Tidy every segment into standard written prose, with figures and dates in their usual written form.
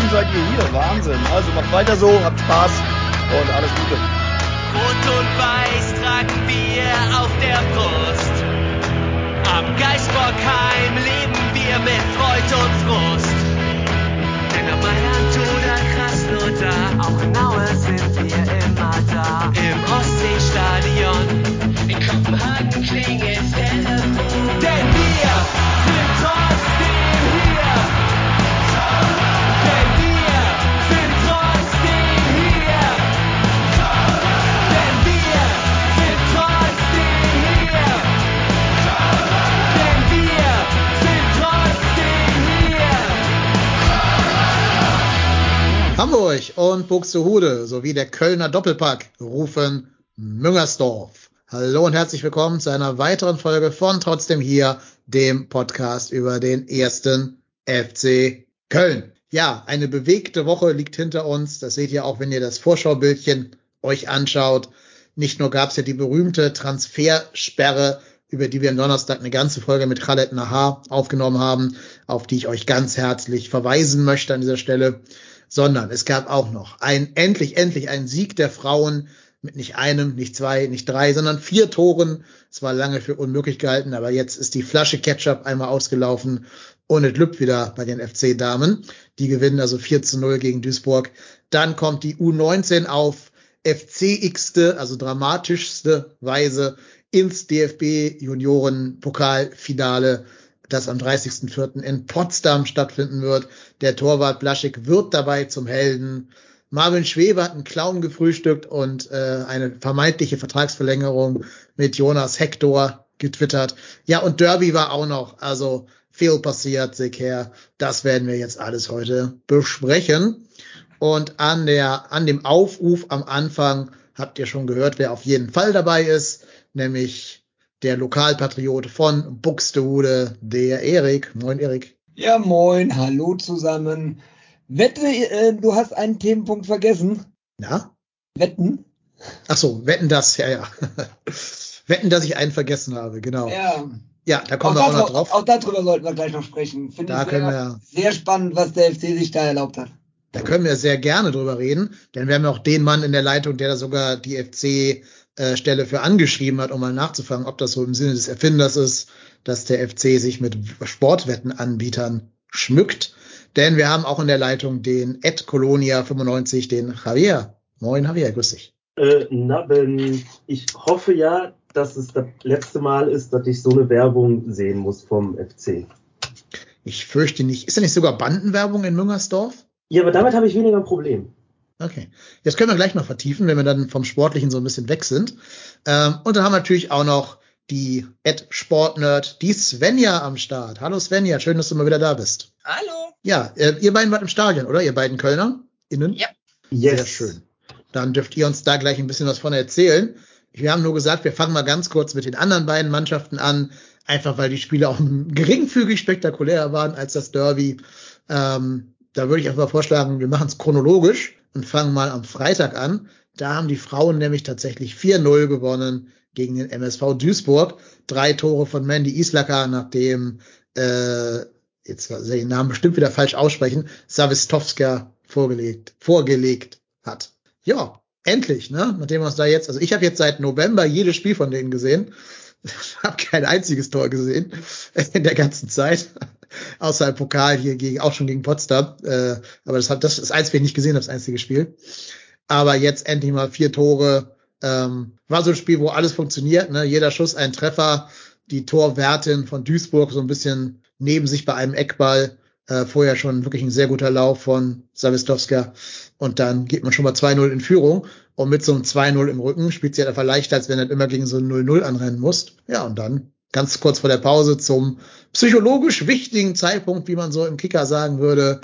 seid ihr hier. Wahnsinn. Also macht weiter so, habt Spaß und alles Gute. Rot und Weiß tragen wir auf der Brust. Am Geisbockheim leben wir mit Freud und Frust. Denn ob Mailand oder Krasnodar, auch in Aue sind wir immer da. Im Ostseestadion, in Kopenhagen klingelt Telefon. Denn wir sind trotzdem hier. Denn wir sind trotzdem hier. Denn wir sind trotzdem hier. Denn wir sind trotzdem hier. Hamburg und Buxtehude sowie der Kölner Doppelpack rufen Müngersdorf. Hallo und herzlich willkommen zu einer weiteren Folge von Trotzdem hier, dem Podcast über den ersten FC Köln. Ja, eine bewegte Woche liegt hinter uns. Das seht ihr auch, wenn ihr das Vorschaubildchen euch anschaut. Nicht nur gab es ja die berühmte Transfersperre, über die wir am Donnerstag eine ganze Folge mit Khaled Nahar aufgenommen haben, auf die ich euch ganz herzlich verweisen möchte an dieser Stelle, sondern es gab auch noch endlich einen Sieg der Frauen mit nicht einem, nicht zwei, nicht drei, sondern 4 Toren. Es war lange für unmöglich gehalten, aber jetzt ist die Flasche Ketchup einmal ausgelaufen und es lübt wieder bei den FC-Damen. Die gewinnen also 4-0 gegen Duisburg. Dann kommt die U19 auf FC-igste, also dramatischste Weise ins DFB-Junioren-Pokalfinale, das am 30.04. in Potsdam stattfinden wird. Der Torwart Blaschik wird dabei zum Helden. Marvin Schwebe hat einen Clown gefrühstückt und eine vermeintliche Vertragsverlängerung mit Jonas Hector getwittert. Ja, und Derby war auch noch, also viel passiert, seht her. Das werden wir jetzt alles heute besprechen. Und an dem Aufruf am Anfang habt ihr schon gehört, wer auf jeden Fall dabei ist, nämlich der Lokalpatriot von Buxtehude, der Erik. Moin, Erik. Ja, moin, hallo zusammen. Wette, du hast einen Themenpunkt vergessen. Ja? Wetten? Ach so, wetten das, ja. Wetten, dass ich einen vergessen habe, genau. Ja, da kommen wir auch noch drauf. Auch darüber sollten wir gleich noch sprechen. Finde ich sehr spannend, was der FC sich da erlaubt hat. Da können wir sehr gerne drüber reden, denn wir haben ja auch den Mann in der Leitung, der da sogar die FC-Stelle für angeschrieben hat, um mal nachzufragen, ob das so im Sinne des Erfinders ist, dass der FC sich mit Sportwettenanbietern schmückt. Denn wir haben auch in der Leitung den @Colonia95, den Javier. Moin Javier, grüß dich. Ich hoffe ja, dass es das letzte Mal ist, dass ich so eine Werbung sehen muss vom FC. Ich fürchte nicht. Ist da nicht sogar Bandenwerbung in Müngersdorf? Ja, aber damit habe ich weniger ein Problem. Okay. Das können wir gleich noch vertiefen, wenn wir dann vom Sportlichen so ein bisschen weg sind. Und dann haben wir natürlich auch noch die @Sportnerd, die Svenja am Start. Hallo Svenja, schön, dass du mal wieder da bist. Hallo. Ja, ihr beiden wart im Stadion, oder? Ihr beiden Kölner? Innen? Ja. Yes. Sehr schön. Dann dürft ihr uns da gleich ein bisschen was von erzählen. Wir haben nur gesagt, wir fangen mal ganz kurz mit den anderen beiden Mannschaften an, einfach weil die Spiele auch geringfügig spektakulärer waren als das Derby. Da würde ich einfach mal vorschlagen, wir machen es chronologisch und fangen mal am Freitag an. Da haben die Frauen nämlich tatsächlich 4-0 gewonnen gegen den MSV Duisburg. 3 Tore von Mandy Islacker, nachdem, jetzt soll ich den Namen bestimmt wieder falsch aussprechen, Savistowska vorgelegt hat. Ja, endlich, ne? Nachdem wir uns da jetzt, also ich habe jetzt seit November jedes Spiel von denen gesehen. Ich habe kein einziges Tor gesehen in der ganzen Zeit. Außer im Pokal hier auch schon gegen Potsdam. Aber das ist das einzige, was ich nicht gesehen habe, das einzige Spiel. Aber jetzt endlich mal 4 Tore. War so ein Spiel, wo alles funktioniert, ne? Jeder Schuss ein Treffer. Die Torwärtin von Duisburg so ein bisschen neben sich bei einem Eckball. Vorher schon wirklich ein sehr guter Lauf von Savistowska. Und dann geht man schon mal 2-0 in Führung. Und mit so einem 2-0 im Rücken spielt sie halt einfach leichter, als wenn du immer gegen so ein 0-0 anrennen musst. Ja, und dann ganz kurz vor der Pause zum psychologisch wichtigen Zeitpunkt, wie man so im Kicker sagen würde,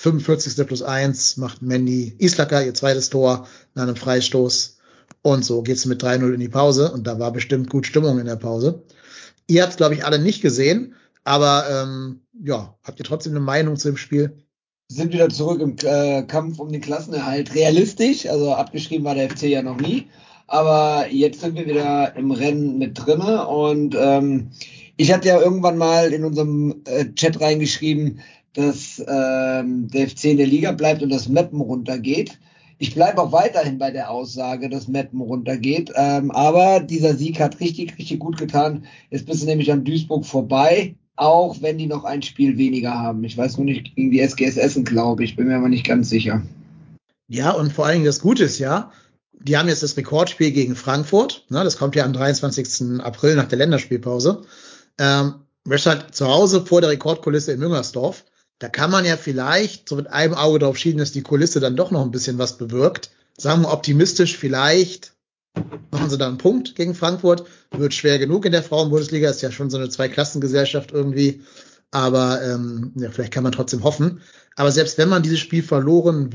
45+1 macht Mandy Islacker ihr zweites Tor nach einem Freistoß. Und so geht's mit 3-0 in die Pause. Und da war bestimmt gut Stimmung in der Pause. Ihr habt es, glaube ich, alle nicht gesehen. Aber ja, habt ihr trotzdem eine Meinung zu dem Spiel? Sind wieder zurück im Kampf um den Klassenerhalt. Realistisch, also abgeschrieben war der FC ja noch nie. Aber jetzt sind wir wieder im Rennen mit drinne und Ich hatte ja irgendwann mal in unserem Chat reingeschrieben, dass der FC in der Liga bleibt und das Meppen runtergeht. Ich bleibe auch weiterhin bei der Aussage, dass Meppen runtergeht. Aber dieser Sieg hat richtig, richtig gut getan. Jetzt bist du nämlich an Duisburg vorbei, auch wenn die noch ein Spiel weniger haben. Ich weiß nur nicht, gegen die SGS Essen, glaube ich. Bin mir aber nicht ganz sicher. Ja, und vor allen Dingen das Gute ist ja, die haben jetzt das Rekordspiel gegen Frankfurt. Ne, das kommt ja am 23. April nach der Länderspielpause. Das ist halt zu Hause vor der Rekordkulisse in Müngersdorf. Da kann man ja vielleicht so mit einem Auge drauf schieben, dass die Kulisse dann doch noch ein bisschen was bewirkt. Sagen wir optimistisch, vielleicht machen sie da einen Punkt gegen Frankfurt. Wird schwer genug in der Frauenbundesliga, ist ja schon so eine Zweiklassengesellschaft irgendwie. Aber ja, vielleicht kann man trotzdem hoffen. Aber selbst wenn man dieses Spiel verloren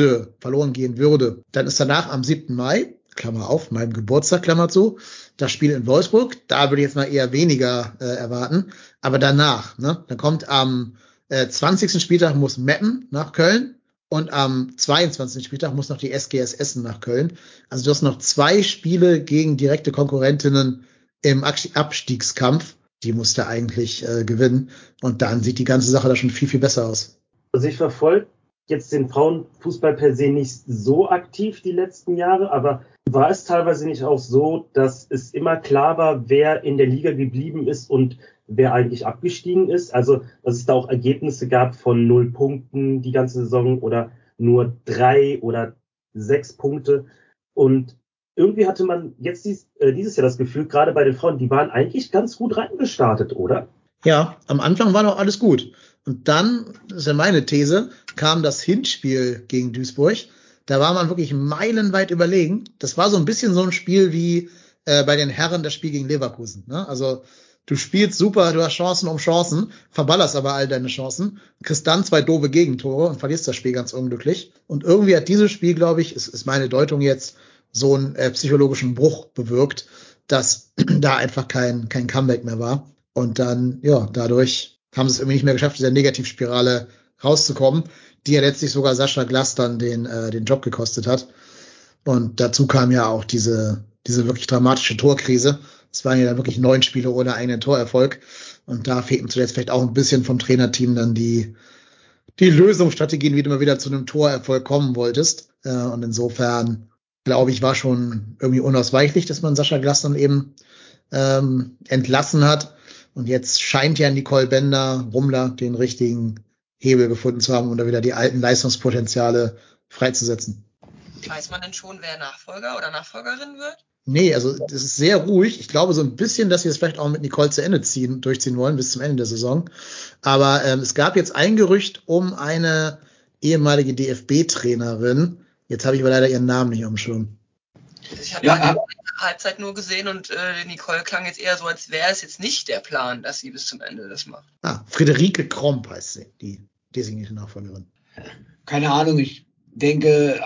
gehen würde, dann ist danach am 7. Mai, Klammer auf, meinem Geburtstag, Klammer zu, das Spiel in Wolfsburg. Da würde ich jetzt mal eher weniger erwarten. Aber danach, ne, dann kommt am 20. Spieltag muss Meppen nach Köln und am 22. Spieltag muss noch die SGS Essen nach Köln. Also du hast noch 2 Spiele gegen direkte Konkurrentinnen im Abstiegskampf. Die musst du eigentlich gewinnen. Und dann sieht die ganze Sache da schon viel, viel besser aus. Also ich verfolge jetzt den Frauenfußball per se nicht so aktiv die letzten Jahre, aber war es teilweise nicht auch so, dass es immer klar war, wer in der Liga geblieben ist und wer eigentlich abgestiegen ist? Also, dass es da auch Ergebnisse gab von 0 Punkten die ganze Saison oder nur 3 oder 6 Punkte. Und irgendwie hatte man jetzt dieses Jahr das Gefühl, gerade bei den Frauen, die waren eigentlich ganz gut reingestartet, oder? Ja, am Anfang war noch alles gut. Und dann, das ist ja meine These, kam das Hinspiel gegen Duisburg. Da war man wirklich meilenweit überlegen. Das war so ein bisschen so ein Spiel wie bei den Herren das Spiel gegen Leverkusen. Ne? Also du spielst super, du hast Chancen um Chancen, verballerst aber all deine Chancen, kriegst dann 2 doofe Gegentore und verlierst das Spiel ganz unglücklich. Und irgendwie hat dieses Spiel, glaube ich, ist meine Deutung jetzt, so einen psychologischen Bruch bewirkt, dass da einfach kein Comeback mehr war. Und dann, ja, dadurch haben sie es irgendwie nicht mehr geschafft, dieser Negativspirale rauszukommen, die ja letztlich sogar Sascha Glass dann den Job gekostet hat. Und dazu kam ja auch diese wirklich dramatische Torkrise. Es waren ja dann wirklich 9 Spiele ohne einen Torerfolg. Und da fehlten zuletzt vielleicht auch ein bisschen vom Trainerteam dann die Lösungsstrategien, wie du mal wieder zu einem Torerfolg kommen wolltest. Und insofern, glaube ich, war schon irgendwie unausweichlich, dass man Sascha Glass dann eben entlassen hat. Und jetzt scheint ja Nicole Bender-Rummler den richtigen Hebel gefunden zu haben, um da wieder die alten Leistungspotenziale freizusetzen. Weiß man denn schon, wer Nachfolger oder Nachfolgerin wird? Nee, also das ist sehr ruhig. Ich glaube so ein bisschen, dass sie es vielleicht auch mit Nicole zu Ende durchziehen wollen bis zum Ende der Saison. Aber es gab jetzt ein Gerücht um eine ehemalige DFB-Trainerin. Jetzt habe ich aber leider ihren Namen nicht auf dem Schirm. Ich habe ja Halbzeit nur gesehen und Nicole klang jetzt eher so, als wäre es jetzt nicht der Plan, dass sie bis zum Ende das macht. Friederike Kromp heißt sie, die designierte Nachfolgerin. Keine Ahnung, ich denke,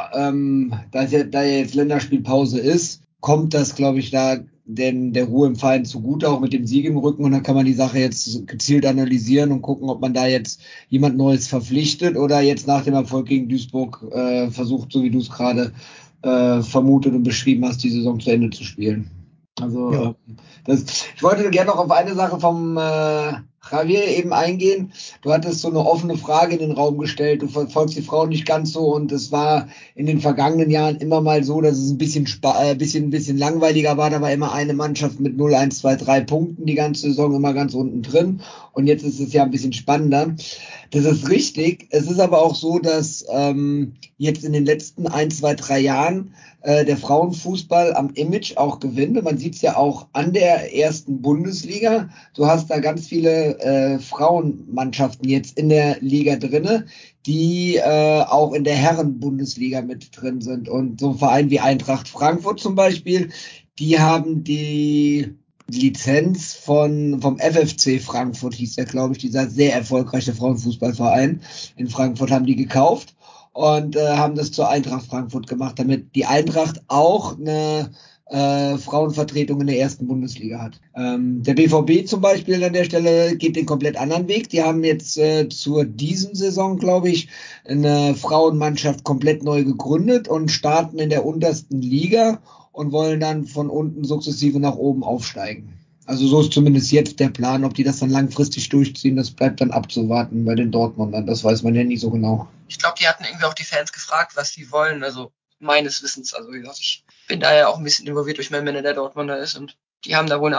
da jetzt Länderspielpause ist, kommt das, glaube ich, da denn der Ruhe im Verein zugute, auch mit dem Sieg im Rücken. Und dann kann man die Sache jetzt gezielt analysieren und gucken, ob man da jetzt jemand Neues verpflichtet oder jetzt nach dem Erfolg gegen Duisburg versucht, so wie du es gerade vermutet und beschrieben hast, die Saison zu Ende zu spielen. Also Ja. ich wollte gerne noch auf eine Sache vom Javier eben eingehen. Du hattest so eine offene Frage in den Raum gestellt. Du verfolgst die Frauen nicht ganz so und es war in den vergangenen Jahren immer mal so, dass es ein bisschen langweiliger war. Da war immer eine Mannschaft mit 0, 1, 2, 3 Punkten die ganze Saison immer ganz unten drin. Und jetzt ist es ja ein bisschen spannender. Das ist richtig. Es ist aber auch so, dass jetzt in den letzten 1, 2, 3 Jahren der Frauenfußball am Image auch gewinnt. Und man sieht es ja auch an der ersten Bundesliga. Du hast da ganz viele Frauenmannschaften jetzt in der Liga drinne, die auch in der Herren-Bundesliga mit drin sind. Und so ein Verein wie Eintracht Frankfurt zum Beispiel, die haben die Lizenz vom FFC Frankfurt, hieß der, glaube ich, dieser sehr erfolgreiche Frauenfußballverein in Frankfurt, haben die gekauft und haben das zur Eintracht Frankfurt gemacht, damit die Eintracht auch eine Frauenvertretung in der ersten Bundesliga hat. Der BVB zum Beispiel an der Stelle geht den komplett anderen Weg. Die haben jetzt zur diesen Saison, glaube ich, eine Frauenmannschaft komplett neu gegründet und starten in der untersten Liga und wollen dann von unten sukzessive nach oben aufsteigen. Also so ist zumindest jetzt der Plan. Ob die das dann langfristig durchziehen, das bleibt dann abzuwarten bei den Dortmundern. Das weiß man ja nie so genau. Ich glaube, die hatten irgendwie auch die Fans gefragt, was die wollen. Also meines Wissens. Also wie gesagt, ich bin da ja auch ein bisschen involviert durch meinen Männer, der Dortmunder ist. Und die haben da wohl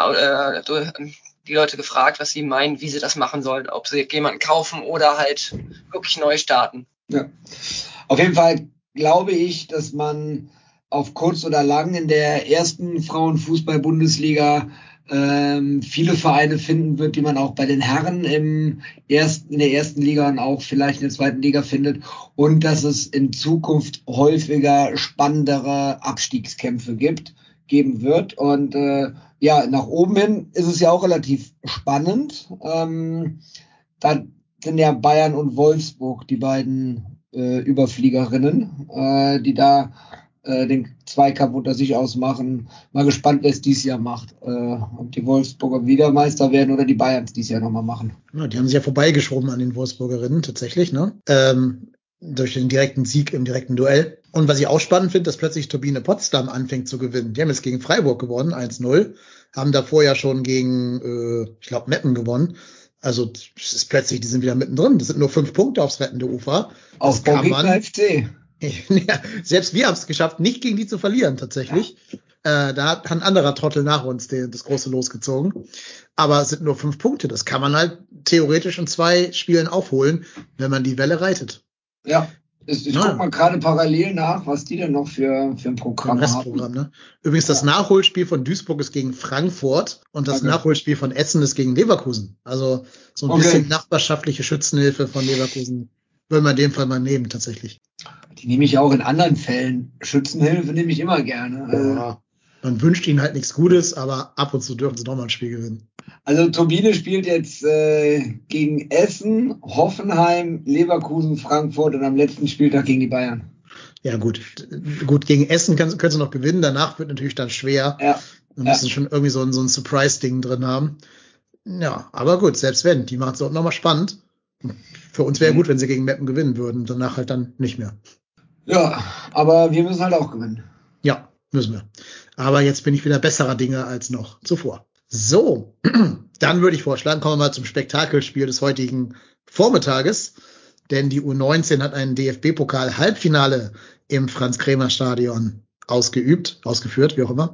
die Leute gefragt, was sie meinen, wie sie das machen sollen. Ob sie jemanden kaufen oder halt wirklich neu starten. Ja. Auf jeden Fall glaube ich, dass man auf kurz oder lang in der ersten Frauenfußball-Bundesliga viele Vereine finden wird, die man auch bei den Herren in der ersten Liga und auch vielleicht in der zweiten Liga findet, und dass es in Zukunft häufiger spannendere Abstiegskämpfe geben wird. Und nach oben hin ist es ja auch relativ spannend. Da sind ja Bayern und Wolfsburg die beiden Überfliegerinnen, die da den Zweikampf unter sich ausmachen. Mal gespannt, wer es dieses Jahr macht. Ob die Wolfsburger wieder Meister werden oder die Bayerns dieses Jahr nochmal machen. Ja, die haben sich ja vorbeigeschoben an den Wolfsburgerinnen tatsächlich, ne? Durch den direkten Sieg im direkten Duell. Und was ich auch spannend finde, dass plötzlich Turbine Potsdam anfängt zu gewinnen. Die haben jetzt gegen Freiburg gewonnen, 1-0. Haben davor ja schon gegen, ich glaube, Meppen gewonnen. Also es ist plötzlich, die sind wieder mittendrin. Das sind nur 5 Punkte aufs rettende Ufer. Auf Gegner FC. Ja, selbst wir haben es geschafft, nicht gegen die zu verlieren tatsächlich. Da hat ein anderer Trottel nach uns das große losgezogen. Aber es sind nur 5 Punkte. Das kann man halt theoretisch in 2 Spielen aufholen, wenn man die Welle reitet. Ja, ich guck mal gerade parallel nach, was die denn noch für ein Programm haben. Restprogramm, ne? Übrigens, das Nachholspiel von Duisburg ist gegen Frankfurt und das Nachholspiel von Essen ist gegen Leverkusen. Also so ein bisschen nachbarschaftliche Schützenhilfe von Leverkusen würde man in dem Fall mal nehmen, tatsächlich. Die nehme ich auch in anderen Fällen. Schützenhilfe nehme ich immer gerne. Ja, man wünscht ihnen halt nichts Gutes, aber ab und zu dürfen sie doch mal ein Spiel gewinnen. Also Turbine spielt jetzt gegen Essen, Hoffenheim, Leverkusen, Frankfurt und am letzten Spieltag gegen die Bayern. Ja gut, gegen Essen können sie noch gewinnen, danach wird natürlich dann schwer. Ja. Wir müssen schon irgendwie so ein Surprise-Ding drin haben. Ja, aber gut, selbst wenn, die machen es auch nochmal spannend. Für uns wäre gut, wenn sie gegen Meppen gewinnen würden, danach halt dann nicht mehr. Ja, aber wir müssen halt auch gewinnen. Ja, müssen wir. Aber jetzt bin ich wieder besserer Dinge als noch zuvor. So, dann würde ich vorschlagen, kommen wir mal zum Spektakelspiel des heutigen Vormittages. Denn die U19 hat ein DFB-Pokal-Halbfinale im Franz-Kremer-Stadion ausgeführt, wie auch immer.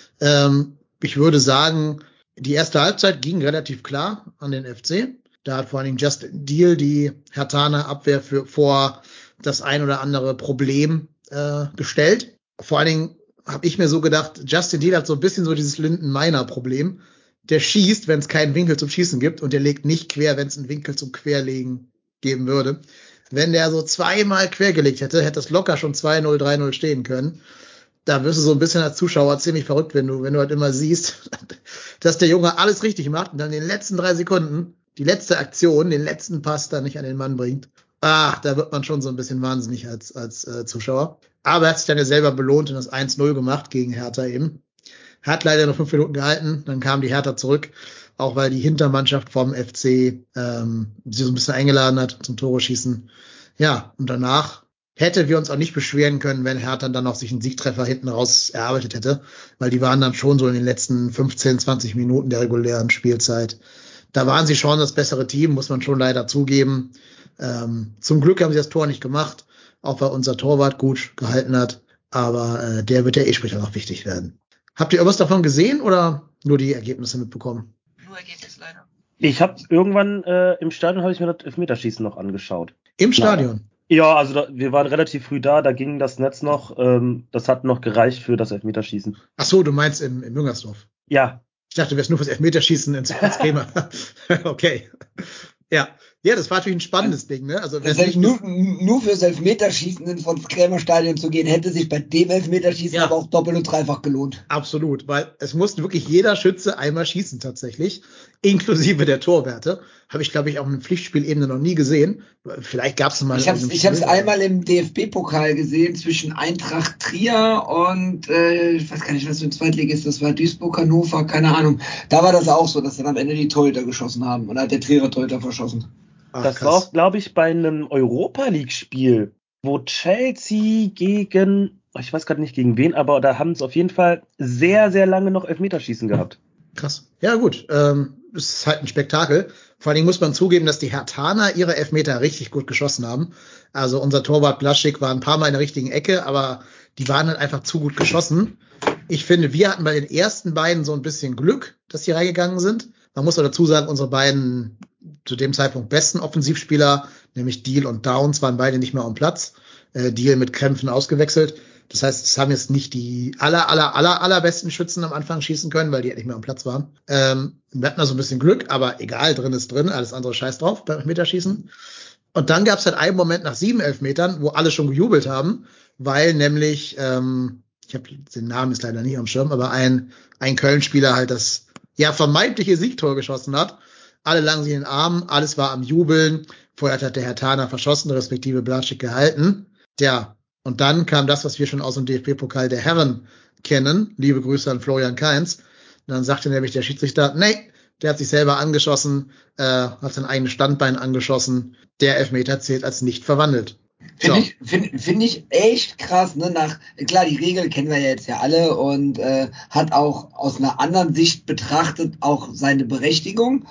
Ich würde sagen, die erste Halbzeit ging relativ klar an den FC. Da hat vor allen Dingen Justin Deal die Herthaner Abwehr vor das ein oder andere Problem gestellt. Vor allen Dingen habe ich mir so gedacht, Justin Deal hat so ein bisschen so dieses Linden-Meiner-Problem. Der schießt, wenn es keinen Winkel zum Schießen gibt, und der legt nicht quer, wenn es einen Winkel zum Querlegen geben würde. Wenn der so 2-mal quergelegt hätte, hätte es locker schon 2-0, 3-0 stehen können. Da wirst du so ein bisschen als Zuschauer ziemlich verrückt, wenn du halt immer siehst, dass der Junge alles richtig macht und dann in den letzten 3 Sekunden die letzte Aktion, den letzten Pass da nicht an den Mann bringt. Da wird man schon so ein bisschen wahnsinnig als Zuschauer. Aber er hat sich dann ja selber belohnt und das 1-0 gemacht gegen Hertha eben. Hat leider noch 5 Minuten gehalten, dann kam die Hertha zurück, auch weil die Hintermannschaft vom FC sie so ein bisschen eingeladen hat zum Tore schießen. Ja, und danach hätte wir uns auch nicht beschweren können, wenn Hertha dann noch sich einen Siegtreffer hinten raus erarbeitet hätte, weil die waren dann schon so in den letzten 15, 20 Minuten der regulären Spielzeit. Da waren sie schon das bessere Team, muss man schon leider zugeben. Zum Glück haben sie das Tor nicht gemacht, auch weil unser Torwart gut gehalten hat. Aber der wird ja später noch wichtig werden. Habt ihr irgendwas davon gesehen oder nur die Ergebnisse mitbekommen? Nur Ergebnisse leider. Ich habe irgendwann im Stadion habe ich mir das Elfmeterschießen noch angeschaut. Im Stadion? Ja, also wir waren relativ früh da ging das Netz noch. Das hat noch gereicht für das Elfmeterschießen. Ach so, du meinst in Müngersdorf? Ja. Ich dachte, du wärst nur fürs Elfmeterschießen ins Bremer. Okay. Ja, das war natürlich ein spannendes Ding, ne? Also nur fürs Elfmeterschießen ins Krämer-Stadion zu gehen, hätte sich bei dem Elfmeterschießen aber auch doppelt und dreifach gelohnt. Absolut, weil es musste wirklich jeder Schütze einmal schießen tatsächlich, inklusive der Torwerte. Habe ich, glaube ich, auf einer Pflichtspielebene noch nie gesehen. Vielleicht gab es mal. Ich habe es einmal im DFB-Pokal gesehen zwischen Eintracht Trier und ich weiß gar nicht, was für ein Zweitligist das war, Duisburg, Hannover, keine Ahnung. Da war das auch so, dass dann am Ende die Torhüter geschossen haben und hat der Trierer Torhüter verschossen. Das war auch, glaube ich, bei einem Europa-League-Spiel, wo Chelsea gegen, ich weiß gerade nicht gegen wen, aber da haben es auf jeden Fall sehr, sehr lange noch Elfmeterschießen gehabt. Krass. Ja, gut. Es ist halt ein Spektakel. Vor allen Dingen muss man zugeben, dass die Herthaner ihre Elfmeter richtig gut geschossen haben. Also unser Torwart Blaschik war ein paar Mal in der richtigen Ecke, aber die waren halt einfach zu gut geschossen. Ich finde, wir hatten bei den ersten beiden so ein bisschen Glück, dass die reingegangen sind. Man muss auch dazu sagen, unsere beiden zu dem Zeitpunkt besten Offensivspieler, nämlich Deal und Downs, waren beide nicht mehr am Platz. Deal mit Krämpfen ausgewechselt. Das heißt, es haben jetzt nicht die allerbesten Schützen am Anfang schießen können, weil die halt nicht mehr am Platz waren. Wir hatten also ein bisschen Glück, aber egal, drin ist drin, alles andere scheiß drauf beim Elfmeterschießen. Und dann gab es halt einen Moment nach 7 Elfmetern, wo alle schon gejubelt haben, weil nämlich, ich habe den Namen ist leider nicht am Schirm, aber ein Köln-Spieler halt das vermeintliche Siegtor geschossen hat. Alle lagen sich in den Armen, alles war am Jubeln. Vorher hat der Herthaner verschossen, respektive Blaschik gehalten. Tja, und dann kam das, was wir schon aus dem DFB-Pokal der Herren kennen. Liebe Grüße an Florian Kainz. Und dann sagte nämlich der Schiedsrichter, nee, der hat sich selber angeschossen, hat sein eigenes Standbein angeschossen. Der Elfmeter zählt als nicht verwandelt. Finde ich echt krass, ne? Klar, die Regel kennen wir ja jetzt ja alle und hat auch aus einer anderen Sicht betrachtet auch seine Berechtigung.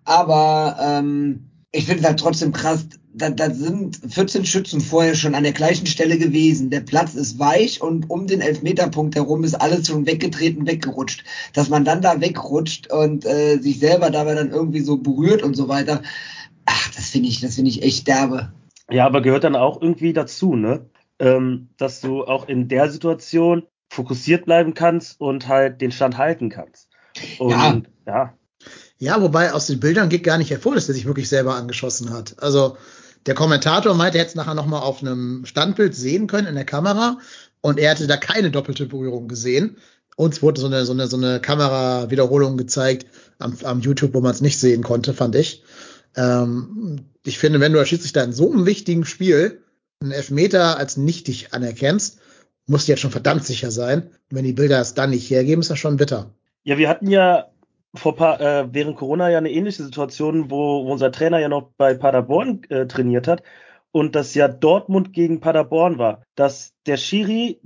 Aber ich finde es halt trotzdem krass, da sind 14 Schützen vorher schon an der gleichen Stelle gewesen. Der Platz ist weich und um den Elfmeterpunkt herum ist alles schon weggetreten, weggerutscht. Dass man dann da wegrutscht und sich selber dabei dann irgendwie so berührt und so weiter, das finde ich echt derbe. Ja, aber gehört dann auch irgendwie dazu, ne? Dass du auch in der Situation fokussiert bleiben kannst und halt den Stand halten kannst. Und ja. Ja, wobei aus den Bildern geht gar nicht hervor, dass er sich wirklich selber angeschossen hat. Also der Kommentator meinte, er hätte es nachher nochmal auf einem Standbild sehen können in der Kamera und er hatte da keine doppelte Berührung gesehen. Uns wurde so eine Kamerawiederholung gezeigt am YouTube, wo man es nicht sehen konnte, fand ich. Ich finde, wenn du als Schiedsrichter in so einem wichtigen Spiel einen Elfmeter als nichtig anerkennst, musst du jetzt schon verdammt sicher sein. Und wenn die Bilder es dann nicht hergeben, ist das schon bitter. Ja, wir hatten ja während Corona ja eine ähnliche Situation, wo unser Trainer ja noch bei Paderborn trainiert hat und das ja Dortmund gegen Paderborn war, dass der Schiri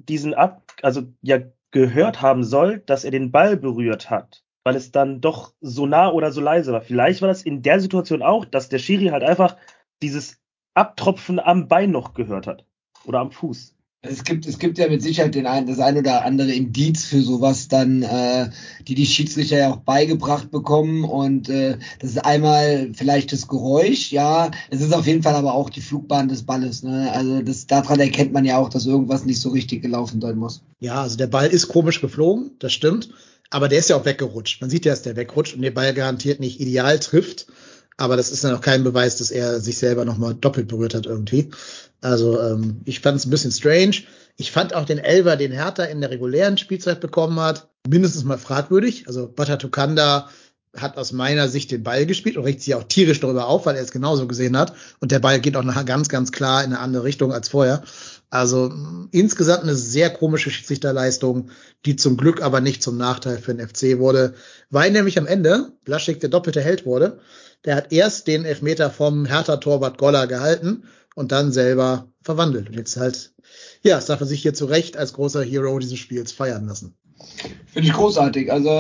gehört haben soll, dass er den Ball berührt hat, weil es dann doch so nah oder so leise war. Vielleicht war das in der Situation auch, dass der Schiri halt einfach dieses Abtropfen am Bein noch gehört hat oder am Fuß. Es gibt ja mit Sicherheit das ein oder andere Indiz für sowas dann, die Schiedsrichter ja auch beigebracht bekommen und das ist einmal vielleicht das Geräusch, ja, es ist auf jeden Fall aber auch die Flugbahn des Balles, ne? Also daran erkennt man ja auch, dass irgendwas nicht so richtig gelaufen sein muss. Ja, also der Ball ist komisch geflogen, das stimmt, aber der ist ja auch weggerutscht. Man sieht ja, dass der wegrutscht und der Ball garantiert nicht ideal trifft. Aber das ist dann auch kein Beweis, dass er sich selber nochmal doppelt berührt hat irgendwie. Also ich fand es ein bisschen strange. Ich fand auch den Elfer, den Hertha in der regulären Spielzeit bekommen hat, mindestens mal fragwürdig. Also Bata Tukanda hat aus meiner Sicht den Ball gespielt und regt sich auch tierisch darüber auf, weil er es genauso gesehen hat. Und der Ball geht auch nachher ganz, ganz klar in eine andere Richtung als vorher. Also insgesamt eine sehr komische Schiedsrichterleistung, die zum Glück aber nicht zum Nachteil für den FC wurde, weil nämlich am Ende Blaschik der doppelte Held wurde. Der hat erst den Elfmeter vom Hertha-Torwart Goller gehalten und dann selber verwandelt. Und jetzt halt, ja, das darf er sich hier zu Recht als großer Hero dieses Spiels feiern lassen. Finde ich großartig. Also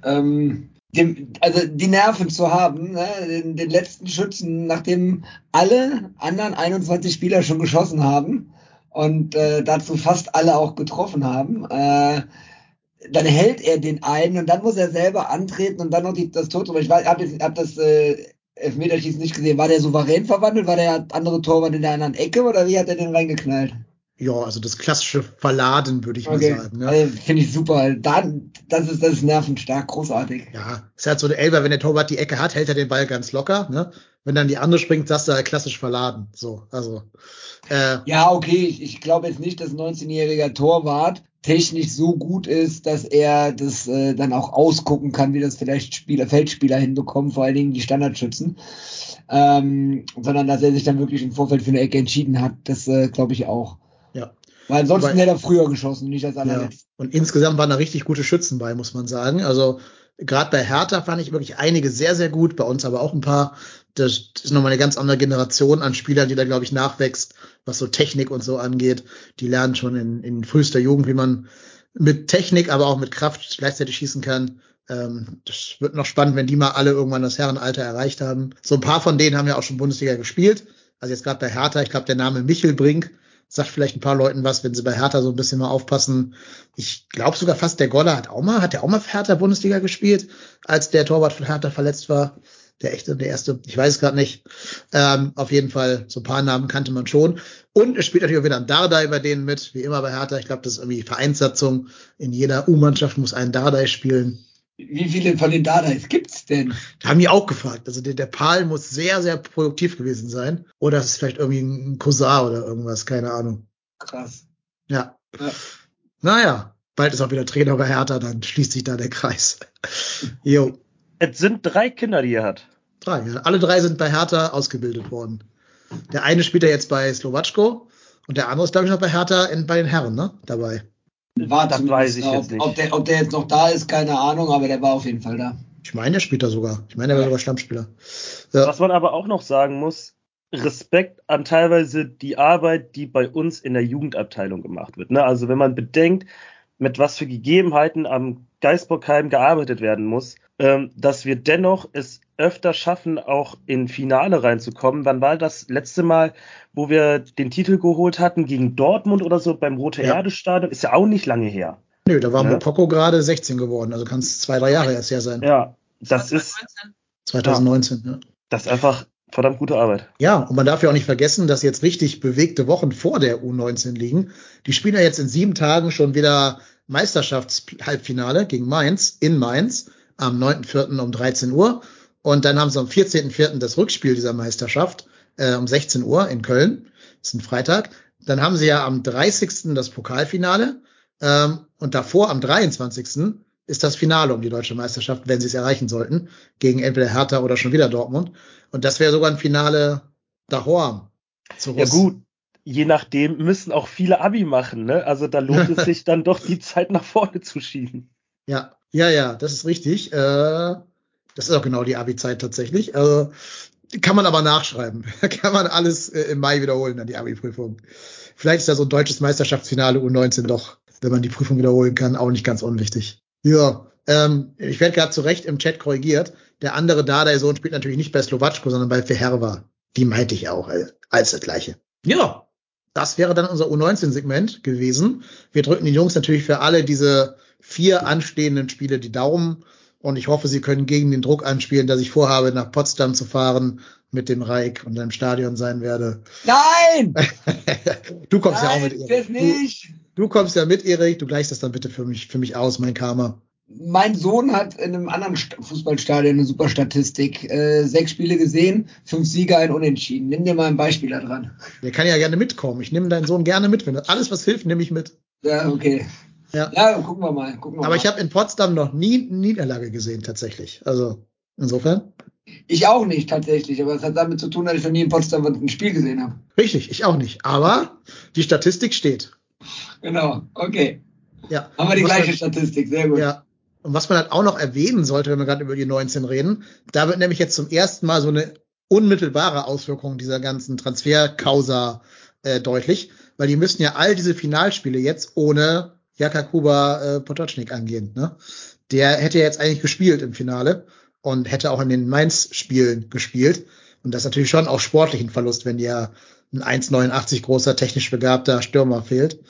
die Nerven zu haben, ne, den letzten Schützen, nachdem alle anderen 21 Spieler schon geschossen haben und dazu fast alle auch getroffen haben, dann hält er den einen und dann muss er selber antreten und dann noch das Tor. Ich hab das Elfmeterschießen nicht gesehen. War der souverän verwandelt? War der andere Torwart in der anderen Ecke oder wie hat er den reingeknallt? Ja, also das klassische Verladen, würde ich mal sagen. Ne? Also, finde ich super. Das ist nervenstark, großartig. Ja, ist halt so der Elfer, wenn der Torwart die Ecke hat, hält er den Ball ganz locker. Ne? Wenn dann die andere springt, sagst du halt klassisch verladen. So, also. Ja, okay, ich glaube jetzt nicht, dass ein 19-jähriger Torwart technisch so gut ist, dass er das dann auch ausgucken kann, wie das vielleicht Feldspieler hinbekommen, vor allen Dingen die Standardschützen. Sondern dass er sich dann wirklich im Vorfeld für eine Ecke entschieden hat. Das glaube ich auch. Ja. Weil ansonsten hätte er früher geschossen, nicht als allerletztes. Ja. Und insgesamt waren da richtig gute Schützen bei, muss man sagen. Also gerade bei Hertha fand ich wirklich einige sehr, sehr gut, bei uns aber auch ein paar. Das ist nochmal eine ganz andere Generation an Spielern, die da, glaube ich, nachwächst, was so Technik und so angeht. Die lernen schon in frühester Jugend, wie man mit Technik, aber auch mit Kraft gleichzeitig schießen kann. Das wird noch spannend, wenn die mal alle irgendwann das Herrenalter erreicht haben. So ein paar von denen haben ja auch schon Bundesliga gespielt. Also jetzt gerade bei Hertha, ich glaube, der Name Michel Brink sagt vielleicht ein paar Leuten was, wenn sie bei Hertha so ein bisschen mal aufpassen. Ich glaube sogar fast, der Goller hat der auch mal für Hertha Bundesliga gespielt, als der Torwart von Hertha verletzt war. Der erste, ich weiß es gerade nicht. Auf jeden Fall, so ein paar Namen kannte man schon. Und es spielt natürlich auch wieder ein Dardai bei denen mit, wie immer bei Hertha. Ich glaube, das ist irgendwie Vereinssatzung. In jeder U-Mannschaft muss ein Dardai spielen. Wie viele von den Dardais gibt's denn? Da haben die auch gefragt. Also der Pal muss sehr, sehr produktiv gewesen sein. Oder es ist vielleicht irgendwie ein Cousin oder irgendwas, keine Ahnung. Krass. Ja. Naja, bald ist auch wieder Trainer bei Hertha, dann schließt sich da der Kreis. Jo. Es sind 3 Kinder, die er hat. 3, ja. Alle 3 sind bei Hertha ausgebildet worden. Der eine spielt ja jetzt bei Slowatschko und der andere ist, glaube ich, noch bei Hertha bei den Herren, ne? Dabei. Das weiß ich jetzt nicht. Ob der jetzt noch da ist, keine Ahnung, aber der war auf jeden Fall da. Ich meine, der spielt da sogar. Ich meine, der war sogar Stammspieler. Ja. Was man aber auch noch sagen muss, Respekt an teilweise die Arbeit, die bei uns in der Jugendabteilung gemacht wird. Ne? Also wenn man bedenkt, mit was für Gegebenheiten am Geisbockheim gearbeitet werden muss, dass wir dennoch es öfter schaffen, auch in Finale reinzukommen. Wann war das letzte Mal, wo wir den Titel geholt hatten, gegen Dortmund oder so beim Rote-Erde-Stadion? Ist ja auch nicht lange her. Nö, da war Mokoko gerade 16 geworden, also kann es 2-3 Jahre erst her sein. Ja, das ist 2019, ja. Das ist einfach verdammt gute Arbeit. Ja, und man darf ja auch nicht vergessen, dass jetzt richtig bewegte Wochen vor der U19 liegen. Die spielen ja jetzt in 7 Tagen schon wieder Meisterschaftshalbfinale gegen Mainz, in Mainz, am 9.4. um 13 Uhr. Und dann haben sie am 14.4. das Rückspiel dieser Meisterschaft, um 16 Uhr in Köln. Das ist ein Freitag. Dann haben sie ja am 30. das Pokalfinale. Und davor, am 23. ist das Finale um die deutsche Meisterschaft, wenn sie es erreichen sollten, gegen entweder Hertha oder schon wieder Dortmund. Und das wäre sogar ein Finale daheim. Ja gut, je nachdem müssen auch viele Abi machen, ne? Also da lohnt es sich dann doch, die Zeit nach vorne zu schieben. Ja, das ist richtig. Das ist auch genau die Abi-Zeit tatsächlich. Kann man aber nachschreiben. Kann man alles im Mai wiederholen, dann die Abi-Prüfung. Vielleicht ist ja so ein deutsches Meisterschaftsfinale U19 doch, wenn man die Prüfung wiederholen kann, auch nicht ganz unwichtig. Ja, ich werde gerade zu Recht im Chat korrigiert. Der andere Dardai-Sohn spielt natürlich nicht bei Slowatschko, sondern bei Feherva. Die meinte ich auch als das Gleiche. Ja, das wäre dann unser U19-Segment gewesen. Wir drücken den Jungs natürlich für alle diese 4 anstehenden Spiele die Daumen. Und ich hoffe, sie können gegen den Druck anspielen, dass ich vorhabe, nach Potsdam zu fahren mit dem Reik und im Stadion sein werde. Nein! Du kommst ja auch mit, Erik. Du kommst ja mit, Erik. Du gleichst das dann bitte für mich aus, mein Karma. Mein Sohn hat in einem anderen Fußballstadion eine super Statistik. 6 Spiele gesehen, 5 Siege, ein Unentschieden. Nimm dir mal ein Beispiel da dran. Der kann ja gerne mitkommen. Ich nehme deinen Sohn gerne mit. Wenn alles, was hilft, nehme ich mit. Ja, okay. Ja, gucken wir mal. Aber ich habe in Potsdam noch nie eine Niederlage gesehen, tatsächlich. Also, insofern. Ich auch nicht, tatsächlich. Aber es hat damit zu tun, dass ich noch nie in Potsdam ein Spiel gesehen habe. Richtig, ich auch nicht. Aber die Statistik steht. Genau, okay. Ja. Haben wir die gleiche Statistik, sehr gut. Ja. Und was man halt auch noch erwähnen sollte, wenn wir gerade über die 19 reden, da wird nämlich jetzt zum ersten Mal so eine unmittelbare Auswirkung dieser ganzen Transferkausa deutlich, weil die müssen ja all diese Finalspiele jetzt ohne Jaka Kuba Potočnik angehen. Ne? Der hätte ja jetzt eigentlich gespielt im Finale und hätte auch in den Mainz-Spielen gespielt. Und das ist natürlich schon auch sportlich ein Verlust, wenn dir ein 1,89 großer, technisch begabter Stürmer fehlt.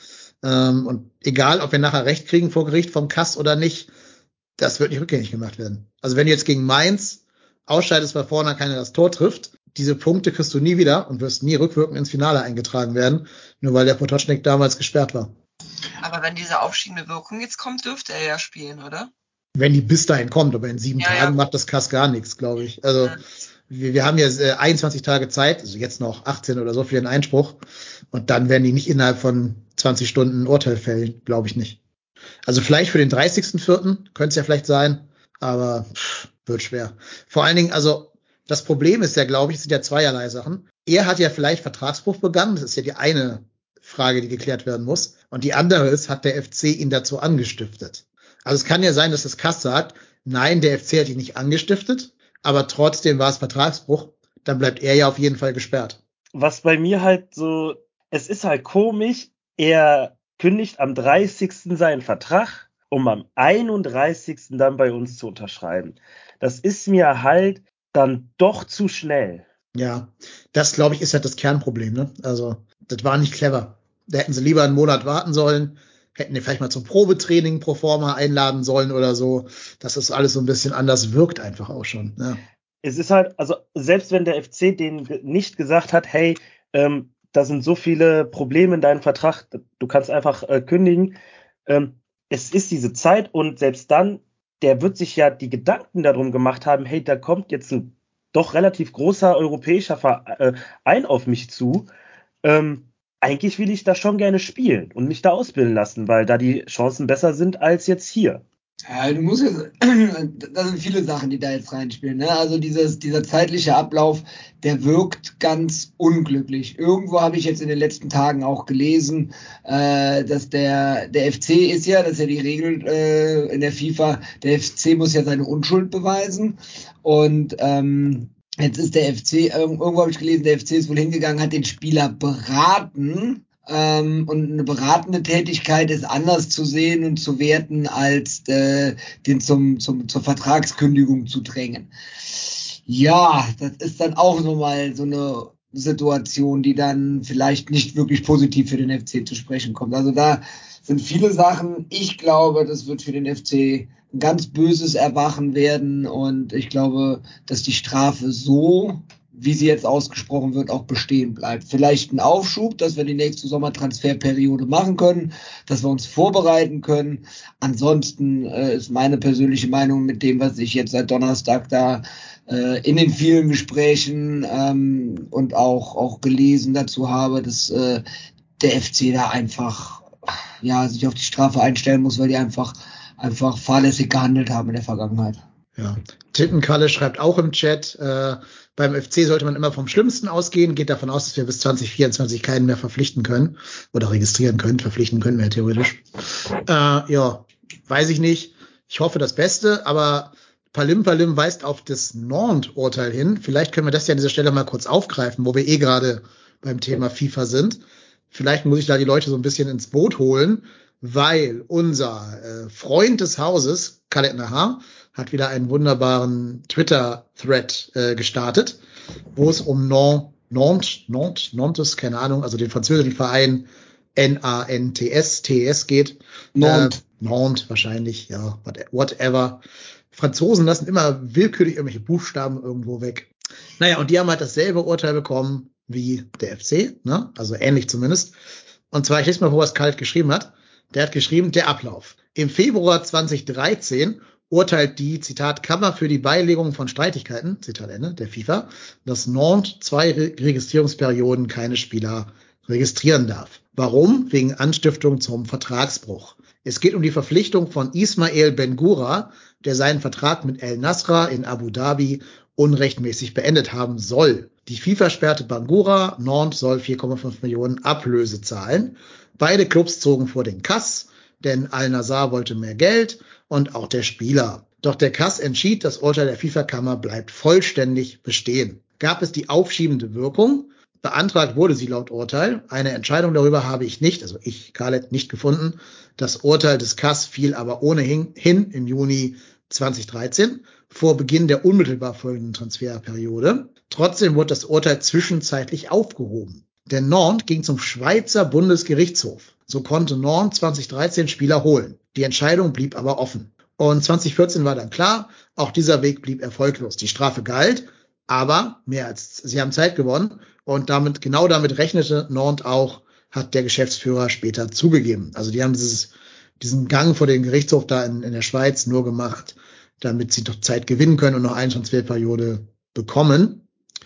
Und egal, ob wir nachher Recht kriegen vor Gericht vom Kass oder nicht, das wird nicht rückgängig gemacht werden. Also wenn du jetzt gegen Mainz ausscheidest, weil vorne keiner das Tor trifft, diese Punkte kriegst du nie wieder und wirst nie rückwirkend ins Finale eingetragen werden, nur weil der Potočnik damals gesperrt war. Aber wenn diese aufschiebende Wirkung jetzt kommt, dürfte er ja spielen, oder? Wenn die bis dahin kommt, aber in 7 Tagen macht das Kass gar nichts, glaube ich. Also wir haben jetzt 21 Tage Zeit, also jetzt noch 18 oder so für den Einspruch und dann werden die nicht innerhalb von 20 Stunden ein Urteil fällen, glaube ich nicht. Also vielleicht für den 30.04. könnte es ja vielleicht sein, aber wird schwer. Vor allen Dingen, also das Problem ist ja, glaube ich, es sind ja zweierlei Sachen. Er hat ja vielleicht Vertragsbruch begangen, das ist ja die eine Frage, die geklärt werden muss. Und die andere ist, hat der FC ihn dazu angestiftet? Also es kann ja sein, dass das Kass sagt, nein, der FC hat ihn nicht angestiftet, aber trotzdem war es Vertragsbruch, dann bleibt er ja auf jeden Fall gesperrt. Was bei mir halt so, es ist halt komisch, er kündigt am 30. seinen Vertrag um am 31. dann bei uns zu unterschreiben. Das ist mir halt dann doch zu schnell. Ja, das, glaube ich, ist halt das Kernproblem, ne? Also, das war nicht clever. Da hätten sie lieber einen Monat warten sollen, hätten den vielleicht mal zum Probetraining pro forma einladen sollen oder so, dass das alles so ein bisschen anders wirkt einfach auch schon. Ja. Es ist halt, also selbst wenn der FC denen nicht gesagt hat, hey, da sind so viele Probleme in deinem Vertrag, du kannst einfach kündigen. Es ist diese Zeit und selbst dann, der wird sich ja die Gedanken darum gemacht haben, hey, da kommt jetzt ein doch relativ großer europäischer Verein auf mich zu. Eigentlich will ich da schon gerne spielen und mich da ausbilden lassen, weil da die Chancen besser sind als jetzt hier. Ja, du musst jetzt, das sind viele Sachen, die da jetzt reinspielen. Ne? Also dieser zeitliche Ablauf, der wirkt ganz unglücklich. Irgendwo habe ich jetzt in den letzten Tagen auch gelesen, dass der FC ist ja, das ist ja die Regel in der FIFA, der FC muss ja seine Unschuld beweisen. Und jetzt ist der FC, irgendwo habe ich gelesen, der FC ist wohl hingegangen, hat den Spieler beraten. Und eine beratende Tätigkeit ist anders zu sehen und zu werten, als den zur Vertragskündigung zu drängen. Ja, das ist dann auch nochmal so eine Situation, die dann vielleicht nicht wirklich positiv für den FC zu sprechen kommt. Also da sind viele Sachen. Ich glaube, das wird für den FC ein ganz böses Erwachen werden und ich glaube, dass die Strafe so, wie sie jetzt ausgesprochen wird, auch bestehen bleibt. Vielleicht ein Aufschub, dass wir die nächste Sommertransferperiode machen können, dass wir uns vorbereiten können. Ansonsten ist meine persönliche Meinung mit dem, was ich jetzt seit Donnerstag da in den vielen Gesprächen und auch gelesen dazu habe, dass der FC da einfach sich auf die Strafe einstellen muss, weil die einfach fahrlässig gehandelt haben in der Vergangenheit. Ja, Tittenkalle schreibt auch im Chat, beim FC sollte man immer vom Schlimmsten ausgehen, geht davon aus, dass wir bis 2024 keinen mehr verpflichten können oder registrieren können. Verpflichten können wir ja theoretisch. Ja, weiß ich nicht. Ich hoffe das Beste, aber Palim weist auf das Nantes-Urteil hin. Vielleicht können wir das ja an dieser Stelle mal kurz aufgreifen, wo wir gerade beim Thema FIFA sind. Vielleicht muss ich da die Leute so ein bisschen ins Boot holen, weil unser Freund des Hauses, Khaled Nahar, hat wieder einen wunderbaren Twitter-Thread gestartet, wo es um Nantes, keine Ahnung, also den französischen Verein Nantes, TS geht. Nantes wahrscheinlich, ja, whatever. Franzosen lassen immer willkürlich irgendwelche Buchstaben irgendwo weg. Naja, und die haben halt dasselbe Urteil bekommen wie der FC, ne? Also ähnlich zumindest. Und zwar, ich lese mal, wo was Khaled geschrieben hat. Der hat geschrieben, der Ablauf. Im Februar 2013 urteilt die, Zitat, Kammer für die Beilegung von Streitigkeiten, Zitat Ende, der FIFA, dass Nantes 2 Registrierungsperioden keine Spieler registrieren darf. Warum? Wegen Anstiftung zum Vertragsbruch. Es geht um die Verpflichtung von Ismael Bengura, der seinen Vertrag mit El Nasra in Abu Dhabi unrechtmäßig beendet haben soll. Die FIFA sperrte Bangura, Nantes soll 4,5 Millionen Ablöse zahlen. Beide Clubs zogen vor den Kass, denn Al-Nassr wollte mehr Geld und auch der Spieler. Doch der Kass entschied, das Urteil der FIFA-Kammer bleibt vollständig bestehen. Gab es die aufschiebende Wirkung? Beantragt wurde sie laut Urteil. Eine Entscheidung darüber habe ich nicht, also ich, Khaled, nicht gefunden. Das Urteil des Kass fiel aber ohnehin im Juni 2013, vor Beginn der unmittelbar folgenden Transferperiode. Trotzdem wurde das Urteil zwischenzeitlich aufgehoben. Denn Nantes ging zum Schweizer Bundesgerichtshof. So konnte Nantes 2013 Spieler holen. Die Entscheidung blieb aber offen. Und 2014 war dann klar, auch dieser Weg blieb erfolglos. Die Strafe galt, aber sie haben Zeit gewonnen und genau damit rechnete Nantes auch, hat der Geschäftsführer später zugegeben. Also die haben diesen Gang vor den Gerichtshof da in der Schweiz nur gemacht, damit sie doch Zeit gewinnen können und noch eine Transferperiode bekommen.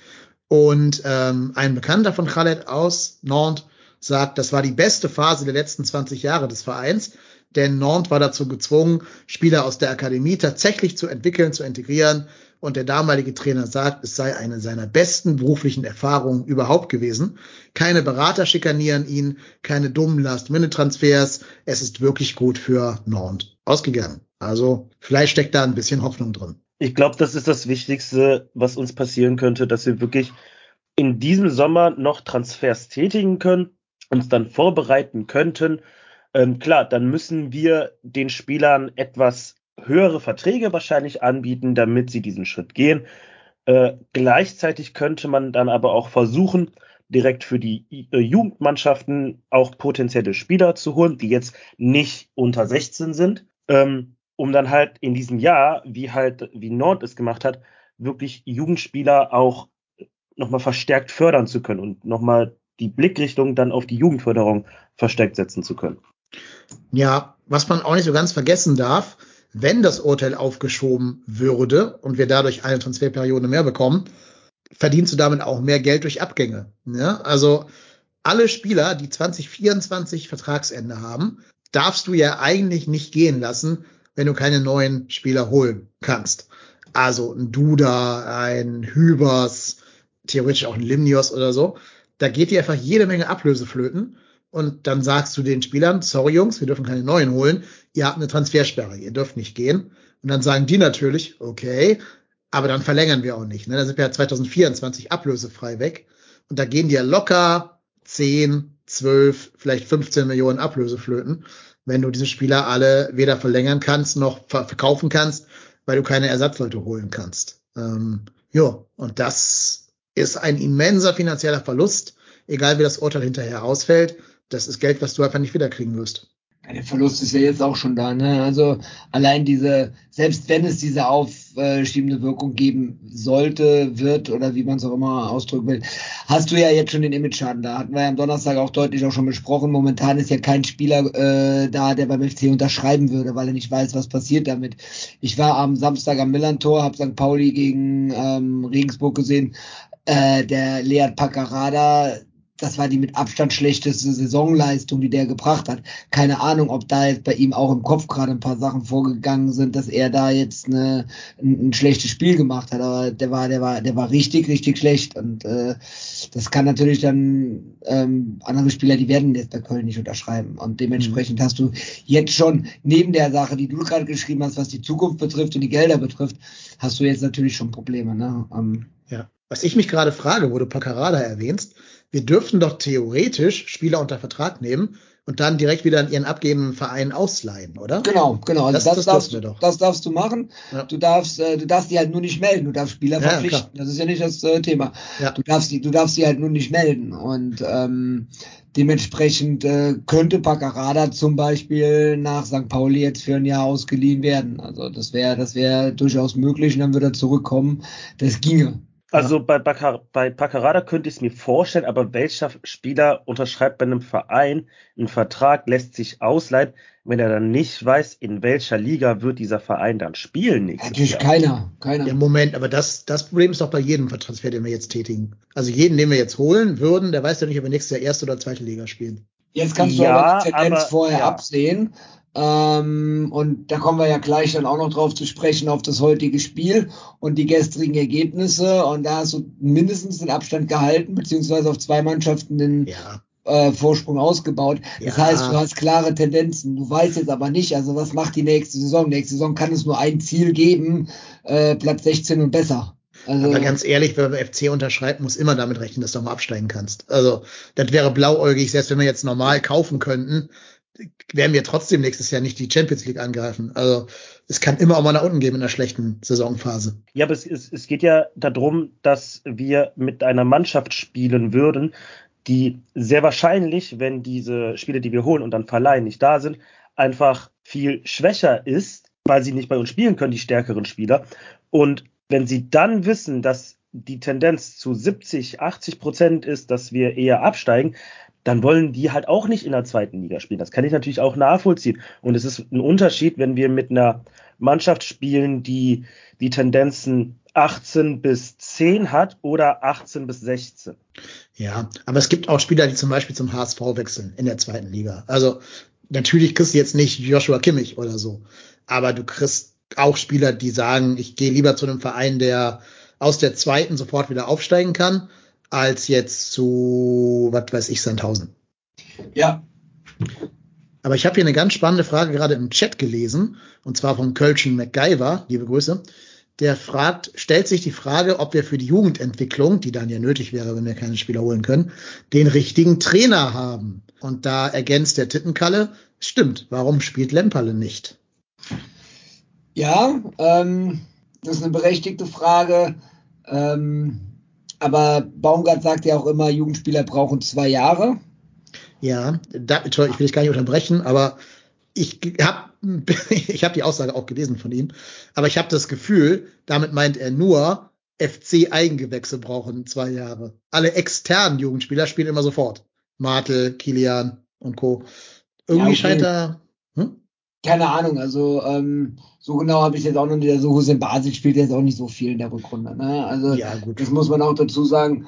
Und ein Bekannter von Khaled aus Nantes sagt, das war die beste Phase der letzten 20 Jahre des Vereins, denn Nantes war dazu gezwungen, Spieler aus der Akademie tatsächlich zu entwickeln, zu integrieren. Und der damalige Trainer sagt, es sei eine seiner besten beruflichen Erfahrungen überhaupt gewesen. Keine Berater schikanieren ihn, keine dummen Last-Minute-Transfers. Es ist wirklich gut für Nantes ausgegangen. Also vielleicht steckt da ein bisschen Hoffnung drin. Ich glaube, das ist das Wichtigste, was uns passieren könnte, dass wir wirklich in diesem Sommer noch Transfers tätigen können, uns dann vorbereiten könnten Klar, dann müssen wir den Spielern etwas höhere Verträge wahrscheinlich anbieten, damit sie diesen Schritt gehen. Gleichzeitig könnte man dann aber auch versuchen, direkt für die Jugendmannschaften auch potenzielle Spieler zu holen, die jetzt nicht unter 16 sind, um dann halt in diesem Jahr, wie Nord es gemacht hat, wirklich Jugendspieler auch nochmal verstärkt fördern zu können und nochmal die Blickrichtung dann auf die Jugendförderung verstärkt setzen zu können. Ja, was man auch nicht so ganz vergessen darf, wenn das Urteil aufgeschoben würde und wir dadurch eine Transferperiode mehr bekommen, verdienst du damit auch mehr Geld durch Abgänge. Ja? Also alle Spieler, die 2024 Vertragsende haben, darfst du ja eigentlich nicht gehen lassen, wenn du keine neuen Spieler holen kannst. Also ein Duda, ein Hübers, theoretisch auch ein Limnios oder so. Da geht dir einfach jede Menge Ablöse flöten. Und dann sagst du den Spielern, sorry Jungs, wir dürfen keine neuen holen, ihr habt eine Transfersperre, ihr dürft nicht gehen. Und dann sagen die natürlich, okay, aber dann verlängern wir auch nicht. Ne? Dann sind wir ja 2024 ablösefrei weg. Und da gehen dir locker 10, 12, vielleicht 15 Millionen Ablöse flöten, wenn du diese Spieler alle weder verlängern kannst noch verkaufen kannst, weil du keine Ersatzleute holen kannst. Ja, und das ist ein immenser finanzieller Verlust, egal wie das Urteil hinterher ausfällt. Das ist Geld, was du einfach nicht wiederkriegen wirst. Der Verlust ist ja jetzt auch schon da, ne? Also allein selbst wenn es diese aufschiebende Wirkung geben sollte, wird oder wie man es auch immer ausdrücken will, hast du ja jetzt schon den Image-Schaden da. Hatten wir ja am Donnerstag auch deutlich auch schon besprochen. Momentan ist ja kein Spieler da, der beim FC unterschreiben würde, weil er nicht weiß, was passiert damit. Ich war am Samstag am Millerntor, habe St. Pauli gegen Regensburg gesehen. Der Lead Paccarada, das war die mit Abstand schlechteste Saisonleistung, die der gebracht hat. Keine Ahnung, ob da jetzt bei ihm auch im Kopf gerade ein paar Sachen vorgegangen sind, dass er da jetzt ein schlechtes Spiel gemacht hat. Aber der war richtig, richtig schlecht. Und das kann natürlich dann andere Spieler, die werden jetzt bei Köln nicht unterschreiben. Und dementsprechend hast du jetzt schon neben der Sache, die du gerade geschrieben hast, was die Zukunft betrifft und die Gelder betrifft, hast du jetzt natürlich schon Probleme. Ne? Ja. Was ich mich gerade frage, wo du Paccarada erwähnst, wir dürften doch theoretisch Spieler unter Vertrag nehmen und dann direkt wieder an ihren abgebenden Verein ausleihen, oder? Genau. Also das darfst du machen. Ja. Du darfst die halt nur nicht melden. Du darfst Spieler verpflichten. Das ist ja nicht das Thema. Ja. Du darfst die halt nur nicht melden. Und dementsprechend könnte Paccarada zum Beispiel nach St. Pauli jetzt für ein Jahr ausgeliehen werden. Also das wäre durchaus möglich und dann würde er zurückkommen. Das ginge. Also bei Paccarada könnte ich es mir vorstellen, aber welcher Spieler unterschreibt bei einem Verein einen Vertrag, lässt sich ausleihen, wenn er dann nicht weiß, in welcher Liga wird dieser Verein dann spielen nächstes Jahr? Natürlich keiner. Ja, Moment, aber das Problem ist doch bei jedem Transfer, den wir jetzt tätigen. Also jeden, den wir jetzt holen würden, der weiß ja nicht, ob wir nächstes Jahr erste oder zweite Liga spielen. Jetzt kannst du aber die Tendenz vorher absehen. Und da kommen wir ja gleich dann auch noch drauf zu sprechen, auf das heutige Spiel und die gestrigen Ergebnisse. Und da hast du mindestens den Abstand gehalten, beziehungsweise auf zwei Mannschaften den Vorsprung ausgebaut. Das heißt, du hast klare Tendenzen. Du weißt jetzt aber nicht, also was macht die nächste Saison? Nächste Saison kann es nur ein Ziel geben, Platz 16 und besser. Also, aber ganz ehrlich, wer beim FC unterschreibt, muss immer damit rechnen, dass du mal absteigen kannst. Also das wäre blauäugig, selbst wenn wir jetzt normal kaufen könnten, werden wir trotzdem nächstes Jahr nicht die Champions League angreifen. Also es kann immer auch mal nach unten gehen in einer schlechten Saisonphase. Ja, aber es geht ja darum, dass wir mit einer Mannschaft spielen würden, die sehr wahrscheinlich, wenn diese Spiele, die wir holen und dann verleihen, nicht da sind, einfach viel schwächer ist, weil sie nicht bei uns spielen können, die stärkeren Spieler. Und wenn sie dann wissen, dass die Tendenz zu 70-80% ist, dass wir eher absteigen, dann wollen die halt auch nicht in der zweiten Liga spielen. Das kann ich natürlich auch nachvollziehen. Und es ist ein Unterschied, wenn wir mit einer Mannschaft spielen, die die Tendenzen 18-10 hat oder 18-16. Ja, aber es gibt auch Spieler, die zum Beispiel zum HSV wechseln in der zweiten Liga. Also natürlich kriegst du jetzt nicht Joshua Kimmich oder so, aber du kriegst auch Spieler, die sagen, ich gehe lieber zu einem Verein, der aus der zweiten sofort wieder aufsteigen kann, als jetzt zu, was weiß ich, Sandhausen. Ja. Aber ich habe hier eine ganz spannende Frage gerade im Chat gelesen, und zwar vom Kölschen MacGyver, liebe Grüße. Der stellt sich die Frage, ob wir für die Jugendentwicklung, die dann ja nötig wäre, wenn wir keine Spieler holen können, den richtigen Trainer haben. Und da ergänzt der Tittenkalle, Stimmt, warum spielt Lemperle nicht? Ja, das ist eine berechtigte Frage. Aber Baumgart sagt ja auch immer, Jugendspieler brauchen 2 Jahre. Ja, Entschuldigung, ich will dich gar nicht unterbrechen, aber ich hab die Aussage auch gelesen von ihm, aber ich habe das Gefühl, damit meint er nur, FC-Eigengewächse brauchen 2 Jahre. Alle externen Jugendspieler spielen immer sofort. Martel, Kilian und Co. Irgendwie Ja, okay. scheint er. Keine Ahnung, also so genau habe ich jetzt auch noch nicht. Also Hussein Basic spielt jetzt auch nicht so viel in der Rückrunde. Ne? Also Ja, gut. das muss man auch dazu sagen.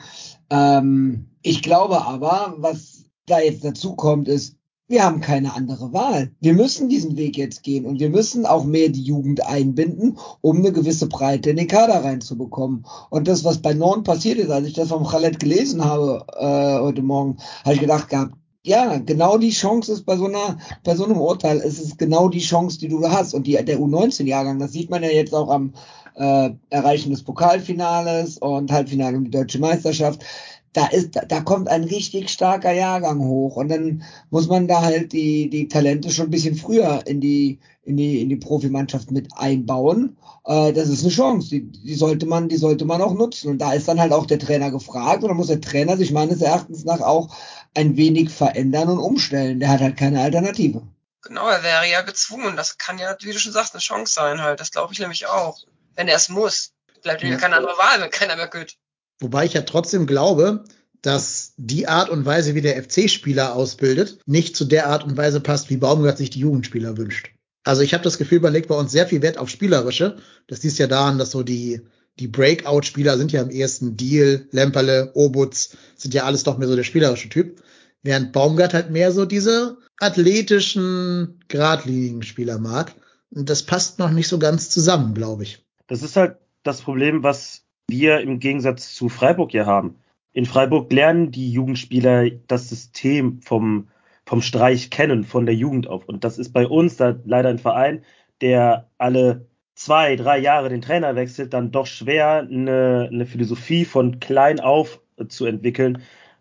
Ich glaube aber, was da jetzt dazu kommt, ist, wir haben keine andere Wahl. Wir müssen diesen Weg jetzt gehen und wir müssen auch mehr die Jugend einbinden, um eine gewisse Breite in den Kader reinzubekommen. Und das, was bei Norn passiert ist, als ich das vom Khaled gelesen habe heute Morgen, habe ich gedacht gehabt, ja, genau die Chance ist bei so einem Urteil, es ist genau die Chance, die du hast. Und der U19-Jahrgang, das sieht man ja jetzt auch am Erreichen des Pokalfinales und Halbfinale um die Deutsche Meisterschaft. Da kommt ein richtig starker Jahrgang hoch. Und dann muss man da halt die Talente schon ein bisschen früher in die Profimannschaft mit einbauen. Das ist eine Chance, die sollte man auch nutzen. Und da ist dann halt auch der Trainer gefragt. Und da muss der Trainer sich meines Erachtens nach auch ein wenig verändern und umstellen. Der hat halt keine Alternative. Genau, er wäre ja gezwungen. Das kann ja, wie du schon sagst, eine Chance sein halt. Das glaube ich nämlich auch. Wenn er es muss. Bleibt ihm ja keine andere Wahl, wenn keiner mehr geht. Wobei ich ja trotzdem glaube, dass die Art und Weise, wie der FC Spieler ausbildet, nicht zu der Art und Weise passt, wie Baumgart sich die Jugendspieler wünscht. Also ich habe das Gefühl, man legt bei uns sehr viel Wert auf Spielerische. Das siehst ja daran, dass so die Breakout-Spieler sind ja im ersten Deal, Lemperle, Obutz, sind ja alles doch mehr so der spielerische Typ. Während Baumgart halt mehr so diese athletischen, geradlinigen Spieler mag. Und das passt noch nicht so ganz zusammen, glaube ich. Das ist halt das Problem, was wir im Gegensatz zu Freiburg hier haben. In Freiburg lernen die Jugendspieler das System vom Streich kennen, von der Jugend auf. Und das ist bei uns da leider ein Verein, der alle 2, 3 Jahre den Trainer wechselt, dann doch schwer eine Philosophie von klein auf zu entwickeln,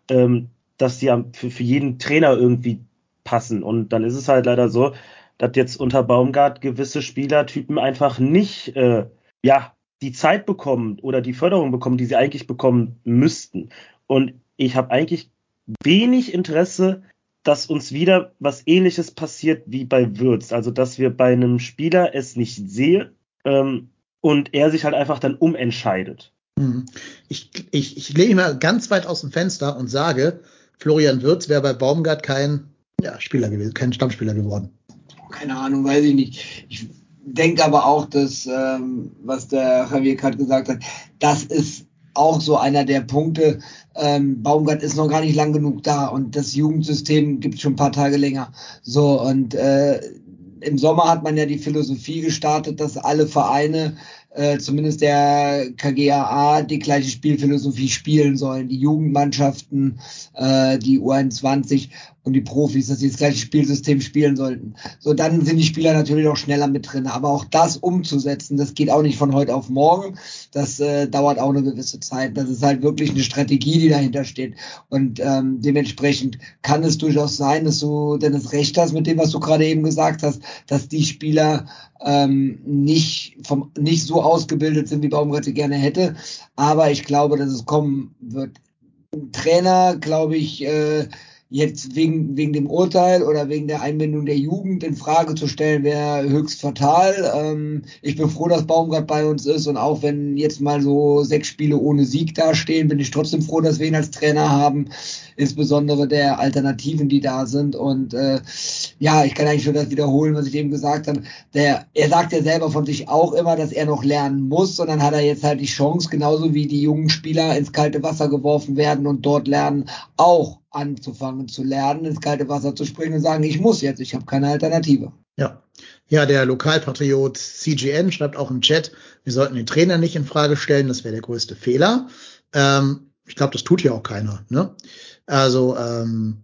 dass die für jeden Trainer irgendwie passen. Und dann ist es halt leider so, dass jetzt unter Baumgart gewisse Spielertypen einfach nicht die Zeit bekommen oder die Förderung bekommen, die sie eigentlich bekommen müssten. Und ich habe eigentlich wenig Interesse, dass uns wieder was Ähnliches passiert wie bei Würz. Also, dass wir bei einem Spieler es nicht sehen und er sich halt einfach dann umentscheidet. Ich lehne mich mal ganz weit aus dem Fenster und sage, Florian Würz wäre bei Baumgart kein Spieler gewesen, kein Stammspieler geworden. Keine Ahnung, weiß ich nicht. Ich denke aber auch, dass, was der Javier gerade gesagt hat, das ist auch so einer der Punkte. Baumgart ist noch gar nicht lang genug da und das Jugendsystem gibt es schon ein paar Tage länger. So, und im Sommer hat man ja die Philosophie gestartet, dass alle Vereine, zumindest der KGaA, die gleiche Spielphilosophie spielen sollen. Die Jugendmannschaften, die U21 und die Profis, dass sie das gleiche Spielsystem spielen sollten. So, dann sind die Spieler natürlich auch schneller mit drin. Aber auch das umzusetzen, das geht auch nicht von heute auf morgen. Das dauert auch eine gewisse Zeit. Das ist halt wirklich eine Strategie, die dahinter steht. Und dementsprechend kann es durchaus sein, dass du Dennis recht hast mit dem, was du gerade eben gesagt hast, dass die Spieler nicht so ausgebildet sind, wie Baumgart sie gerne hätte. Aber ich glaube, dass es kommen wird. Ein Trainer, glaube ich, jetzt wegen dem Urteil oder wegen der Einbindung der Jugend in Frage zu stellen, wäre höchst fatal. Ich bin froh, dass Baumgart bei uns ist und auch wenn jetzt mal so 6 Spiele ohne Sieg dastehen, bin ich trotzdem froh, dass wir ihn als Trainer haben, insbesondere der Alternativen, die da sind. Und ich kann eigentlich nur das wiederholen, was ich eben gesagt habe. Er sagt ja selber von sich auch immer, dass er noch lernen muss und dann hat er jetzt halt die Chance, genauso wie die jungen Spieler ins kalte Wasser geworfen werden und dort lernen, auch anzufangen zu lernen, ins kalte Wasser zu springen und sagen, ich muss jetzt, ich habe keine Alternative. Ja, der Lokalpatriot CGN schreibt auch im Chat, wir sollten den Trainer nicht in Frage stellen, das wäre der größte Fehler. Ich glaube, das tut ja auch keiner. Ne? Also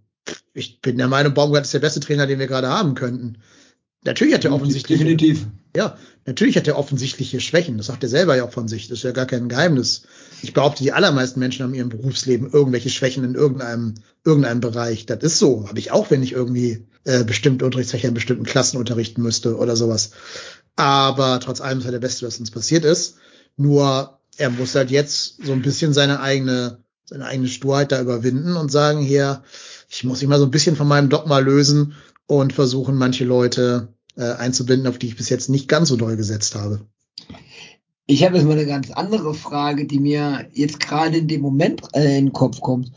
ich bin der Meinung, Baumgart ist der beste Trainer, den wir gerade haben könnten. Natürlich hat er offensichtlich. Definitiv. Ja, natürlich hat er offensichtliche Schwächen. Das sagt er selber ja auch von sich. Das ist ja gar kein Geheimnis. Ich behaupte, die allermeisten Menschen haben in ihrem Berufsleben irgendwelche Schwächen in irgendeinem Bereich. Das ist so. Habe ich auch, wenn ich irgendwie bestimmte Unterrichtsfächer in bestimmten Klassen unterrichten müsste oder sowas. Aber trotz allem ist er der Beste, was uns passiert ist. Nur er muss halt jetzt so ein bisschen seine eigene Sturheit da überwinden und sagen, hier, ich muss mich mal so ein bisschen von meinem Dogma lösen und versuchen, manche Leute einzubinden, auf die ich bis jetzt nicht ganz so doll gesetzt habe. Ich habe jetzt mal eine ganz andere Frage, die mir jetzt gerade in dem Moment in den Kopf kommt.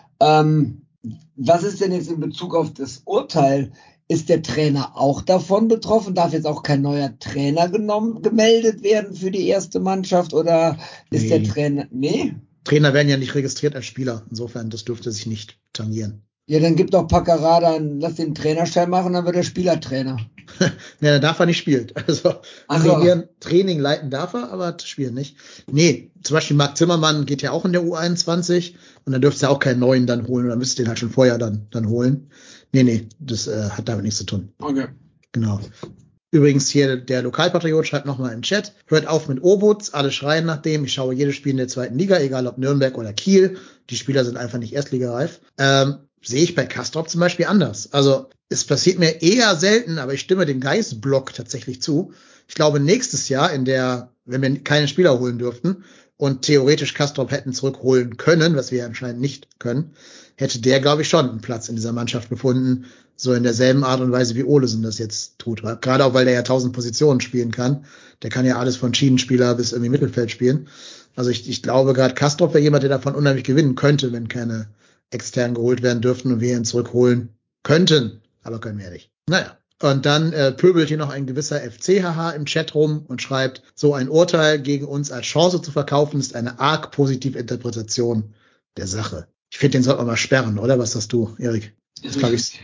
Was ist denn jetzt in Bezug auf das Urteil? Ist der Trainer auch davon betroffen? Darf jetzt auch kein neuer Trainer gemeldet werden für die erste Mannschaft? Oder ist der Trainer... Nee? Trainer werden ja nicht registriert als Spieler. Insofern, das dürfte sich nicht tangieren. Ja, dann gibt doch Paccara, dann lass den Trainerschein machen, dann wird er Spielertrainer. Ja, dann darf er nicht spielen. Also Training leiten darf er, aber spielen nicht. Nee, zum Beispiel Marc Zimmermann geht ja auch in der U21 und dann dürfte er auch keinen neuen dann holen. Oder müsste den halt schon vorher dann holen. Nee, das hat damit nichts zu tun. Okay. Genau. Übrigens hier der Lokalpatriot schreibt nochmal im Chat, hört auf mit Obutz, alle schreien nach dem, ich schaue jedes Spiel in der 2. Liga, egal ob Nürnberg oder Kiel, die Spieler sind einfach nicht erstligareif. Sehe ich bei Kastrop zum Beispiel anders. Also es passiert mir eher selten, aber ich stimme dem Geist-Block tatsächlich zu. Ich glaube nächstes Jahr wenn wir keine Spieler holen dürften und theoretisch Kastrop hätten zurückholen können, was wir anscheinend nicht können, hätte der, glaube ich, schon einen Platz in dieser Mannschaft gefunden, so in derselben Art und Weise wie Olesen das jetzt tut. Gerade auch, weil der ja 1000 Positionen spielen kann. Der kann ja alles von Schienenspieler bis irgendwie Mittelfeld spielen. Also ich glaube, gerade Kastrop wäre jemand, der davon unheimlich gewinnen könnte, wenn keine extern geholt werden dürften und wir ihn zurückholen könnten. Aber können wir ja nicht. Naja. Und dann pöbelt hier noch ein gewisser FCHH im Chat rum und schreibt, so ein Urteil gegen uns als Chance zu verkaufen, ist eine arg positive Interpretation der Sache. Ich finde, den sollte man mal sperren, oder? Was sagst du, Erik? Ich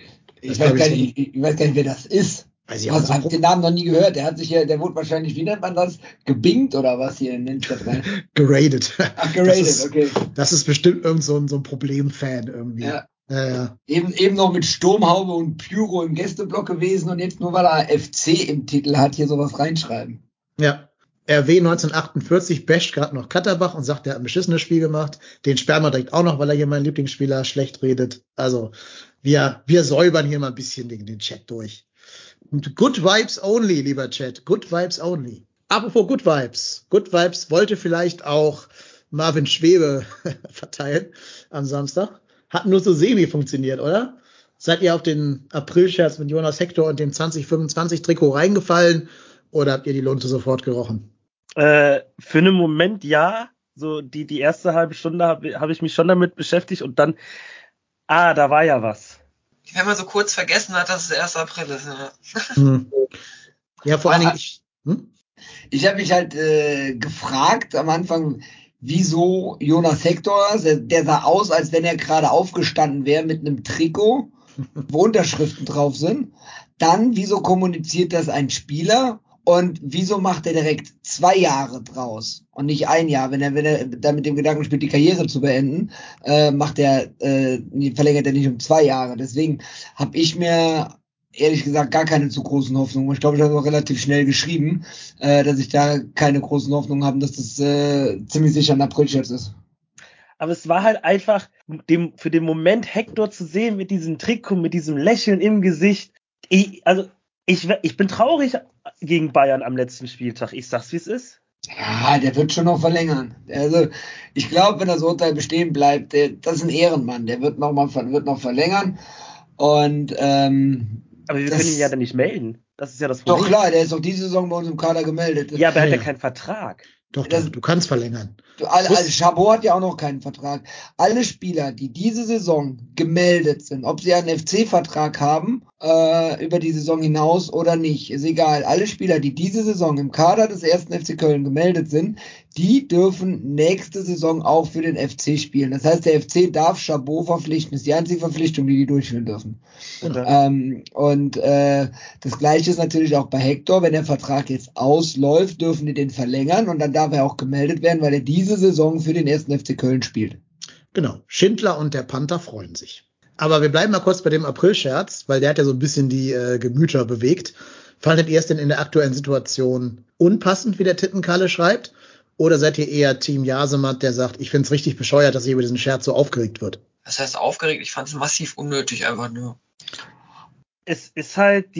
weiß gar nicht, wer das ist. Ich habe den Namen noch nie gehört. Der wurde wahrscheinlich, wie nennt man das? Gebingt oder was hier in den Chat rein? Geradet. Ach, geradet, okay. Das ist bestimmt irgend so ein Problemfan irgendwie. Ja. Ja. Eben noch mit Sturmhaube und Pyro im Gästeblock gewesen und jetzt nur weil er FC im Titel hat, hier sowas reinschreiben. Ja. RW 1948 basht gerade noch Katterbach und sagt, der hat ein beschissenes Spiel gemacht. Den sperren wir direkt auch noch, weil er hier meinen Lieblingsspieler schlecht redet. Also wir säubern hier mal ein bisschen den Chat durch. Und Good Vibes only, lieber Chat. Good Vibes only. Apropos Good Vibes. Good Vibes wollte vielleicht auch Marvin Schwebe verteilen am Samstag. Hat nur so semi funktioniert, oder? Seid ihr auf den April-Scherz mit Jonas Hector und dem 2025-Trikot reingefallen oder habt ihr die Lunte sofort gerochen? Für einen Moment ja. So die erste halbe Stunde hab ich mich schon damit beschäftigt und dann, da war ja was. Wenn man so kurz vergessen hat, dass es der 1. April ist. Ja, Ja, vor allen Dingen ich habe mich halt gefragt am Anfang, wieso Jonas Hector, der sah aus, als wenn er gerade aufgestanden wäre mit einem Trikot, wo Unterschriften drauf sind. Dann, wieso kommuniziert das ein Spieler? Und wieso macht er direkt 2 Jahre draus und nicht 1 Jahr? Wenn er da mit dem Gedanken spielt, die Karriere zu beenden, verlängert er nicht um 2 Jahre. Deswegen habe ich mir ehrlich gesagt gar keine zu großen Hoffnungen. Ich glaube, ich habe auch relativ schnell geschrieben, dass ich da keine großen Hoffnungen habe, dass das ziemlich sicher ein April-Scherz ist. Aber es war halt einfach für den Moment Hector zu sehen mit diesem Trikot, mit diesem Lächeln im Gesicht. Ich bin traurig gegen Bayern am letzten Spieltag. Ich sag's, wie es ist. Ja, der wird schon noch verlängern. Also, ich glaube, wenn das Urteil bestehen bleibt, das ist ein Ehrenmann. Der wird noch verlängern. Und, aber wir können ihn ja dann nicht melden. Das ist ja das Problem. Doch klar, der ist doch diese Saison bei uns im Kader gemeldet. Ja, aber er hat ja keinen Vertrag. Doch, du kannst verlängern. Chabot hat ja auch noch keinen Vertrag. Alle Spieler, die diese Saison gemeldet sind, ob sie einen FC-Vertrag haben, über die Saison hinaus oder nicht, ist egal. Alle Spieler, die diese Saison im Kader des 1. FC Köln gemeldet sind, die dürfen nächste Saison auch für den FC spielen. Das heißt, der FC darf Chabot verpflichten. Das ist die einzige Verpflichtung, die durchführen dürfen. Okay. Das Gleiche ist natürlich auch bei Hector. Wenn der Vertrag jetzt ausläuft, dürfen die den verlängern und dann darf er auch gemeldet werden, weil er diese Saison für den 1. FC Köln spielt. Genau. Schindler und der Panther freuen sich. Aber wir bleiben mal kurz bei dem April-Scherz, weil der hat ja so ein bisschen die Gemüter bewegt. Fandet ihr es denn in der aktuellen Situation unpassend, wie der Tittenkalle schreibt? Oder seid ihr eher Team Jasemat, der sagt, ich finde es richtig bescheuert, dass hier über diesen Scherz so aufgeregt wird? Das heißt aufgeregt, ich fand es massiv unnötig einfach nur. Es ist halt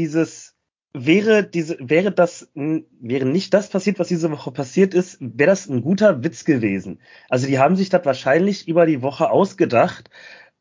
wäre nicht das passiert, was diese Woche passiert ist, wäre das ein guter Witz gewesen. Also die haben sich das wahrscheinlich über die Woche ausgedacht,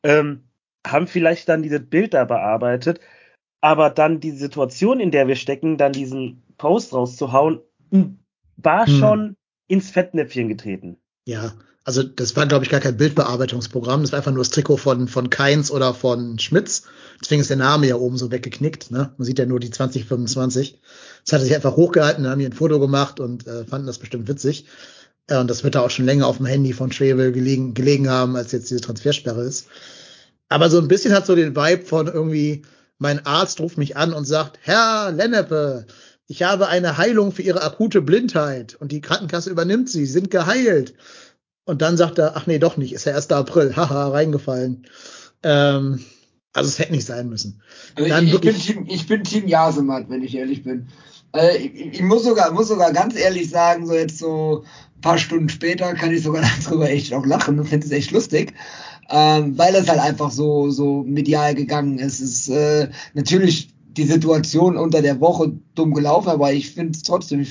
haben vielleicht dann dieses Bild da bearbeitet, aber dann die Situation, in der wir stecken, dann diesen Post rauszuhauen, war schon ins Fettnäpfchen getreten. Ja, also das war, glaube ich, gar kein Bildbearbeitungsprogramm. Das war einfach nur das Trikot von Kainz oder von Schmitz. Deswegen ist der Name ja oben so weggeknickt. Ne? Man sieht ja nur die 2025. Das hat er sich einfach hochgehalten, haben hier ein Foto gemacht und fanden das bestimmt witzig. Und das wird da auch schon länger auf dem Handy von Schwebel gelegen haben, als jetzt diese Transfersperre ist. Aber so ein bisschen hat so den Vibe von irgendwie, mein Arzt ruft mich an und sagt, Herr Lennepe, ich habe eine Heilung für Ihre akute Blindheit und die Krankenkasse übernimmt Sie sind geheilt. Und dann sagt er, ach nee, doch nicht, ist ja 1. April, haha, reingefallen. Also es hätte nicht sein müssen. Dann ich bin Team Jasemat, wenn ich ehrlich bin. Ich muss sogar ganz ehrlich sagen, so jetzt so ein paar Stunden später kann ich sogar darüber echt auch lachen und finde es echt lustig, weil es halt einfach so medial gegangen ist. Es ist natürlich die Situation unter der Woche dumm gelaufen, aber ich finde es trotzdem,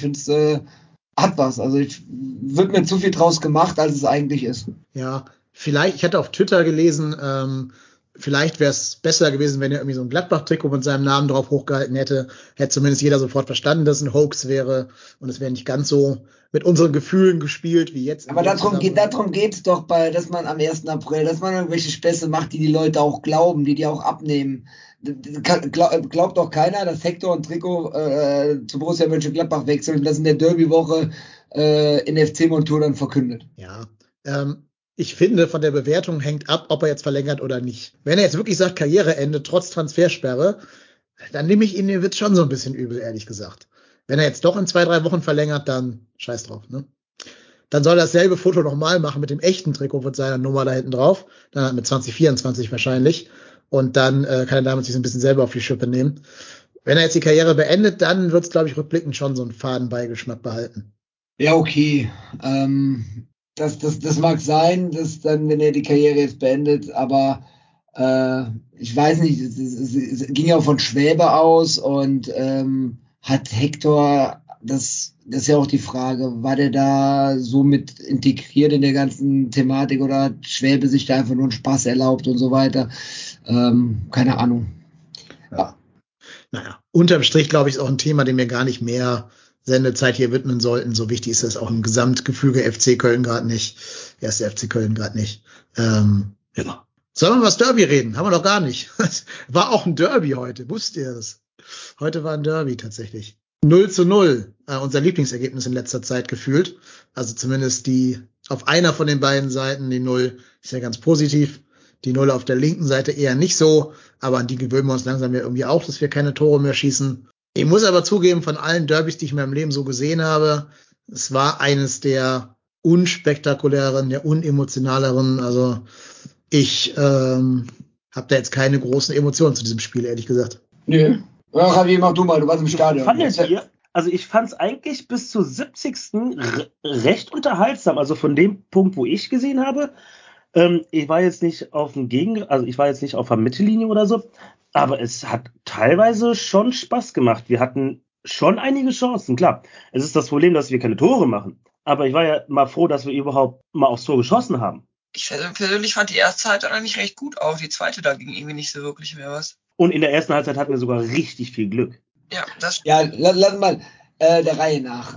hat was. Also wird mir zu viel draus gemacht, als es eigentlich ist. Ja, vielleicht, ich hatte auf Twitter gelesen, vielleicht wäre es besser gewesen, wenn er irgendwie so ein Gladbach-Trikot mit seinem Namen drauf hochgehalten hätte. Hätte zumindest jeder sofort verstanden, dass es ein Hoax wäre. Und es wäre nicht ganz so mit unseren Gefühlen gespielt wie jetzt. Aber darum geht's doch dass man am 1. April, dass man irgendwelche Späße macht, die Leute auch glauben, die auch abnehmen. Glaubt doch keiner, dass Hector und Trikot zu Borussia Mönchengladbach wechseln und das in der Derby-Woche in FC-Montur dann verkündet. Ja, ich finde, von der Bewertung hängt ab, ob er jetzt verlängert oder nicht. Wenn er jetzt wirklich sagt, Karriereende trotz Transfersperre, dann nehme ich ihn den Witz schon so ein bisschen übel, ehrlich gesagt. Wenn er jetzt doch in 2-3 Wochen verlängert, dann scheiß drauf, ne? Dann soll er dasselbe Foto nochmal machen mit dem echten Trikot mit seiner Nummer da hinten drauf. Dann halt mit 2024 wahrscheinlich. Und dann kann er damit sich so ein bisschen selber auf die Schippe nehmen. Wenn er jetzt die Karriere beendet, dann wird es, glaube ich, rückblickend schon so einen Fadenbeigeschmack behalten. Ja, okay. Das mag sein, dass dann, wenn er die Karriere jetzt beendet, aber ich weiß nicht, es ging ja von Schwäbe aus und hat Hector, das ist ja auch die Frage, war der da so mit integriert in der ganzen Thematik oder hat Schwäbe sich da einfach nur einen Spaß erlaubt und so weiter? Keine Ahnung. Ja. Naja, unterm Strich, glaube ich, ist auch ein Thema, dem wir gar nicht mehr Sendezeit hier widmen sollten. So wichtig ist das auch im Gesamtgefüge FC Köln gerade nicht. Erste FC Köln gerade nicht. Ja. Sollen wir über das Derby reden? Haben wir doch gar nicht. War auch ein Derby heute. Wusst ihr das? Heute war ein Derby tatsächlich. 0:0. Unser Lieblingsergebnis in letzter Zeit gefühlt. Also zumindest die auf einer von den beiden Seiten. Die 0 ist ja ganz positiv. Die 0 auf der linken Seite eher nicht so. Aber an die gewöhnen wir uns langsam ja irgendwie auch, dass wir keine Tore mehr schießen. Ich muss aber zugeben, von allen Derbys, die ich in meinem Leben so gesehen habe, es war eines der unspektakuläreren, der unemotionaleren. Also ich habe da jetzt keine großen Emotionen zu diesem Spiel, ehrlich gesagt. Nö. Ja, Javier, mach du mal, du warst im Stadion. Also ich fand es eigentlich bis zur 70. recht unterhaltsam. Also von dem Punkt, wo ich gesehen habe, ich war jetzt nicht auf der Mittellinie oder so, aber es hat teilweise schon Spaß gemacht. Wir hatten schon einige Chancen, klar. Es ist das Problem, dass wir keine Tore machen. Aber ich war ja mal froh, dass wir überhaupt mal aufs Tor geschossen haben. Ich persönlich fand die erste Halbzeit eigentlich recht gut auch. Die zweite, da ging irgendwie nicht so wirklich mehr was. Und in der ersten Halbzeit hatten wir sogar richtig viel Glück. Ja, Ja, lass mal der Reihe nach.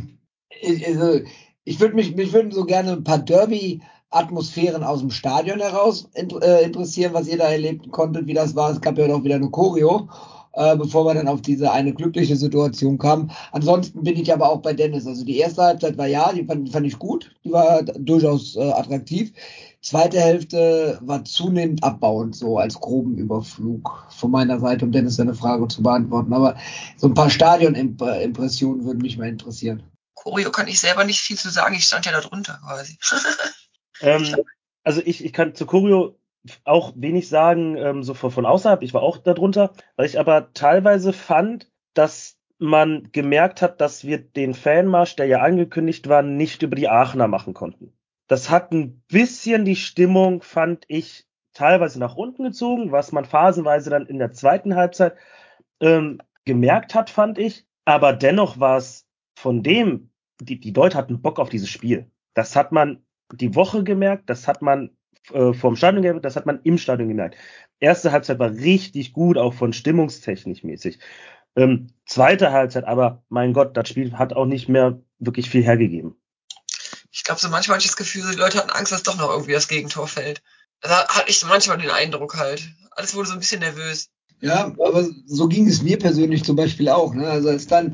Mich würden so gerne ein paar Derby-Atmosphären aus dem Stadion heraus interessieren, was ihr da erleben konntet, wie das war. Es gab ja noch wieder eine Choreo, bevor wir dann auf diese eine glückliche Situation kamen. Ansonsten bin ich aber auch bei Dennis. Also die erste Halbzeit war die fand ich gut. Die war durchaus attraktiv. Zweite Hälfte war zunehmend abbauend, so als groben Überflug von meiner Seite, um Dennis seine Frage zu beantworten. Aber so ein paar Stadion-Impressionen würden mich mal interessieren. Choreo kann ich selber nicht viel zu sagen. Ich stand ja da drunter quasi. Also ich kann zu Choreo auch wenig sagen, so von außerhalb. Ich war auch da drunter, weil ich aber teilweise fand, dass man gemerkt hat, dass wir den Fanmarsch, der ja angekündigt war, nicht über die Aachener machen konnten. Das hat ein bisschen die Stimmung, fand ich, teilweise nach unten gezogen, was man phasenweise dann in der zweiten Halbzeit gemerkt hat, fand ich. Aber dennoch war es von dem, die Leute hatten Bock auf dieses Spiel. Das hat man die Woche gemerkt, das hat man vorm Stadion gemerkt, das hat man im Stadion gemerkt. Erste Halbzeit war richtig gut, auch von stimmungstechnisch mäßig. Zweite Halbzeit, aber mein Gott, das Spiel hat auch nicht mehr wirklich viel hergegeben. Ich glaube, so manchmal hatte ich das Gefühl, die Leute hatten Angst, dass doch noch irgendwie das Gegentor fällt. Da hatte ich manchmal den Eindruck halt. Alles wurde so ein bisschen nervös. Ja, aber so ging es mir persönlich zum Beispiel auch. Ne? Also als dann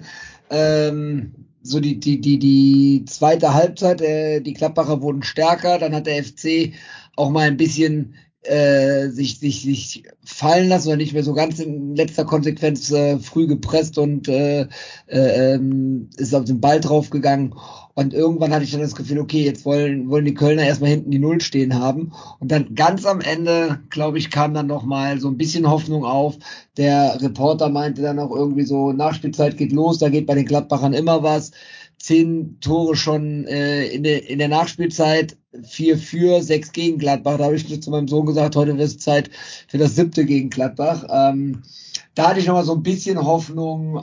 so die zweite Halbzeit, die Gladbacher wurden stärker, dann hat der FC auch mal ein bisschen sich fallen lassen oder nicht mehr so ganz in letzter Konsequenz früh gepresst und ist auf den Ball draufgegangen. Und irgendwann hatte ich dann das Gefühl, okay, jetzt wollen die Kölner erstmal hinten die Null stehen haben. Und dann ganz am Ende, glaube ich, kam dann noch mal so ein bisschen Hoffnung auf. Der Reporter meinte dann auch irgendwie so, Nachspielzeit geht los, da geht bei den Gladbachern immer was. 10 Tore schon in der Nachspielzeit, 4 für, 6 gegen Gladbach. Da habe ich zu meinem Sohn gesagt, heute wird es Zeit für das 7. gegen Gladbach. Da hatte ich noch mal so ein bisschen Hoffnung.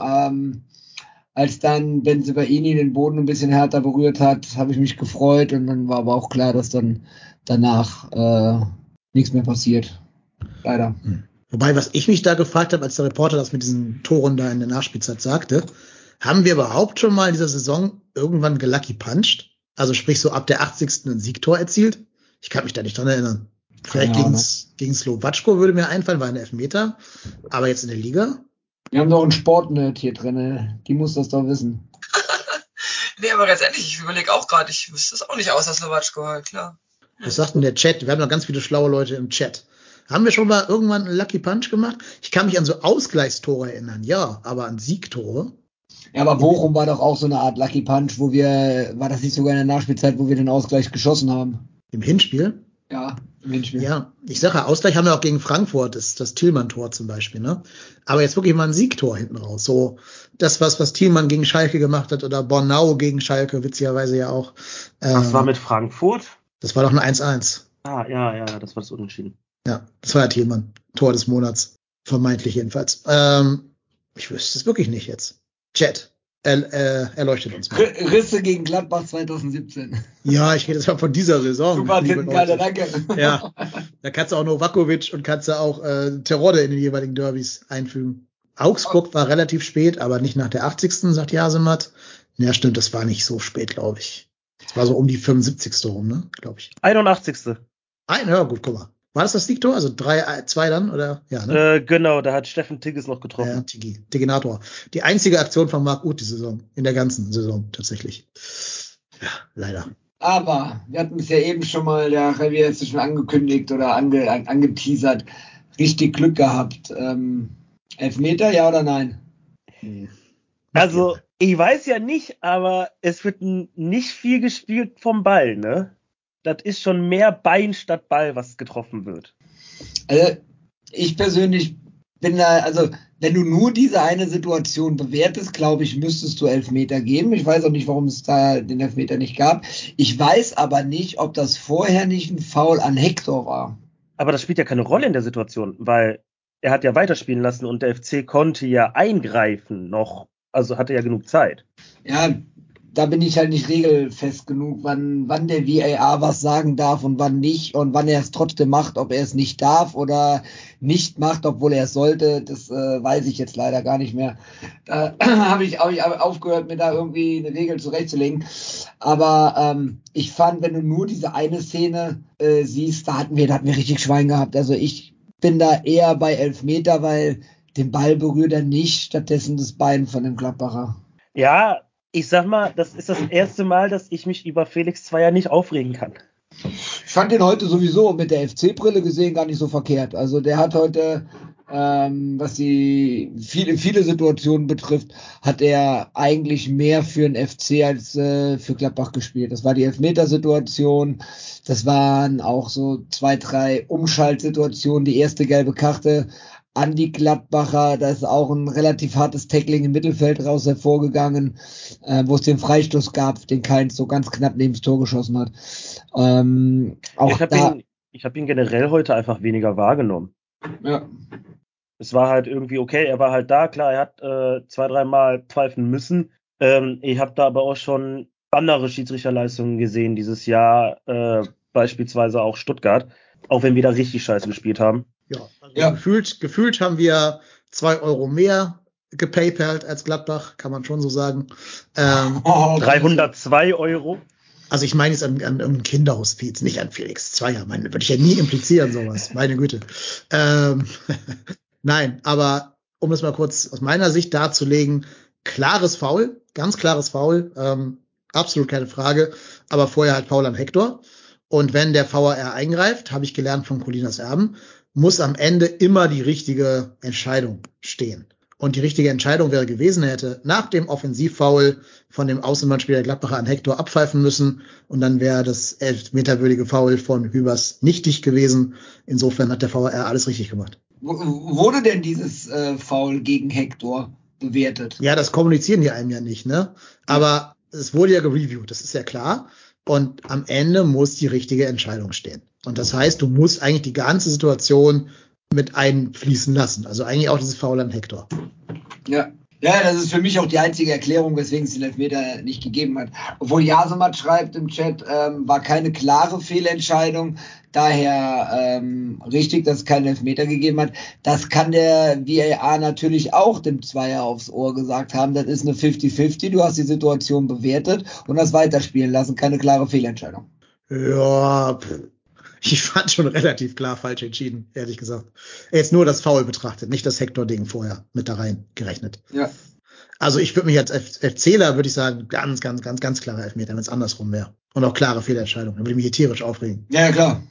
Als dann Bensebaini den Boden ein bisschen härter berührt hat, habe ich mich gefreut und dann war aber auch klar, dass dann danach nichts mehr passiert. Leider. Wobei, was ich mich da gefragt habe, als der Reporter das mit diesen Toren da in der Nachspielzeit sagte, haben wir überhaupt schon mal in dieser Saison irgendwann gelucky punched? Also sprich so ab der 80. ein Siegtor erzielt? Ich kann mich da nicht dran erinnern. Vielleicht gegen Slowatschko würde mir einfallen, war ein Elfmeter. Aber jetzt in der Liga? Wir haben doch einen Sportnerd hier drin, die muss das doch wissen. Nee, aber ganz ehrlich, ich überlege auch gerade, ich wüsste es auch nicht außer Slowatschko halt, klar. Was sagt denn der Chat? Wir haben noch ganz viele schlaue Leute im Chat. Haben wir schon mal irgendwann einen Lucky Punch gemacht? Ich kann mich an so Ausgleichstore erinnern, ja, aber an Siegtore? Ja, aber Bochum war doch auch so eine Art Lucky Punch, war das nicht sogar in der Nachspielzeit, wo wir den Ausgleich geschossen haben? Im Hinspiel? Ja, im Hinspiel. Ja, ich sage ja, Ausgleich haben wir auch gegen Frankfurt, das Thielmann-Tor zum Beispiel, ne? Aber jetzt wirklich mal ein Siegtor hinten raus. So, das, was Thielmann gegen Schalke gemacht hat oder Bornau gegen Schalke, witzigerweise ja auch. Was war mit Frankfurt? Das war doch ein 1-1. Ah, ja, das war das Unentschieden. Ja, das war ja Thielmann. Tor des Monats. Vermeintlich jedenfalls. Ich wüsste es wirklich nicht jetzt. Chat, erleuchtet uns mal. Risse gegen Gladbach 2017. Ja, ich rede jetzt mal von dieser Saison. Super, geile Danke. Ja, da kannst du auch Novakovic und kannst du auch Terodde in den jeweiligen Derbys einfügen. Augsburg war relativ spät, aber nicht nach der 80. sagt Jasemat. Ja, stimmt, das war nicht so spät, glaube ich. Das war so um die 75. rum, ne, glaube ich. 81. Ja, gut, guck mal. War das Siegtor? Also 3-2 dann, oder? Ja, ne? Genau, da hat Steffen Tigges noch getroffen. Ja, Tiginator. Die einzige Aktion von Marc Uth die Saison. In der ganzen Saison, tatsächlich. Ja, leider. Aber, wir hatten es ja eben schon mal, der Javier hat es schon angekündigt oder angeteasert, richtig Glück gehabt. Elfmeter, ja oder nein? Also, ich weiß ja nicht, aber es wird nicht viel gespielt vom Ball, ne? Das ist schon mehr Bein statt Ball, was getroffen wird. Also, ich persönlich bin da, also, wenn du nur diese eine Situation bewertest, glaube ich, müsstest du Elfmeter geben. Ich weiß auch nicht, warum es da den Elfmeter nicht gab. Ich weiß aber nicht, ob das vorher nicht ein Foul an Hector war. Aber das spielt ja keine Rolle in der Situation, weil er hat ja weiterspielen lassen und der FC konnte ja eingreifen noch. Also hatte ja genug Zeit. Ja, da bin ich halt nicht regelfest genug, wann der VAR was sagen darf und wann nicht und wann er es trotzdem macht, ob er es nicht darf oder nicht macht, obwohl er es sollte, das weiß ich jetzt leider gar nicht mehr. Da habe ich aufgehört, mir da irgendwie eine Regel zurechtzulegen. Aber ich fand, wenn du nur diese eine Szene siehst, da hatten wir richtig Schwein gehabt. Also ich bin da eher bei Elfmeter, weil den Ball berührt er nicht, stattdessen das Bein von dem Gladbacher. Ja, ich sag mal, das ist das erste Mal, dass ich mich über Felix Zweier nicht aufregen kann. Ich fand den heute sowieso mit der FC-Brille gesehen gar nicht so verkehrt. Also der hat heute, was die viele Situationen betrifft, hat er eigentlich mehr für den FC als für Gladbach gespielt. Das war die Elfmetersituation, das waren auch so 2, 3 Umschaltsituationen, die erste gelbe Karte. an die Gladbacher. Da ist auch ein relativ hartes Tackling im Mittelfeld raus hervorgegangen, wo es den Freistoß gab, den Kainz so ganz knapp neben das Tor geschossen hat. Ich hab ihn generell heute einfach weniger wahrgenommen. Ja. Es war halt irgendwie okay, er war halt da, klar, er hat 2-3 Mal pfeifen müssen. Ich habe da aber auch schon andere Schiedsrichterleistungen gesehen dieses Jahr, beispielsweise auch Stuttgart, auch wenn wir da richtig scheiße gespielt haben. Ja, also gefühlt haben wir 2 Euro mehr gepaypalt als Gladbach, kann man schon so sagen. 302 Euro. Also ich meine jetzt an ein Kinderhospiz, nicht an Felix Zweier. Würde ich ja nie implizieren, sowas. Meine Güte. Nein, aber um das mal kurz aus meiner Sicht darzulegen, klares Foul, ganz klares Foul, absolut keine Frage, aber vorher halt Foul an Hector. Und wenn der VAR eingreift, habe ich gelernt von Colinas Erben, muss am Ende immer die richtige Entscheidung stehen. Und die richtige Entscheidung wäre gewesen, er hätte nach dem Offensivfoul von dem Außenbahnspieler Gladbacher an Hector abpfeifen müssen und dann wäre das 11-meterwürdige Foul von Hübers nichtig gewesen. Insofern hat der VAR alles richtig gemacht. Wurde denn dieses Foul gegen Hector bewertet? Ja, das kommunizieren die einem ja nicht, ne? Aber es wurde ja gereviewt, das ist ja klar. Und am Ende muss die richtige Entscheidung stehen. Und das heißt, du musst eigentlich die ganze Situation mit einfließen lassen. Also eigentlich auch dieses Foul an Hector. Ja, das ist für mich auch die einzige Erklärung, weswegen es den Elfmeter nicht gegeben hat. Obwohl Jasemat schreibt im Chat, war keine klare Fehlentscheidung. Daher richtig, dass es keinen Elfmeter gegeben hat. Das kann der VAR natürlich auch dem Zweier aufs Ohr gesagt haben. Das ist eine 50-50. Du hast die Situation bewertet und das weiterspielen lassen. Keine klare Fehlentscheidung. Ja, ich fand schon relativ klar falsch entschieden, ehrlich gesagt. Jetzt nur das Foul betrachtet, nicht das Hector-Ding vorher mit da rein gerechnet. Ja. Also ich würde mich als Erzähler, würde ich sagen, ganz klarer Elfmeter, wenn es andersrum wäre. Und auch klare Fehlentscheidung. Dann würde ich mich hier tierisch aufregen. Ja, klar.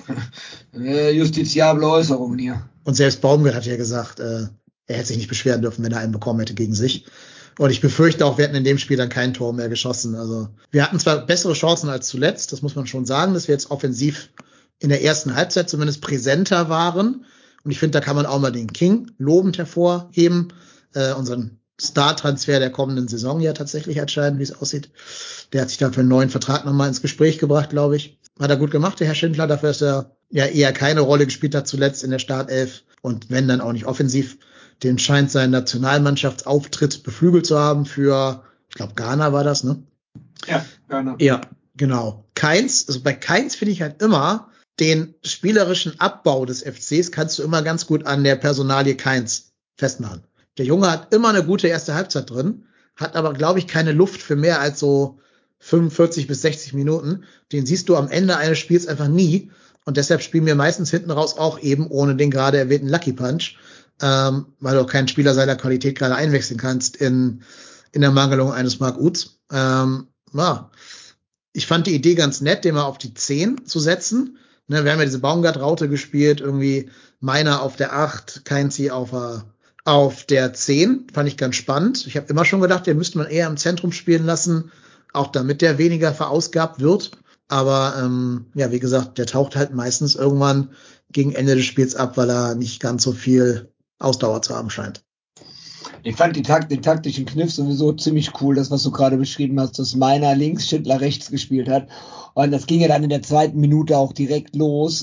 Justiziable Äußerungen hier. Und selbst Baumgart hat ja gesagt, er hätte sich nicht beschweren dürfen, wenn er einen bekommen hätte gegen sich. Und ich befürchte auch, wir hätten in dem Spiel dann kein Tor mehr geschossen. Also wir hatten zwar bessere Chancen als zuletzt, das muss man schon sagen, dass wir jetzt offensiv in der ersten Halbzeit zumindest präsenter waren. Und ich finde, da kann man auch mal den King lobend hervorheben. Unseren Star-Transfer der kommenden Saison ja tatsächlich entscheiden, wie es aussieht. Der hat sich da für einen neuen Vertrag nochmal ins Gespräch gebracht, glaube ich. Hat er gut gemacht, der Herr Schindler, dafür, dass er ja eher keine Rolle gespielt hat zuletzt in der Startelf. Und wenn, dann auch nicht offensiv. Den scheint sein Nationalmannschaftsauftritt beflügelt zu haben für, ich glaube, Ghana war das, ne? Ja, Ghana. Ja, genau. Bei Kainz finde ich halt immer, den spielerischen Abbau des FCs kannst du immer ganz gut an der Personalie Kainz festmachen. Der Junge hat immer eine gute erste Halbzeit drin, hat aber, glaube ich, keine Luft für mehr als so 45 bis 60 Minuten. Den siehst du am Ende eines Spiels einfach nie. Und deshalb spielen wir meistens hinten raus auch eben ohne den gerade erwähnten Lucky Punch, weil du auch keinen Spieler seiner Qualität gerade einwechseln kannst in der Mangelung eines Marc Uths. Ich fand die Idee ganz nett, den mal auf die 10 zu setzen. Ne, wir haben ja diese Baumgart-Raute gespielt, irgendwie Meiner auf der 8, Kainzi auf der 10. Fand ich ganz spannend. Ich habe immer schon gedacht, den müsste man eher im Zentrum spielen lassen, auch damit der weniger verausgabt wird. Aber wie gesagt, der taucht halt meistens irgendwann gegen Ende des Spiels ab, weil er nicht ganz so viel Ausdauer zu haben scheint. Ich fand den taktischen Kniff sowieso ziemlich cool, das, was du gerade beschrieben hast, dass Meiner links, Schindler rechts gespielt hat. Und das ging ja dann in der zweiten Minute auch direkt los.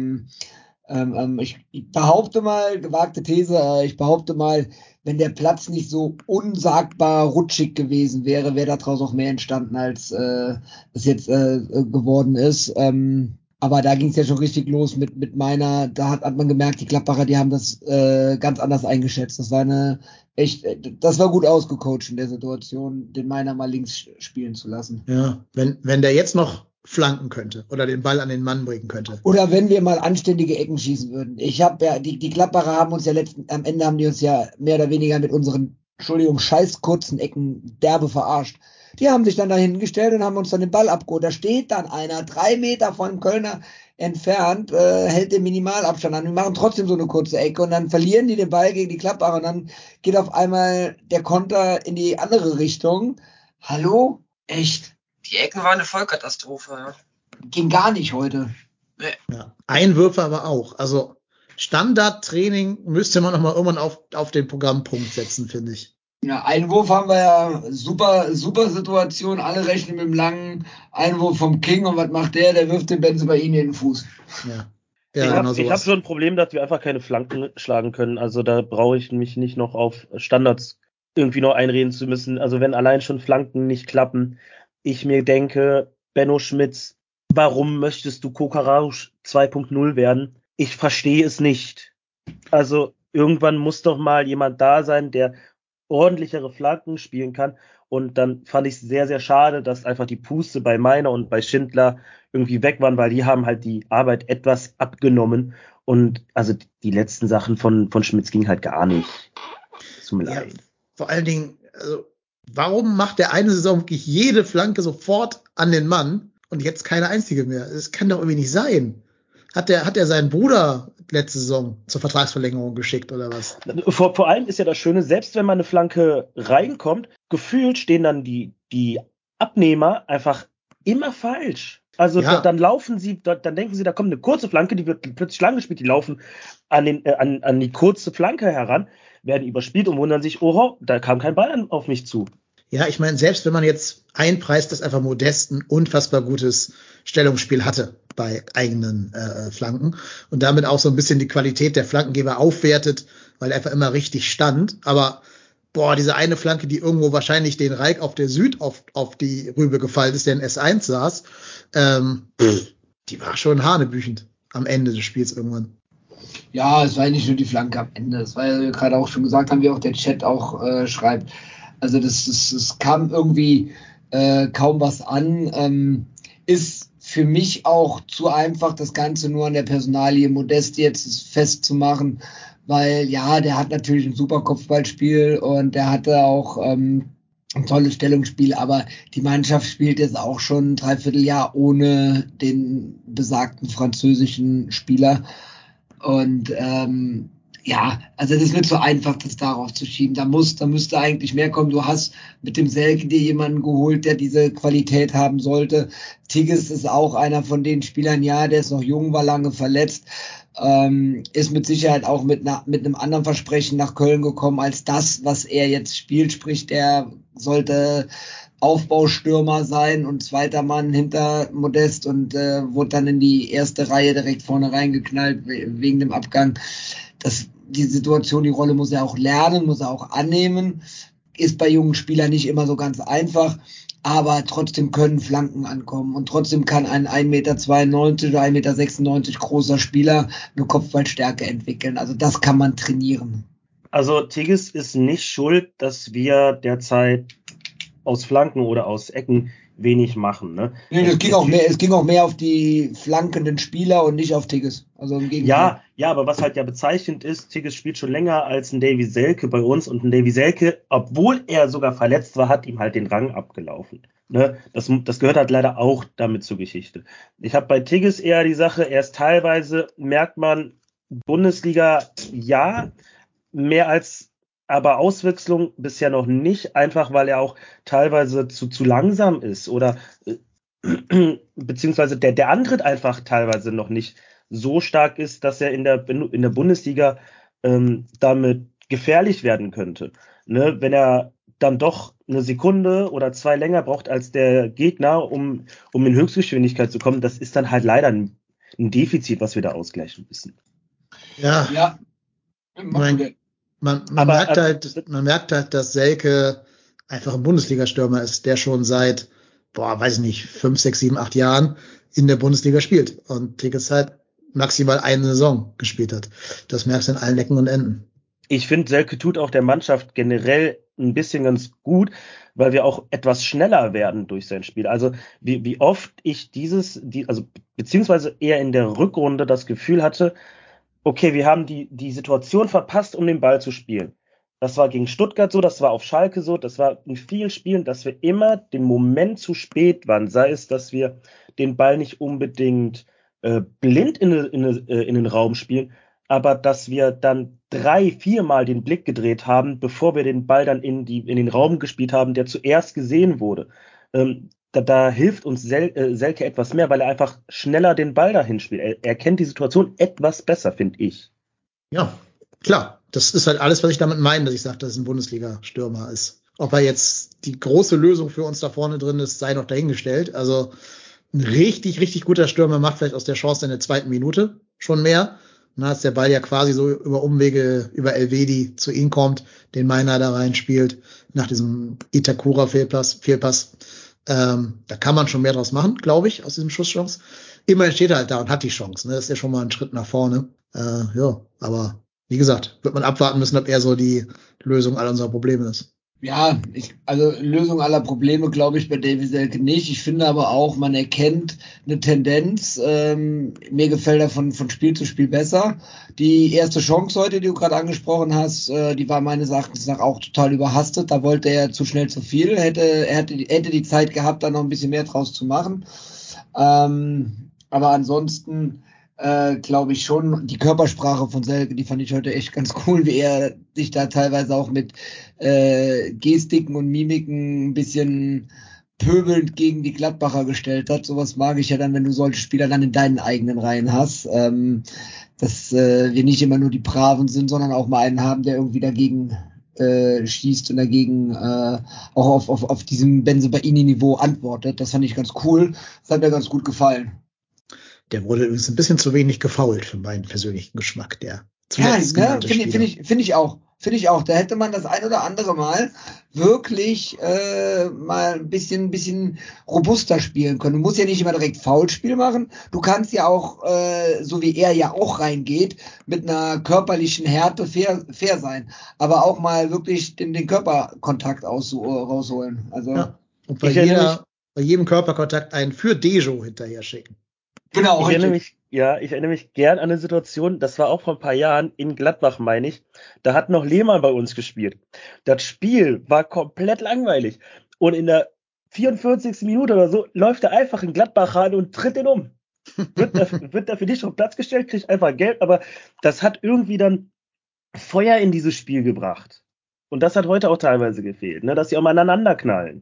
Ich behaupte mal, gewagte These, wenn der Platz nicht so unsagbar rutschig gewesen wäre, wäre daraus auch mehr entstanden, als es jetzt geworden ist. Aber da ging es ja schon richtig los mit Meiner. Da hat man gemerkt, die Gladbacher, die haben das ganz anders eingeschätzt. Das war gut ausgecoacht in der Situation, den Meiner mal links spielen zu lassen. Ja, wenn der jetzt noch flanken könnte oder den Ball an den Mann bringen könnte. Oder wenn wir mal anständige Ecken schießen würden. Die Gladbacher haben uns ja am Ende haben die uns ja mehr oder weniger mit unseren, scheiß kurzen Ecken derbe verarscht. Die haben sich dann da hinten gestellt und haben uns dann den Ball abgeholt. Da steht dann einer 3 Meter von dem Kölner entfernt, hält den Minimalabstand an. Wir machen trotzdem so eine kurze Ecke und dann verlieren die den Ball gegen die Gladbacher und dann geht auf einmal der Konter in die andere Richtung. Hallo? Echt? Die Ecken waren eine Vollkatastrophe, ja. Ging gar nicht heute. Nee. Ja. Einwürfe aber auch. Also Standardtraining müsste man nochmal irgendwann auf den Programmpunkt setzen, finde ich. Ja, Einwurf haben wir ja, super Situation. Alle rechnen mit dem langen Einwurf vom King. Und was macht der? Der wirft den Benze bei ihnen in den Fuß. Ja, ich hab schon ein Problem, dass wir einfach keine Flanken schlagen können. Also da brauche ich mich nicht noch auf Standards irgendwie noch einreden zu müssen. Also wenn allein schon Flanken nicht klappen, ich mir denke, Benno Schmitz, warum möchtest du Kokarausch 2.0 werden? Ich verstehe es nicht. Also irgendwann muss doch mal jemand da sein, der ordentlichere Flanken spielen kann. Und dann fand ich es sehr, sehr schade, dass einfach die Puste bei Meiner und bei Schindler irgendwie weg waren, weil die haben halt die Arbeit etwas abgenommen. Und also die letzten Sachen von Schmitz ging halt gar nicht. Tut mir leid. Vor allen Dingen, also, warum macht der eine Saison wirklich jede Flanke sofort an den Mann und jetzt keine einzige mehr? Das kann doch irgendwie nicht sein. Hat er seinen Bruder letzte Saison zur Vertragsverlängerung geschickt oder was? Vor allem ist ja das Schöne, selbst wenn mal eine Flanke reinkommt, gefühlt stehen dann die Abnehmer einfach immer falsch. Also dann laufen sie, dann denken sie, da kommt eine kurze Flanke, die wird plötzlich lang gespielt, die laufen an die kurze Flanke heran, werden überspielt und wundern sich, oho, da kam kein Ball auf mich zu. Ja, ich meine, selbst wenn man jetzt einpreist, dass einfach Modest ein unfassbar gutes Stellungsspiel hatte bei eigenen Flanken und damit auch so ein bisschen die Qualität der Flankengeber aufwertet, weil er einfach immer richtig stand. Aber diese eine Flanke, die irgendwo wahrscheinlich den Reik auf der Süd auf die Rübe gefallen ist, der in S1 saß, die war schon hanebüchend am Ende des Spiels irgendwann. Ja, es war ja nicht nur die Flanke am Ende. Es war ja gerade auch schon gesagt haben, wie auch der Chat auch schreibt. Also das kam irgendwie kaum was an. Ist für mich auch zu einfach, das Ganze nur an der Personalie Modest jetzt festzumachen, weil ja, der hat natürlich ein super Kopfballspiel und der hatte auch ein tolles Stellungsspiel, aber die Mannschaft spielt jetzt auch schon ein Dreivierteljahr ohne den besagten französischen Spieler. Und ja, also das wird so einfach, das darauf zu schieben. Da müsste eigentlich mehr kommen. Du hast mit dem Selke dir jemanden geholt, der diese Qualität haben sollte. Tigges ist auch einer von den Spielern, ja, der ist noch jung, war lange verletzt, ist mit Sicherheit auch mit einem anderen Versprechen nach Köln gekommen als das, was er jetzt spielt. Sprich, der sollte Aufbaustürmer sein und zweiter Mann hinter Modest und wurde dann in die erste Reihe direkt vorne reingeknallt wegen dem Abgang. Die Situation, die Rolle muss er auch lernen, muss er auch annehmen. Ist bei jungen Spielern nicht immer so ganz einfach, aber trotzdem können Flanken ankommen und trotzdem kann ein 1,92 Meter oder 1,96 Meter großer Spieler eine Kopfballstärke entwickeln. Also das kann man trainieren. Also Tigges ist nicht schuld, dass wir derzeit aus Flanken oder aus Ecken wenig machen. Ne? Nee, es ging auch mehr auf die flankenden Spieler und nicht auf Tigges. Also im Gegenteil. Ja, aber was halt ja bezeichnend ist, Tigges spielt schon länger als ein Davy Selke bei uns und ein Davy Selke, obwohl er sogar verletzt war, hat ihm halt den Rang abgelaufen. Ne? Das gehört halt leider auch damit zur Geschichte. Ich habe bei Tigges eher die Sache, erst teilweise merkt man, Bundesliga, ja, mehr als aber Auswechslung bisher noch nicht, einfach weil er auch teilweise zu langsam ist oder beziehungsweise der Antritt einfach teilweise noch nicht so stark ist, dass er in der Bundesliga damit gefährlich werden könnte. Ne? Wenn er dann doch eine Sekunde oder zwei länger braucht als der Gegner, um in Höchstgeschwindigkeit zu kommen, das ist dann halt leider ein Defizit, was wir da ausgleichen müssen. Ja. Man merkt halt, dass Selke einfach ein Bundesliga-Stürmer ist, der schon seit, weiß ich nicht, 5, 6, 7, 8 Jahren in der Bundesliga spielt und Tigges halt maximal eine Saison gespielt hat. Das merkst du in allen Ecken und Enden. Ich finde, Selke tut auch der Mannschaft generell ein bisschen ganz gut, weil wir auch etwas schneller werden durch sein Spiel. Also wie oft ich beziehungsweise eher in der Rückrunde das Gefühl hatte, okay, wir haben die Situation verpasst, um den Ball zu spielen. Das war gegen Stuttgart so, das war auf Schalke so, das war in vielen Spielen, dass wir immer den Moment zu spät waren. Sei es, dass wir den Ball nicht unbedingt blind in den Raum spielen, aber dass wir dann 3-4 Mal den Blick gedreht haben, bevor wir den Ball dann in den Raum gespielt haben, der zuerst gesehen wurde. Da hilft uns Selke etwas mehr, weil er einfach schneller den Ball dahin spielt. Er kennt die Situation etwas besser, finde ich. Ja, klar. Das ist halt alles, was ich damit meine, dass ich sage, dass es ein Bundesliga-Stürmer ist. Ob er jetzt die große Lösung für uns da vorne drin ist, sei noch dahingestellt. Also ein richtig, richtig guter Stürmer macht vielleicht aus der Chance in der zweiten Minute schon mehr. Na, als der Ball ja quasi so über Umwege, über Elvedi zu ihm kommt, den Meiner da reinspielt, nach diesem Itakura-Fehlpass. Da kann man schon mehr draus machen, glaube ich, aus diesem Schusschance. Immerhin steht er halt da und hat die Chance. Ne? Das ist ja schon mal ein Schritt nach vorne. Ja, aber wie gesagt, wird man abwarten müssen, ob er so die Lösung all unserer Probleme ist. Ja, also Lösung aller Probleme glaube ich bei Davy Selke nicht. Ich finde aber auch, man erkennt eine Tendenz. Mir gefällt er von Spiel zu Spiel besser. Die erste Chance heute, die du gerade angesprochen hast, die war meines Erachtens nach auch total überhastet. Da wollte er zu schnell zu viel. Er hätte die Zeit gehabt, da noch ein bisschen mehr draus zu machen. Aber ansonsten glaube ich schon, die Körpersprache von Selke, die fand ich heute echt ganz cool, wie er sich da teilweise auch mit Gestiken und Mimiken ein bisschen pöbelnd gegen die Gladbacher gestellt hat. Sowas mag ich ja dann, wenn du solche Spieler dann in deinen eigenen Reihen hast. Dass wir nicht immer nur die Braven sind, sondern auch mal einen haben, der irgendwie dagegen schießt und dagegen auch auf diesem Bensebaini-Niveau antwortet. Das fand ich ganz cool. Das hat mir ganz gut gefallen. Der wurde übrigens ein bisschen zu wenig gefoult für meinen persönlichen Geschmack, der Ja, zuletzt ne, genannte Spieler. finde ich auch. Finde ich auch. Da hätte man das ein oder andere Mal wirklich mal ein bisschen robuster spielen können. Du musst ja nicht immer direkt Foulspiel machen. Du kannst ja auch, so wie er ja auch reingeht, mit einer körperlichen Härte fair sein. Aber auch mal wirklich den Körperkontakt rausholen. Also Ja, und Ich erinnere bei jedem Körperkontakt einen für Dejo hinterher schicken. genau, Ich erinnere richtig. ich erinnere mich gern an eine Situation, das war auch vor ein paar Jahren in Gladbach, meine ich. Da hat noch Lehmann bei uns gespielt. Das Spiel war komplett langweilig. Und in der 44. Minute oder so läuft er einfach in Gladbach rein und tritt den um. Wird da für dich auf Platz gestellt, kriegt einfach Geld, aber das hat irgendwie dann Feuer in dieses Spiel gebracht. Und das hat heute auch teilweise gefehlt, ne? Dass sie auch mal aneinander knallen.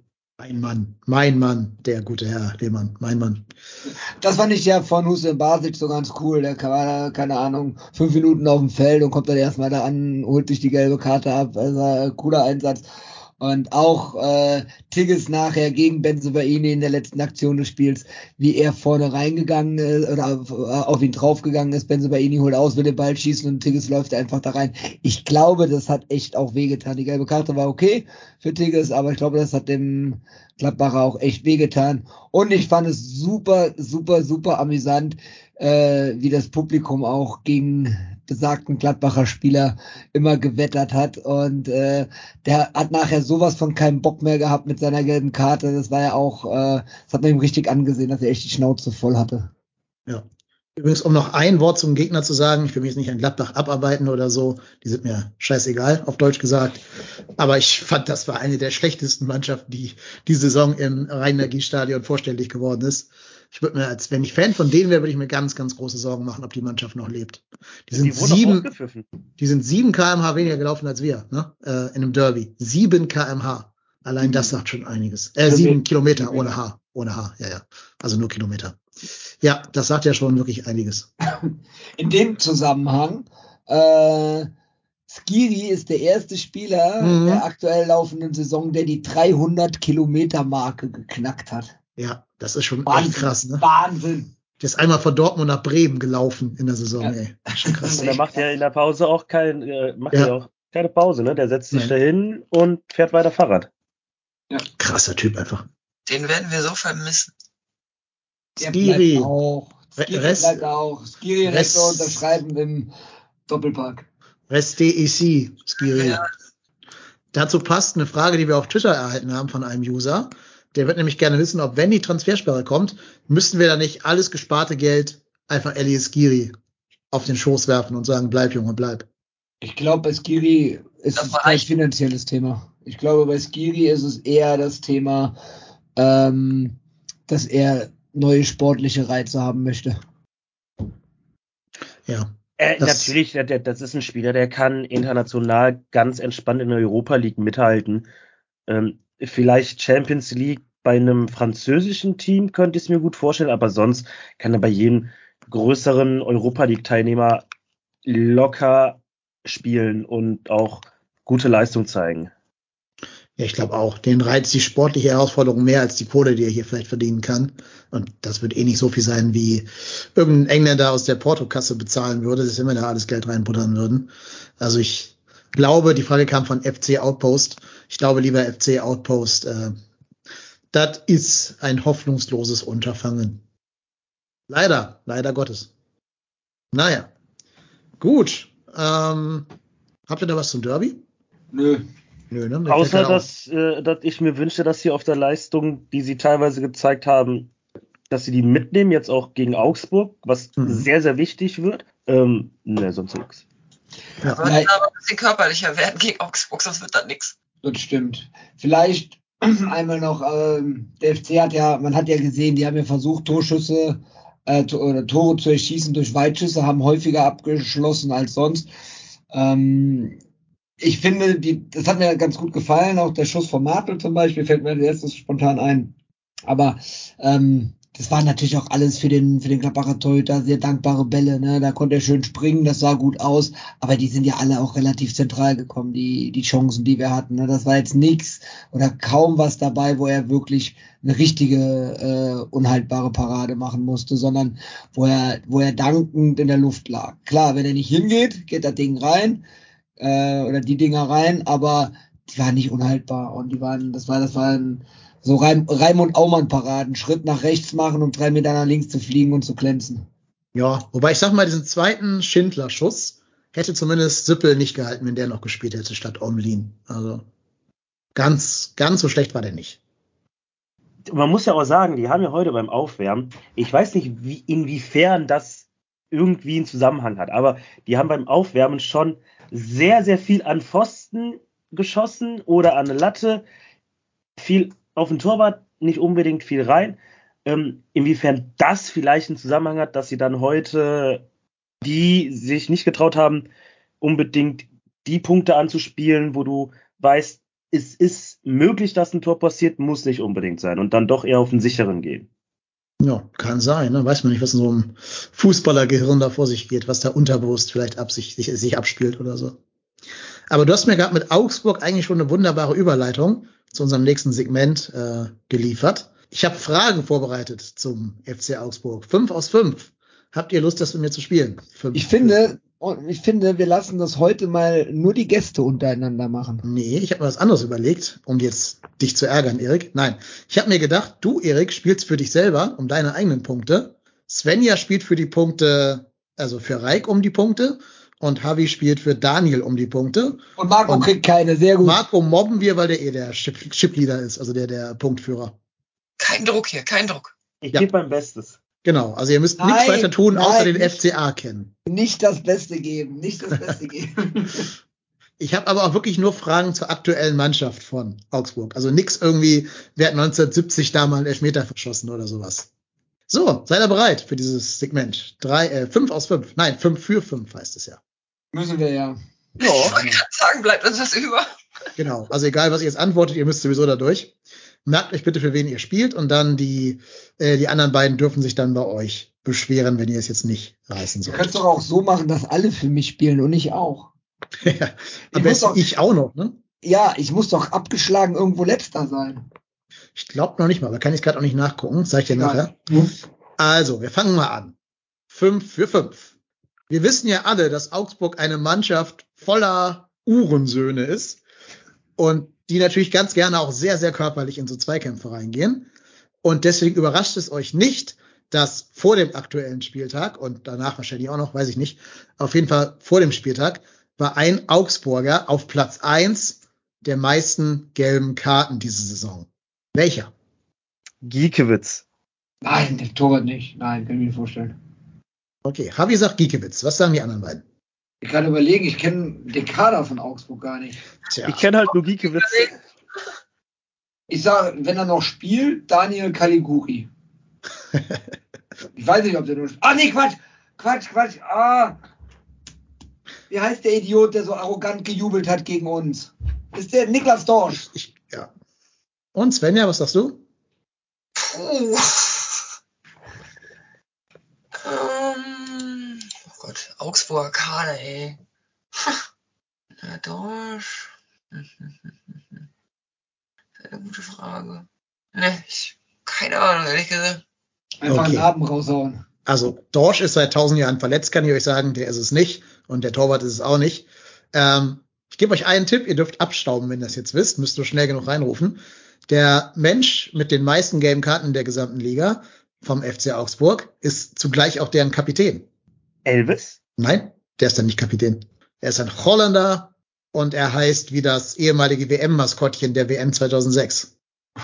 Mein Mann, der gute Herr Lehmann, mein Mann. Das fand ich ja von Hussein Basic so ganz cool. Der war, keine Ahnung, 5 Minuten auf dem Feld und kommt dann erstmal da an, holt sich die gelbe Karte ab. Also cooler Einsatz. Und auch Tigges nachher gegen Bensebaini in der letzten Aktion des Spiels, wie er vorne reingegangen ist oder auf ihn draufgegangen ist. Bensebaini holt aus, will den Ball schießen und Tigges läuft einfach da rein. Ich glaube, das hat echt auch wehgetan. Die gelbe Karte war okay für Tigges, aber ich glaube, das hat dem Gladbacher auch echt wehgetan. Und ich fand es super, super, super amüsant, wie das Publikum auch gegen besagten Gladbacher Spieler immer gewettert hat. Und der hat nachher sowas von keinen Bock mehr gehabt mit seiner gelben Karte. Das war ja auch, das hat man ihm richtig angesehen, dass er echt die Schnauze voll hatte. Ja. Übrigens, um noch ein Wort zum Gegner zu sagen, ich will mich jetzt nicht an Gladbach abarbeiten oder so, die sind mir scheißegal, auf Deutsch gesagt. Aber ich fand, das war eine der schlechtesten Mannschaften, die Saison im Rhein-Energiestadion vorstellig geworden ist. Ich würde mir, als wenn ich Fan von denen wäre, würde ich mir ganz, ganz große Sorgen machen, ob die Mannschaft noch lebt. Die wurden auch aufgepfiffen. Die sind 7 km/h weniger gelaufen als wir, ne? In einem Derby. 7 km/h. Allein das sagt schon einiges. 7 Kilometer ohne H. Ohne H, ja. Also nur Kilometer. Ja, das sagt ja schon wirklich einiges. In dem Zusammenhang, Skiri ist der erste Spieler der aktuell laufenden Saison, der die 300-Kilometer-Marke geknackt hat. Ja, das ist schon Wahnsinn, echt krass, ne? Wahnsinn. Der ist einmal von Dortmund nach Bremen gelaufen in der Saison, ja. Ey. Schon krass. Und er macht ja in der Pause auch keine Pause, ne? Der setzt sich dahin und fährt weiter Fahrrad. Ja. Krasser Typ einfach. Den werden wir so vermissen. Skiri. Bleibt auch. Skiri lässt er unterschreiben im Doppelpack. Reste ici, Skiri. Ja. Dazu passt eine Frage, die wir auf Twitter erhalten haben von einem User. Der wird nämlich gerne wissen, ob wenn die Transfersperre kommt, müssten wir da nicht alles gesparte Geld einfach Elias Skiri auf den Schoß werfen und sagen, bleib Junge, bleib. Ich glaube, bei Skiri ist es kein finanzielles Thema. Ich glaube, bei Skiri ist es eher das Thema, dass er neue sportliche Reize haben möchte. Ja. Natürlich, das ist ein Spieler, der kann international ganz entspannt in der Europa League mithalten. Vielleicht Champions League bei einem französischen Team könnte ich es mir gut vorstellen, aber sonst kann er bei jedem größeren Europa League Teilnehmer locker spielen und auch gute Leistung zeigen. Ja, ich glaube auch. Den reizt die sportliche Herausforderung mehr als die Kohle, die er hier vielleicht verdienen kann. Und das wird eh nicht so viel sein, wie irgendein Engländer aus der Portokasse bezahlen würde, dass wir da alles Geld reinbuttern würden. Also ich glaube, die Frage kam von FC Outpost. Ich glaube, lieber FC Outpost, das ist ein hoffnungsloses Unterfangen. Leider Gottes. Naja, gut. Habt ihr da was zum Derby? Nö. Nö, ne? Außer, dass ich mir wünsche, dass sie auf der Leistung, die sie teilweise gezeigt haben, dass sie die mitnehmen, jetzt auch gegen Augsburg, was sehr, sehr wichtig wird. Ne, sonst nichts. Ja. Sollten aber ein bisschen körperlicher werden gegen Augsburg, sonst wird das nichts. Das stimmt. Vielleicht einmal noch, der FC man hat ja gesehen, die haben ja versucht, Torschüsse oder Tore zu erschießen durch Weitschüsse, haben häufiger abgeschlossen als sonst. Ich finde, das hat mir ganz gut gefallen, auch der Schuss von Martel zum Beispiel, fällt mir als erstes spontan ein. Aber das war natürlich auch alles für den Gladbacher Torhüter sehr dankbare Bälle, ne? Da konnte er schön springen, das sah gut aus, aber die sind ja alle auch relativ zentral gekommen, die Chancen, die wir hatten, ne? Das war jetzt nichts oder kaum was dabei, wo er wirklich eine richtige unhaltbare Parade machen musste, sondern wo er dankend in der Luft lag. Klar, wenn er nicht hingeht, geht das Ding rein oder die Dinger rein, aber die waren nicht unhaltbar und das waren so Raimund Aumann-Paraden, Schritt nach rechts machen, um 3 Meter nach links zu fliegen und zu glänzen. Ja, wobei ich sag mal, diesen zweiten Schindler-Schuss hätte zumindest Sippel nicht gehalten, wenn der noch gespielt hätte statt Omlin. Also ganz so schlecht war der nicht. Man muss ja auch sagen, die haben ja heute beim Aufwärmen, ich weiß nicht, inwiefern das irgendwie einen Zusammenhang hat, aber die haben beim Aufwärmen schon sehr, sehr viel an Pfosten geschossen oder an eine Latte, viel auf den Torwart, nicht unbedingt viel rein. Inwiefern das vielleicht einen Zusammenhang hat, dass sie dann heute, die sich nicht getraut haben, unbedingt die Punkte anzuspielen, wo du weißt, es ist möglich, dass ein Tor passiert, muss nicht unbedingt sein und dann doch eher auf den sicheren gehen. Ja, kann sein, ne? Weiß man nicht, was in so einem Fußballergehirn da vor sich geht, was da unterbewusst vielleicht sich abspielt oder so. Aber du hast mir gerade mit Augsburg eigentlich schon eine wunderbare Überleitung zu unserem nächsten Segment geliefert. Ich habe Fragen vorbereitet zum FC Augsburg. 5 aus 5. Habt ihr Lust, das mit mir zu spielen? Ich finde, wir lassen das heute mal nur die Gäste untereinander machen. Nee, ich habe mir was anderes überlegt, um jetzt dich zu ärgern, Erik. Nein, ich habe mir gedacht, du, Erik, spielst für dich selber um deine eigenen Punkte. Svenja spielt für die Punkte, also für Raik um die Punkte. Und Javi spielt für Daniel um die Punkte. Und Marco kriegt keine, sehr gut. Marco mobben wir, weil der der Chipleader ist, also der Punktführer. Kein Druck hier, kein Druck. Ich gebe mein Bestes. Genau, also ihr müsst nichts weiter tun, außer den FCA kennen. Nicht das Beste geben. Ich habe aber auch wirklich nur Fragen zur aktuellen Mannschaft von Augsburg. Also nix irgendwie, wer hat 1970 da mal einen Elfmeter verschossen oder sowas. So, seid ihr bereit für dieses Segment? 5 aus 5. Nein, 5 für 5 heißt es ja. Müssen wir ja. Ich wollte gerade sagen, bleibt uns was über. Genau, also egal, was ihr jetzt antwortet, ihr müsst sowieso da durch. Merkt euch bitte, für wen ihr spielt, und dann die anderen beiden dürfen sich dann bei euch beschweren, wenn ihr es jetzt nicht reißen sollt. Ihr könnt es doch auch so machen, dass alle für mich spielen und ich auch. Ja, am besten ich auch noch, ne? Ja, ich muss doch abgeschlagen irgendwo letzter sein. Ich glaube noch nicht mal, aber kann ich gerade auch nicht nachgucken. Sag ich dir nachher. Also, wir fangen mal an. 5 für 5. Wir wissen ja alle, dass Augsburg eine Mannschaft voller Uhrensöhne ist und die natürlich ganz gerne auch sehr, sehr körperlich in so Zweikämpfe reingehen. Und deswegen überrascht es euch nicht, dass vor dem aktuellen Spieltag und danach wahrscheinlich auch noch, weiß ich nicht, auf jeden Fall vor dem Spieltag war ein Augsburger auf Platz 1 der meisten gelben Karten diese Saison. Welcher? Giekewitz. Nein, der Torwart nicht. Nein, kann ich mir nicht vorstellen. Okay, Javi sagt Giekewitz. Was sagen die anderen beiden? Ich kann überlegen, ich kenne den Kader von Augsburg gar nicht. Tja. Ich kenne halt nur Giekewitz. Ich sage, wenn er noch spielt, Daniel Caligiuri. Ich weiß nicht, ob der nur spielt. Ah, nee, Quatsch. Ah. Wie heißt der Idiot, der so arrogant gejubelt hat gegen uns? Ist der Niklas Dorsch. Ja. Und Svenja, was sagst du? Oh Gott, Augsburger Kader, ey. Na, Dorsch. Eine gute Frage. Ne, keine Ahnung, ehrlich gesagt. Einfach einen Okay. Namen raushauen. Also Dorsch ist seit 1000 Jahren verletzt, kann ich euch sagen. Der ist es nicht. Und der Torwart ist es auch nicht. Ich gebe euch einen Tipp. Ihr dürft abstauben, wenn ihr das jetzt wisst. Müsst nur schnell genug reinrufen. Der Mensch mit den meisten gelben Karten der gesamten Liga vom FC Augsburg ist zugleich auch deren Kapitän. Elvis? Nein, der ist dann nicht Kapitän. Er ist ein Holländer und er heißt wie das ehemalige WM-Maskottchen der WM 2006.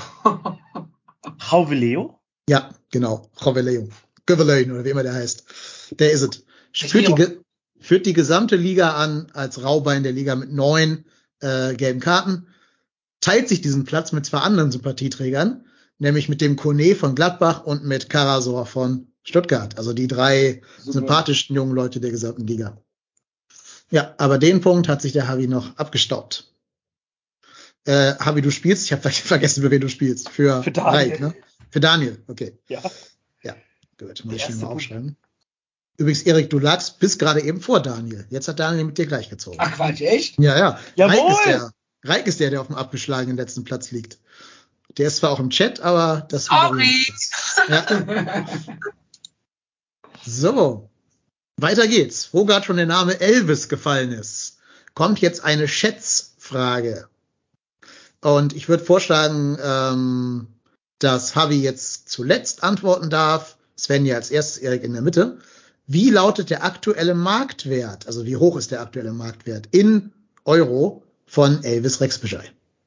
Hauveleo? Ja, genau. Goveleon oder wie immer der heißt. Der ist es. Führt die gesamte Liga an als Raubein der Liga mit 9 gelben Karten. Teilt sich diesen Platz mit 2 anderen Sympathieträgern, nämlich mit dem Kone von Gladbach und mit Karasor von Stuttgart. Also die 3 sympathischsten jungen Leute der gesamten Liga. Ja, aber den Punkt hat sich der Javi noch abgestaubt. Javi, du spielst? Ich habe vergessen, für wen du spielst. Für Daniel. Reik, ne? Für Daniel, okay. Ja. Ja, gut, muss ich schnell mal aufschreiben. Übrigens, Erik, du lagst bis gerade eben vor Daniel. Jetzt hat Daniel mit dir gleich gezogen. Ach Quatsch, echt? Ja. Jawohl! Reik ist der auf dem abgeschlagenen letzten Platz liegt. Der ist zwar auch im Chat, aber das... Sorry! Ja. So, weiter geht's. Wo gerade schon der Name Elvis gefallen ist, kommt jetzt eine Schätzfrage. Und ich würde vorschlagen, dass Javi jetzt zuletzt antworten darf. Svenja als erstes, Erik in der Mitte. Wie lautet der aktuelle Marktwert? Also wie hoch ist der aktuelle Marktwert in Euro von Elvis Rexbeschei?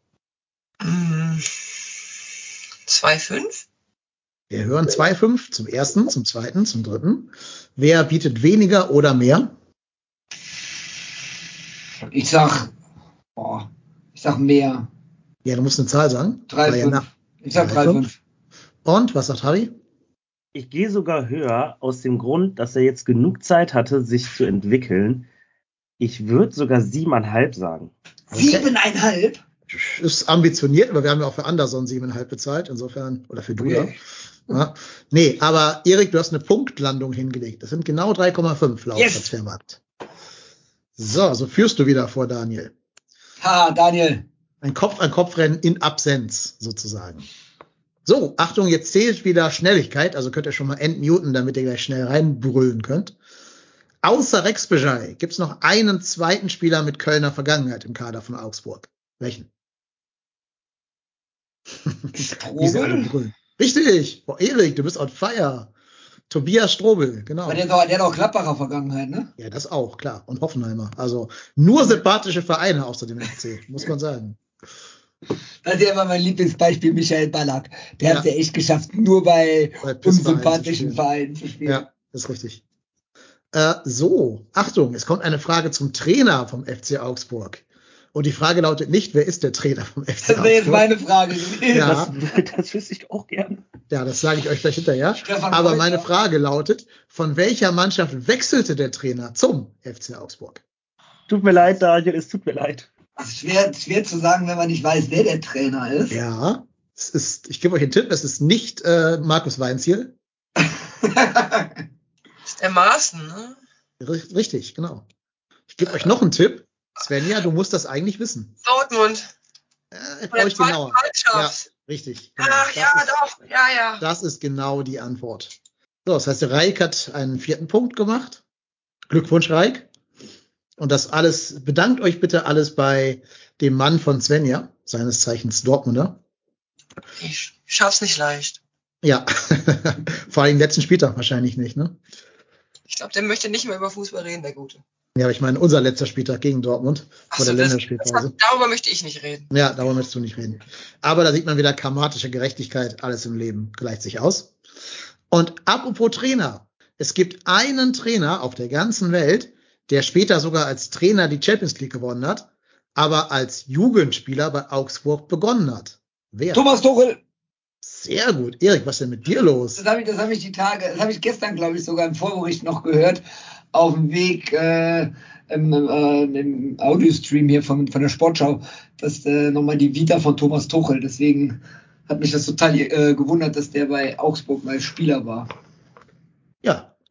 2,5? Wir hören 2,5 zum ersten, zum zweiten, zum dritten. Wer bietet weniger oder mehr? Ich sag mehr. Ja, du musst eine Zahl sagen. 3,5. Ich sag 3,5. Und was sagt Javi? Ich gehe sogar höher aus dem Grund, dass er jetzt genug Zeit hatte, sich zu entwickeln. Ich würde sogar 7,5 sagen. Okay. 7,5? Ist ambitioniert, aber wir haben ja auch für Anderson 7,5 bezahlt, insofern, oder für Duda. Okay. Ja. Nee, aber Erik, du hast eine Punktlandung hingelegt. Das sind genau 3,5 laut Yes. Transfermarkt. So führst du wieder vor Daniel. Ha, Daniel. Ein Kopf-an-Kopf-Rennen in Absenz, sozusagen. So, Achtung, jetzt zählt wieder Schnelligkeit, also könnt ihr schon mal entmuten, damit ihr gleich schnell reinbrüllen könnt. Außer Rex Bejai gibt's noch einen zweiten Spieler mit Kölner Vergangenheit im Kader von Augsburg. Welchen? Wie sie alle brüllen. Richtig! Boah, Erik, du bist on fire. Tobias Strobel, genau. Aber der hat auch Gladbacher Vergangenheit, ne? Ja, das auch, klar. Und Hoffenheimer. Also nur sympathische Vereine außer dem FC, muss man sagen. Das ist ja immer mein Lieblingsbeispiel, Michael Ballack. Der Ja. hat es ja echt geschafft, nur bei Pissvereinen unsympathischen Vereinen zu spielen. Ja, das ist richtig. So, Achtung, es kommt eine Frage zum Trainer vom FC Augsburg. Und die Frage lautet nicht, wer ist der Trainer vom FC Augsburg? Das wäre jetzt meine Frage gewesen. Ja. Das wüsste ich auch gern. Ja, das sage ich euch gleich hinterher. Stefan Aber Reuter. meine Frage lautet, von welcher Mannschaft wechselte der Trainer zum FC Augsburg? Tut mir leid, Daniel, es tut mir leid. Das ist schwer zu sagen, wenn man nicht weiß, wer der Trainer ist. Ja, ich gebe euch einen Tipp, es ist nicht Markus Weinziel. Ist der Maaßen, ne? Richtig, genau. Ich gebe euch noch einen Tipp. Svenja, du musst das eigentlich wissen. Dortmund. Ich brauche ich genauer. Ja, Mannschaft. richtig. Genau. Ach ja, doch. Ja. Das ist genau die Antwort. So, das heißt, der Reik hat einen 4. Punkt gemacht. Glückwunsch, Reik. Und das alles, bedankt euch bitte alles bei dem Mann von Svenja, seines Zeichens Dortmunder. Ich schaff's nicht leicht. Ja, vor allem letzten Spieltag wahrscheinlich nicht, ne? Ich glaube, der möchte nicht mehr über Fußball reden, der Gute. Ja, aber ich meine, unser letzter Spieltag gegen Dortmund vor der Länderspielpause. Darüber möchte ich nicht reden. Ja, darüber möchtest du nicht reden. Aber da sieht man wieder karmatische Gerechtigkeit, alles im Leben gleicht sich aus. Und apropos Trainer, es gibt einen Trainer auf der ganzen Welt, der später sogar als Trainer die Champions League gewonnen hat, aber als Jugendspieler bei Augsburg begonnen hat. Wer? Thomas Tuchel. Sehr gut. Erik, was ist denn mit dir los? Das habe ich gestern, glaube ich, sogar im Vorbericht noch gehört, auf dem Weg im Audiostream hier von der Sportschau, dass nochmal die Vita von Thomas Tuchel, deswegen hat mich das total gewundert, dass der bei Augsburg mal Spieler war. Ja,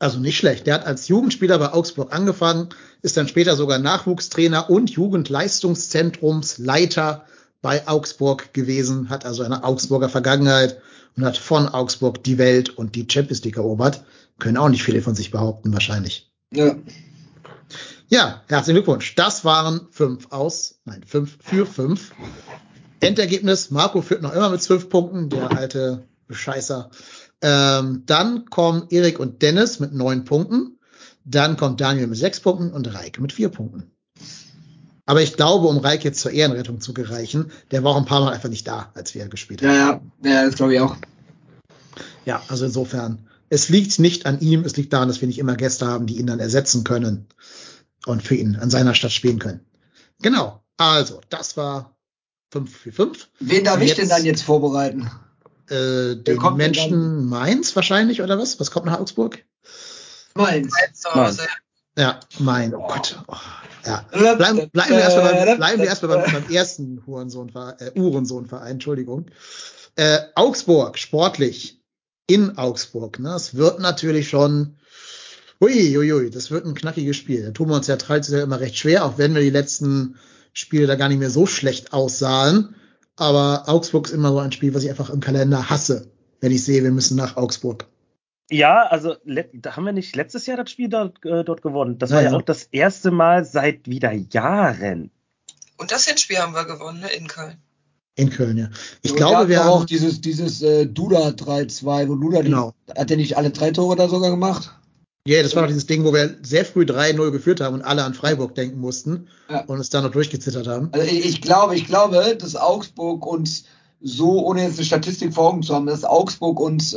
Also nicht schlecht. Der hat als Jugendspieler bei Augsburg angefangen, ist dann später sogar Nachwuchstrainer und Jugendleistungszentrumsleiter bei Augsburg gewesen, hat also eine Augsburger Vergangenheit und hat von Augsburg die Welt und die Champions League erobert. Können auch nicht viele von sich behaupten, wahrscheinlich. Ja. Ja, herzlichen Glückwunsch. Das waren 5 für 5. Endergebnis, Marco führt noch immer mit 12 Punkten, der alte Bescheißer. Dann kommen Erik und Dennis mit 9 Punkten. Dann kommt Daniel mit 6 Punkten und Reike mit 4 Punkten. Aber ich glaube, um Reike jetzt zur Ehrenrettung zu gereichen, der war auch ein paar Mal einfach nicht da, als wir gespielt haben. Ja, das glaube ich auch. Ja, also insofern, es liegt nicht an ihm, es liegt daran, dass wir nicht immer Gäste haben, die ihn dann ersetzen können und für ihn an seiner Stadt spielen können. Genau, also, das war 5 für 5. Wen darf ich denn dann jetzt vorbereiten? Den Menschen Mainz wahrscheinlich, oder was? Was kommt nach Augsburg? Mainz. Ja, Mainz. Oh Gott. Oh, ja. Bleiben wir erstmal beim ersten Uhrensohnverein, Entschuldigung. Augsburg, sportlich. In Augsburg. Ne? Es wird natürlich schon, das wird ein knackiges Spiel. Da tun wir uns ja traditionell immer recht schwer, auch wenn wir die letzten Spiele da gar nicht mehr so schlecht aussahen. Aber Augsburg ist immer so ein Spiel, was ich einfach im Kalender hasse, wenn ich sehe, wir müssen nach Augsburg. Ja, also da haben wir nicht letztes Jahr das Spiel dort gewonnen. Das war ja auch das erste Mal seit wieder Jahren. Und das Hinspiel haben wir gewonnen, ne? In Köln. In Köln, ja. Ich glaube, wir haben auch dieses Duda 3-2, wo Duda hat der nicht alle 3 Tore da sogar gemacht? Ja, das war doch dieses Ding, wo wir sehr früh 3-0 geführt haben und alle an Freiburg denken mussten und es dann noch durchgezittert haben. Also ich glaube, dass Augsburg uns so, ohne jetzt eine Statistik vor Augen zu haben, dass Augsburg uns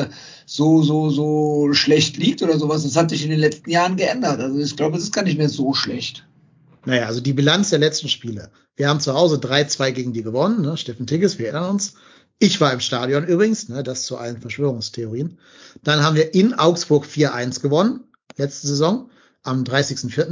so schlecht liegt oder sowas, das hat sich in den letzten Jahren geändert. Also ich glaube, es ist gar nicht mehr so schlecht. Naja, also die Bilanz der letzten Spiele. Wir haben zu Hause 3-2 gegen die gewonnen, ne? Steffen Tigges, wir erinnern uns. Ich war im Stadion übrigens, ne? Das zu allen Verschwörungstheorien. Dann haben wir in Augsburg 4-1 gewonnen, letzte Saison, am 30.04.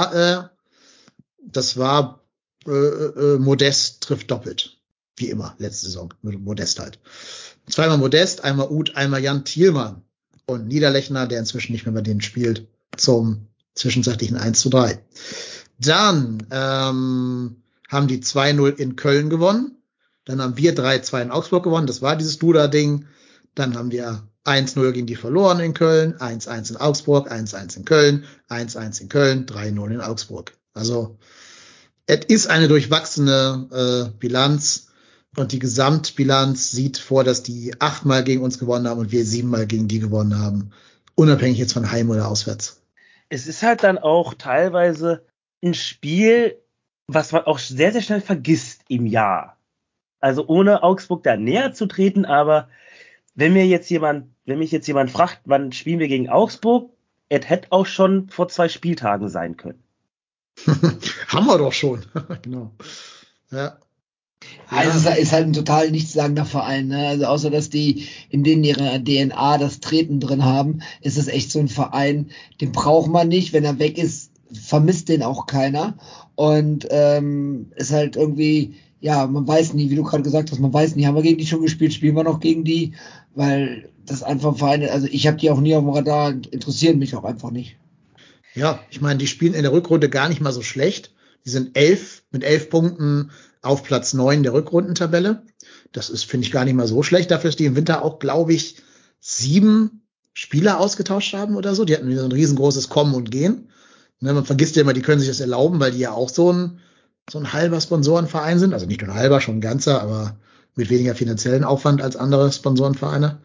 Das war Modest trifft doppelt. Wie immer, letzte Saison. Modest halt. Zweimal Modest, einmal Uth, einmal Jan Thielmann. Und Niederlechner, der inzwischen nicht mehr bei denen spielt, zum zwischenzeitlichen 1-3. Dann haben die 2-0 in Köln gewonnen. Dann haben wir 3-2 in Augsburg gewonnen. Das war dieses Duda-Ding. Dann haben wir 1-0 gegen die verloren in Köln, 1-1 in Augsburg, 1-1 in Köln, 1-1 in Köln, 3-0 in Augsburg. Also es ist eine durchwachsene Bilanz. Und die Gesamtbilanz sieht vor, dass die 8-mal gegen uns gewonnen haben und wir 7-mal gegen die gewonnen haben. Unabhängig jetzt von Heim oder auswärts. Es ist halt dann auch teilweise ein Spiel, was man auch sehr, sehr schnell vergisst im Jahr. Also ohne Augsburg da näher zu treten, aber wenn mich jetzt jemand fragt, wann spielen wir gegen Augsburg, es hätte auch schon vor 2 Spieltagen sein können. Haben wir doch schon. Genau. Ja. Also es ist halt ein total nichtssagender Verein, ne? Also außer dass die in denen ihre DNA das Treten drin haben, ist es echt so ein Verein, den braucht man nicht, wenn er weg ist, vermisst den auch keiner. Und ist halt irgendwie, ja, man weiß nie, wie du gerade gesagt hast, man weiß nie, haben wir gegen die schon gespielt, spielen wir noch gegen die, weil das einfach Vereine, also ich habe die auch nie auf dem Radar, interessieren mich auch einfach nicht. Ja, ich meine, die spielen in der Rückrunde gar nicht mal so schlecht. Die sind mit 11 Punkten auf Platz 9 der Rückrundentabelle. Das ist, finde ich, gar nicht mal so schlecht. Dafür, dass die im Winter auch, glaube ich, 7 Spieler ausgetauscht haben oder so. Die hatten wieder so ein riesengroßes Kommen und Gehen. Ne, man vergisst ja immer, die können sich das erlauben, weil die ja auch so ein halber Sponsorenverein sind. Also nicht nur ein halber, schon ein ganzer, aber mit weniger finanziellen Aufwand als andere Sponsorenvereine.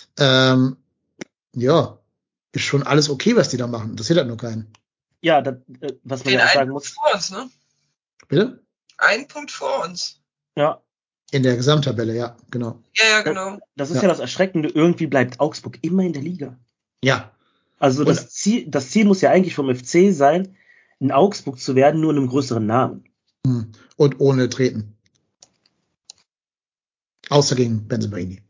Ja, ist schon alles okay, was die da machen. Das halt nur keinen. Ja, was man ja auch sagen muss. Vor uns, ne? Bitte? 1 Punkt vor uns. Ja. In der Gesamttabelle, ja, genau. Ja, genau. Das ist ja das Erschreckende. Irgendwie bleibt Augsburg immer in der Liga. Ja. Also das Ziel muss ja eigentlich vom FC sein, in Augsburg zu werden, nur in einem größeren Namen. Und ohne Treten. Außer gegen Bensebaini.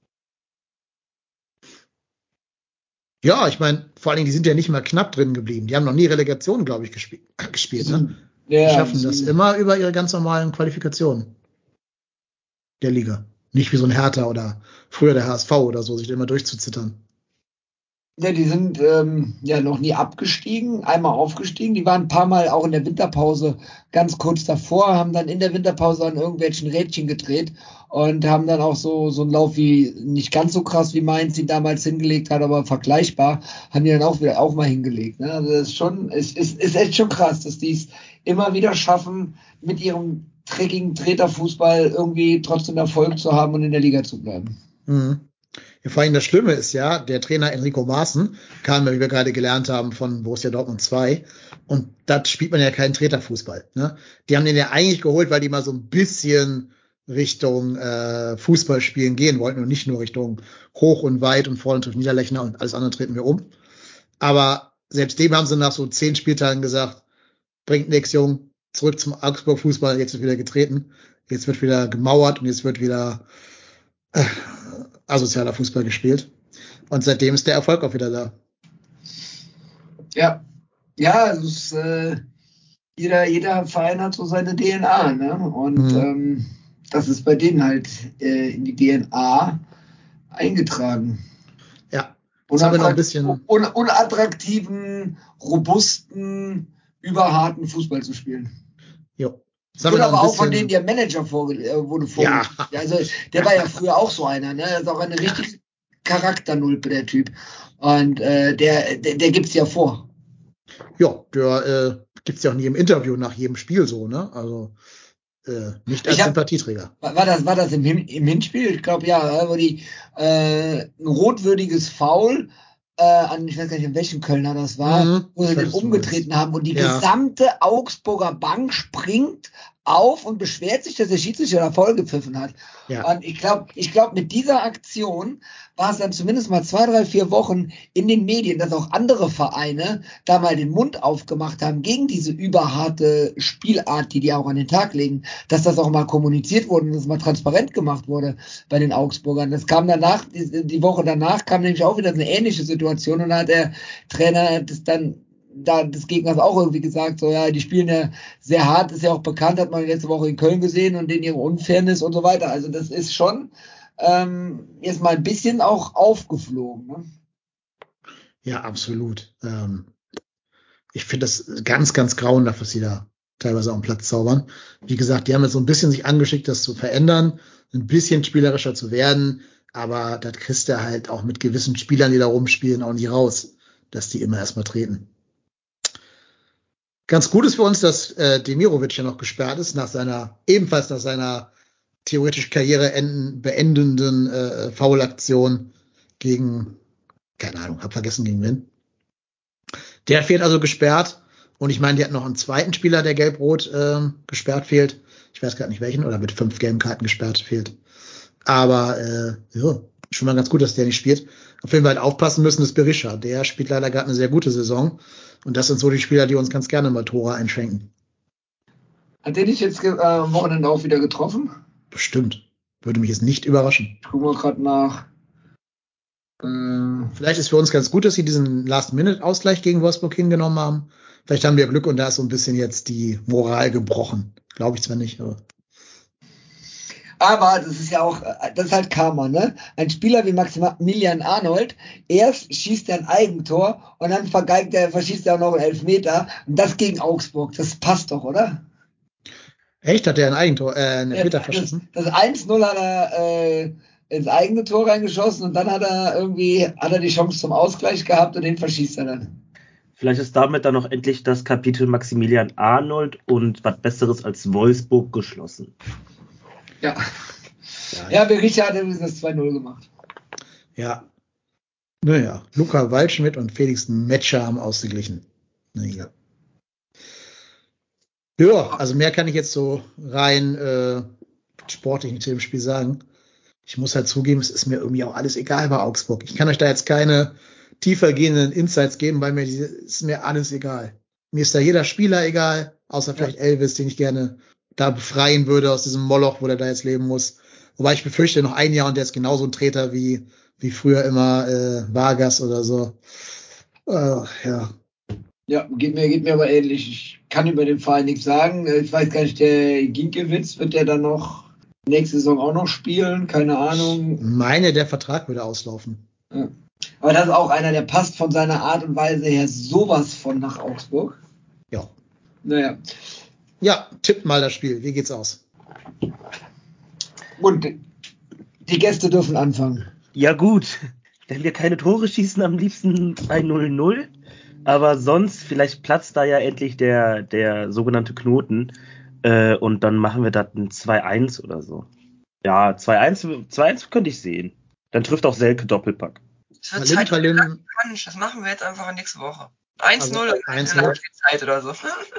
Ja, ich meine, vor allen Dingen, die sind ja nicht mal knapp drin geblieben. Die haben noch nie Relegation, glaube ich, gespielt. Ne? Ja, die schaffen das immer über ihre ganz normalen Qualifikationen der Liga. Nicht wie so ein Hertha oder früher der HSV oder so, sich da immer durchzuzittern. Ja, die sind ja noch nie abgestiegen, einmal aufgestiegen. Die waren ein paar Mal auch in der Winterpause ganz kurz davor, haben dann in der Winterpause an irgendwelchen Rädchen gedreht und haben dann auch so einen Lauf wie, nicht ganz so krass wie Mainz ihn damals hingelegt hat, aber vergleichbar, haben die dann auch mal hingelegt. Ne? Also das ist schon, ist echt schon krass, dass die es immer wieder schaffen, mit ihrem dreckigen Treterfußball irgendwie trotzdem Erfolg zu haben und in der Liga zu bleiben. Mhm. Ja, vor allem das Schlimme ist ja, der Trainer Enrico Maaßen kam, wie wir gerade gelernt haben, von Borussia Dortmund 2. Und da spielt man ja keinen Treterfußball. Ne? Die haben den ja eigentlich geholt, weil die mal so ein bisschen Richtung Fußballspielen gehen wollten und nicht nur Richtung hoch und weit und vorne trifft Niederlechner und alles andere treten wir um. Aber selbst dem haben sie nach so 10 Spieltagen gesagt, bringt nix, Jung, zurück zum Augsburg-Fußball, jetzt wird wieder getreten, jetzt wird wieder gemauert und jetzt wird wieder asozialer Fußball gespielt. Und seitdem ist der Erfolg auch wieder da. Ja, es ist, jeder Verein hat so seine DNA, ne? Und das ist bei denen halt in die DNA eingetragen. Ja, jetzt haben wir noch ein bisschen unattraktiven, robusten, überharten Fußball zu spielen. Jo. Das wird aber auch von denen der Manager wurde vorgelegt. Ja. Also der war ja früher auch so einer, ne? Das ist auch eine richtig Charakternulpe, der Typ. Und der gibt's ja vor. Ja, der gibt's ja auch nie im Interview nach jedem Spiel so, ne? Also nicht als Sympathieträger. War das im Hinspiel? Ich glaube ja, wo die ein rotwürdiges Foul an, ich weiß gar nicht, in welchem Kölner das war, wo sie den umgetreten haben und die gesamte Augsburger Bank springt auf und beschwert sich, dass der Schiedsrichter da voll gepfiffen hat. Ja. Und ich glaube, mit dieser Aktion war es dann zumindest mal 2, 3, 4 Wochen in den Medien, dass auch andere Vereine da mal den Mund aufgemacht haben gegen diese überharte Spielart, die auch an den Tag legen, dass das auch mal kommuniziert wurde und das mal transparent gemacht wurde bei den Augsburgern. Das kam danach, die Woche danach kam nämlich auch wieder eine ähnliche Situation und da hat der Trainer das dann des Gegners auch irgendwie gesagt, so ja, die spielen ja sehr hart, ist ja auch bekannt, hat man letzte Woche in Köln gesehen und in ihre Unfairness und so weiter. Also das ist schon jetzt mal ein bisschen auch aufgeflogen. Ne? Ja, absolut. Ich finde das ganz, ganz grauenhaft, was sie da teilweise auf dem Platz zaubern. Wie gesagt, die haben jetzt so ein bisschen sich angeschickt, das zu verändern, ein bisschen spielerischer zu werden, aber das kriegst du halt auch mit gewissen Spielern, die da rumspielen, auch nicht raus, dass die immer erstmal treten. Ganz gut ist für uns, dass Demirovic ja noch gesperrt ist, ebenfalls nach seiner theoretisch Karriere beendenden Foulaktion gegen, keine Ahnung, hab vergessen gegen wen. Der fehlt also gesperrt und ich meine, die hat noch einen zweiten Spieler, der gelb-rot gesperrt fehlt. Ich weiß gerade nicht welchen, oder mit 5 gelben Karten gesperrt fehlt. Aber ja, schon mal ganz gut, dass der nicht spielt. Auf jeden Fall halt aufpassen müssen ist Berisha. Der spielt leider gerade eine sehr gute Saison. Und das sind so die Spieler, die uns ganz gerne mal Tore einschenken. Hat der dich jetzt am Wochenende auch wieder getroffen? Bestimmt. Würde mich jetzt nicht überraschen. Ich gucke mal gerade nach. Vielleicht ist für uns ganz gut, dass sie diesen Last-Minute-Ausgleich gegen Wolfsburg hingenommen haben. Vielleicht haben wir Glück und da ist so ein bisschen jetzt die Moral gebrochen. Glaube ich zwar nicht, aber das ist ja auch, das ist halt Karma, ne? Ein Spieler wie Maximilian Arnold, erst schießt er ein Eigentor und dann verschießt er auch noch einen Elfmeter und das gegen Augsburg. Das passt doch, oder? Echt? Hat er ein Eigentor, einen Elfmeter verschossen? Das 1-0 hat er ins eigene Tor reingeschossen und dann hat er die Chance zum Ausgleich gehabt und den verschießt er dann. Vielleicht ist damit dann noch endlich das Kapitel Maximilian Arnold und was Besseres als Wolfsburg geschlossen. Ja, Berisha hat übrigens das 2-0 gemacht. Ja. Naja, Luca Waldschmidt und Felix Metscher haben ausgeglichen. Naja. Ja, also mehr kann ich jetzt so rein sportlichen zu dem Spiel sagen. Ich muss halt zugeben, es ist mir irgendwie auch alles egal bei Augsburg. Ich kann euch da jetzt keine tiefer gehenden Insights geben, weil ist mir alles egal. Mir ist da jeder Spieler egal, außer vielleicht Elvis, den ich gerne da befreien würde aus diesem Moloch, wo der da jetzt leben muss. Wobei ich befürchte, noch ein Jahr und der ist genauso ein Treter wie früher immer Vargas oder so. Ja. Ja, geht mir aber ähnlich. Ich kann über den Verein nichts sagen. Ich weiß gar nicht, der Ginkiewicz, wird der dann noch nächste Saison auch noch spielen? Keine Ahnung. Ich meine, der Vertrag würde auslaufen. Ja. Aber das ist auch einer, der passt von seiner Art und Weise her sowas von nach Augsburg. Ja. Naja. Ja, tipp mal das Spiel. Wie geht's aus? Und die Gäste dürfen anfangen. Ja gut, wenn wir keine Tore schießen, am liebsten ein 0-0. Aber sonst, vielleicht platzt da ja endlich der sogenannte Knoten. Und dann machen wir da ein 2-1 oder so. Ja, 2-1 könnte ich sehen. Dann trifft auch Selke Doppelpack. Es wird Zeit für den Punch. Das machen wir jetzt einfach nächste Woche. 1-0 Also, und eine Nachspielzeit oder so.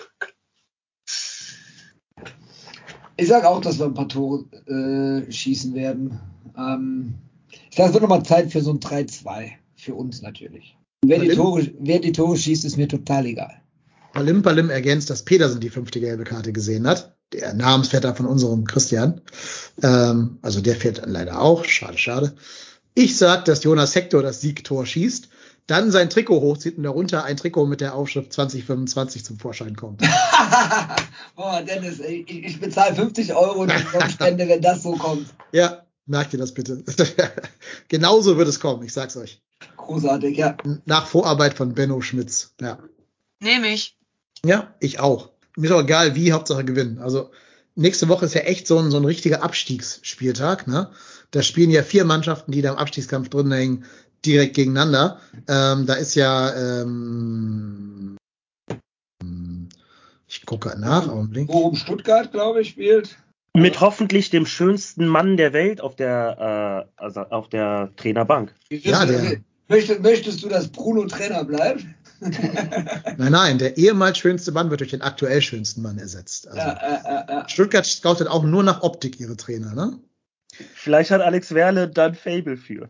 Ich sage auch, dass wir ein paar Tore schießen werden. Ich sage, es wird nochmal Zeit für so ein 3-2. Für uns natürlich. Wer die Tore schießt, ist mir total egal. Palim ergänzt, dass Pedersen die 5. gelbe Karte gesehen hat. Der Namensvetter von unserem Christian. Also der fährt dann leider auch. Schade. Ich sag, dass Jonas Hector das Siegtor schießt, dann sein Trikot hochzieht und darunter ein Trikot mit der Aufschrift 2025 zum Vorschein kommt. Boah, Dennis, ich bezahle 50 € in der Spende, wenn das so kommt. Ja, merkt ihr das bitte. Genauso wird es kommen, ich sag's euch. Großartig, ja. Nach Vorarbeit von Benno Schmitz. Ja. Nehme ich. Ja, ich auch. Mir ist auch egal, wie, Hauptsache gewinnen. Also nächste Woche ist ja echt so ein richtiger Abstiegsspieltag, ne? Da spielen ja 4 Mannschaften, die da im Abstiegskampf drin hängen, direkt gegeneinander. Da ist ja, ich gucke nach, Augenblick. Bochum Stuttgart, glaube ich, spielt. Mit hoffentlich dem schönsten Mann der Welt auf der Trainerbank. Ja, Möchtest du, dass Bruno Trainer bleibt? Nein, der ehemals schönste Mann wird durch den aktuell schönsten Mann ersetzt. Also, Stuttgart scoutet auch nur nach Optik ihre Trainer, ne? Vielleicht hat Alex Werle dann Fable für.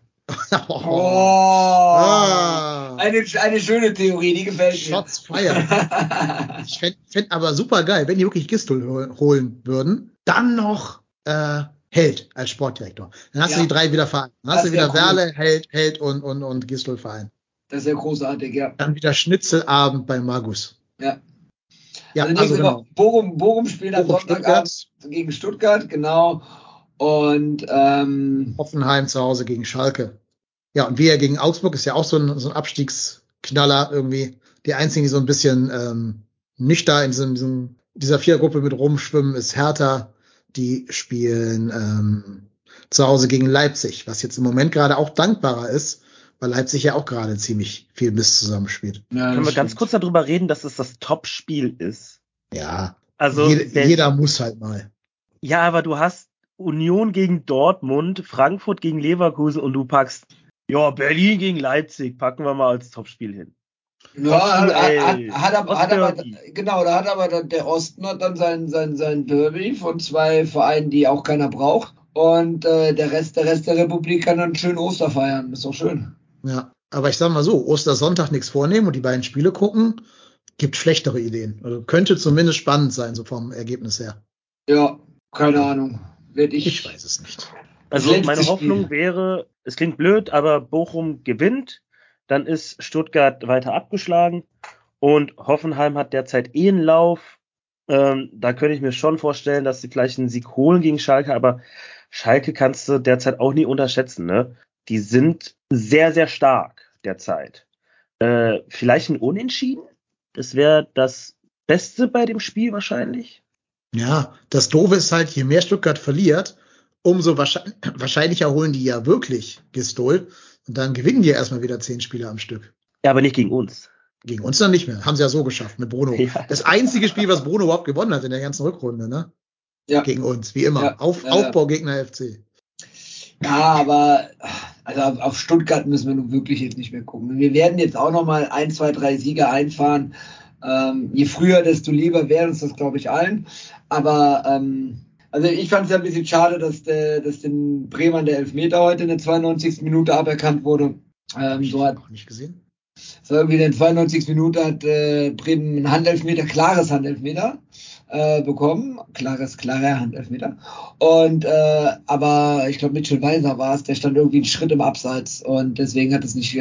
Eine schöne Theorie, die gefällt mir. Shots fired. Ich fänd aber super geil, wenn die wirklich Gistol holen würden, dann noch Held als Sportdirektor. Dann hast du die 3 wieder vereint. Dann hast du wieder Werle, Held und Gistol vereint. Das ist ja großartig, ja. Dann wieder Schnitzelabend bei Magus. Ja. Ja, also genau. Bochum spielt am Sonntagabend gegen Stuttgart, genau. Und Hoffenheim zu Hause gegen Schalke. Ja, und wir gegen Augsburg ist ja auch so ein Abstiegsknaller irgendwie. Die einzigen, die so ein bisschen nicht da in dieser Vierergruppe mit rumschwimmen, ist Hertha. Die spielen zu Hause gegen Leipzig, was jetzt im Moment gerade auch dankbarer ist, weil Leipzig ja auch gerade ziemlich viel Mist zusammenspielt. Ja, können wir ganz kurz darüber reden, dass es das Top-Spiel ist? Ja, also jeder muss halt mal. Ja, aber du hast Union gegen Dortmund, Frankfurt gegen Leverkusen und du packst, Berlin gegen Leipzig, packen wir mal als Topspiel hin. Ja, hat aber der Osten hat dann sein Derby von 2 Vereinen, die auch keiner braucht. Und der Rest der Republik kann dann schön Oster feiern. Ist doch schön. Ja, aber ich sag mal so, Ostersonntag nichts vornehmen und die beiden Spiele gucken, gibt schlechtere Ideen. Also könnte zumindest spannend sein, so vom Ergebnis her. Ja, keine Ahnung. Ich weiß es nicht. Also meine Hoffnung wäre, es klingt blöd, aber Bochum gewinnt, dann ist Stuttgart weiter abgeschlagen und Hoffenheim hat derzeit einen Lauf. Da könnte ich mir schon vorstellen, dass sie vielleicht einen Sieg holen gegen Schalke, aber Schalke kannst du derzeit auch nie unterschätzen, ne? Die sind sehr, sehr stark derzeit. Vielleicht ein Unentschieden? Das wäre das Beste bei dem Spiel wahrscheinlich. Ja, das Doofe ist halt, je mehr Stuttgart verliert, umso wahrscheinlicher holen die ja wirklich Gistol und dann gewinnen die ja erstmal wieder 10 Spiele am Stück. Ja, aber nicht gegen uns. Gegen uns dann nicht mehr. Haben sie ja so geschafft mit Bruno. Ja. Das einzige Spiel, was Bruno überhaupt gewonnen hat in der ganzen Rückrunde, ne? Ja. Gegen uns, wie immer. Ja. Aufbaugegner FC. Ja, aber also auf Stuttgart müssen wir nun wirklich jetzt nicht mehr gucken. Wir werden jetzt auch noch mal 1, 2, 3 Siege einfahren. Je früher, desto lieber wäre uns das, glaube ich, allen. Aber also ich fand es ja ein bisschen schade, dass den Bremern der Elfmeter heute in der 92. Minute aberkannt wurde. So hat nicht gesehen. So irgendwie in der 92. Minute hat Bremen ein klares Handelfmeter bekommen. Klarer Handelfmeter. Und aber ich glaube, Mitchell Weiser war es, der stand irgendwie einen Schritt im Abseits und deswegen hat es nicht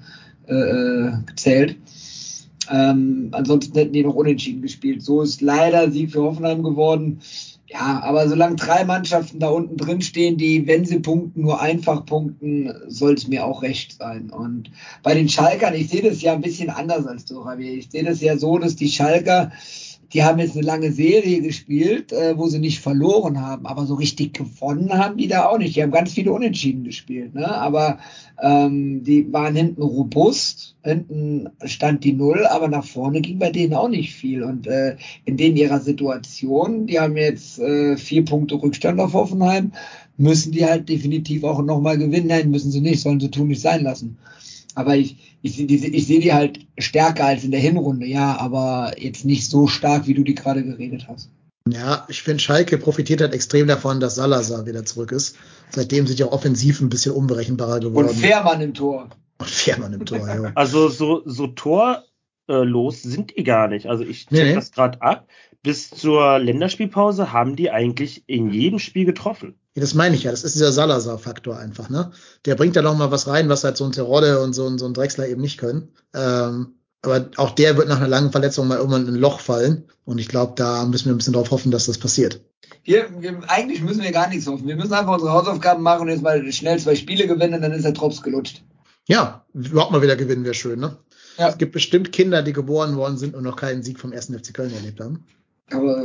gezählt. Ansonsten hätten die noch unentschieden gespielt. So ist leider Sieg für Hoffenheim geworden. Ja, aber solange 3 Mannschaften da unten drin stehen, die, wenn sie punkten, nur einfach punkten, soll es mir auch recht sein. Und bei den Schalkern, ich sehe das ja ein bisschen anders als du, Javier. Ich sehe das ja so, dass die Schalker, die haben jetzt eine lange Serie gespielt, wo sie nicht verloren haben, aber so richtig gewonnen haben die da auch nicht. Die haben ganz viele Unentschieden gespielt, ne? Aber die waren hinten robust, hinten stand die Null, aber nach vorne ging bei denen auch nicht viel. Und in denen ihrer Situation, die haben jetzt 4 Punkte Rückstand auf Hoffenheim, müssen die halt definitiv auch nochmal gewinnen. Nein, müssen sie nicht, sollen sie tun, nicht sein lassen. Aber ich sehe die halt stärker als in der Hinrunde, ja, aber jetzt nicht so stark, wie du die gerade geredet hast. Ja, ich finde, Schalke profitiert halt extrem davon, dass Salazar wieder zurück ist. Seitdem sind die auch offensiv ein bisschen unberechenbarer geworden. Und Fährmann im Tor. Und Fährmann im Tor, ja. Also so torlos sind die gar nicht. Also ich check das gerade ab. Bis zur Länderspielpause haben die eigentlich in jedem Spiel getroffen. Ja, das meine ich ja. Das ist dieser Salazar-Faktor einfach, ne? Der bringt da noch mal was rein, was halt so ein Terodde und so ein Drexler eben nicht können. Aber auch der wird nach einer langen Verletzung mal irgendwann in ein Loch fallen. Und ich glaube, da müssen wir ein bisschen drauf hoffen, dass das passiert. Eigentlich müssen wir gar nichts hoffen. Wir müssen einfach unsere Hausaufgaben machen und jetzt mal schnell 2 Spiele gewinnen, und dann ist der Drops gelutscht. Ja, überhaupt mal wieder gewinnen wäre schön, ne? Ja. Es gibt bestimmt Kinder, die geboren worden sind und noch keinen Sieg vom 1. FC Köln erlebt haben. Aber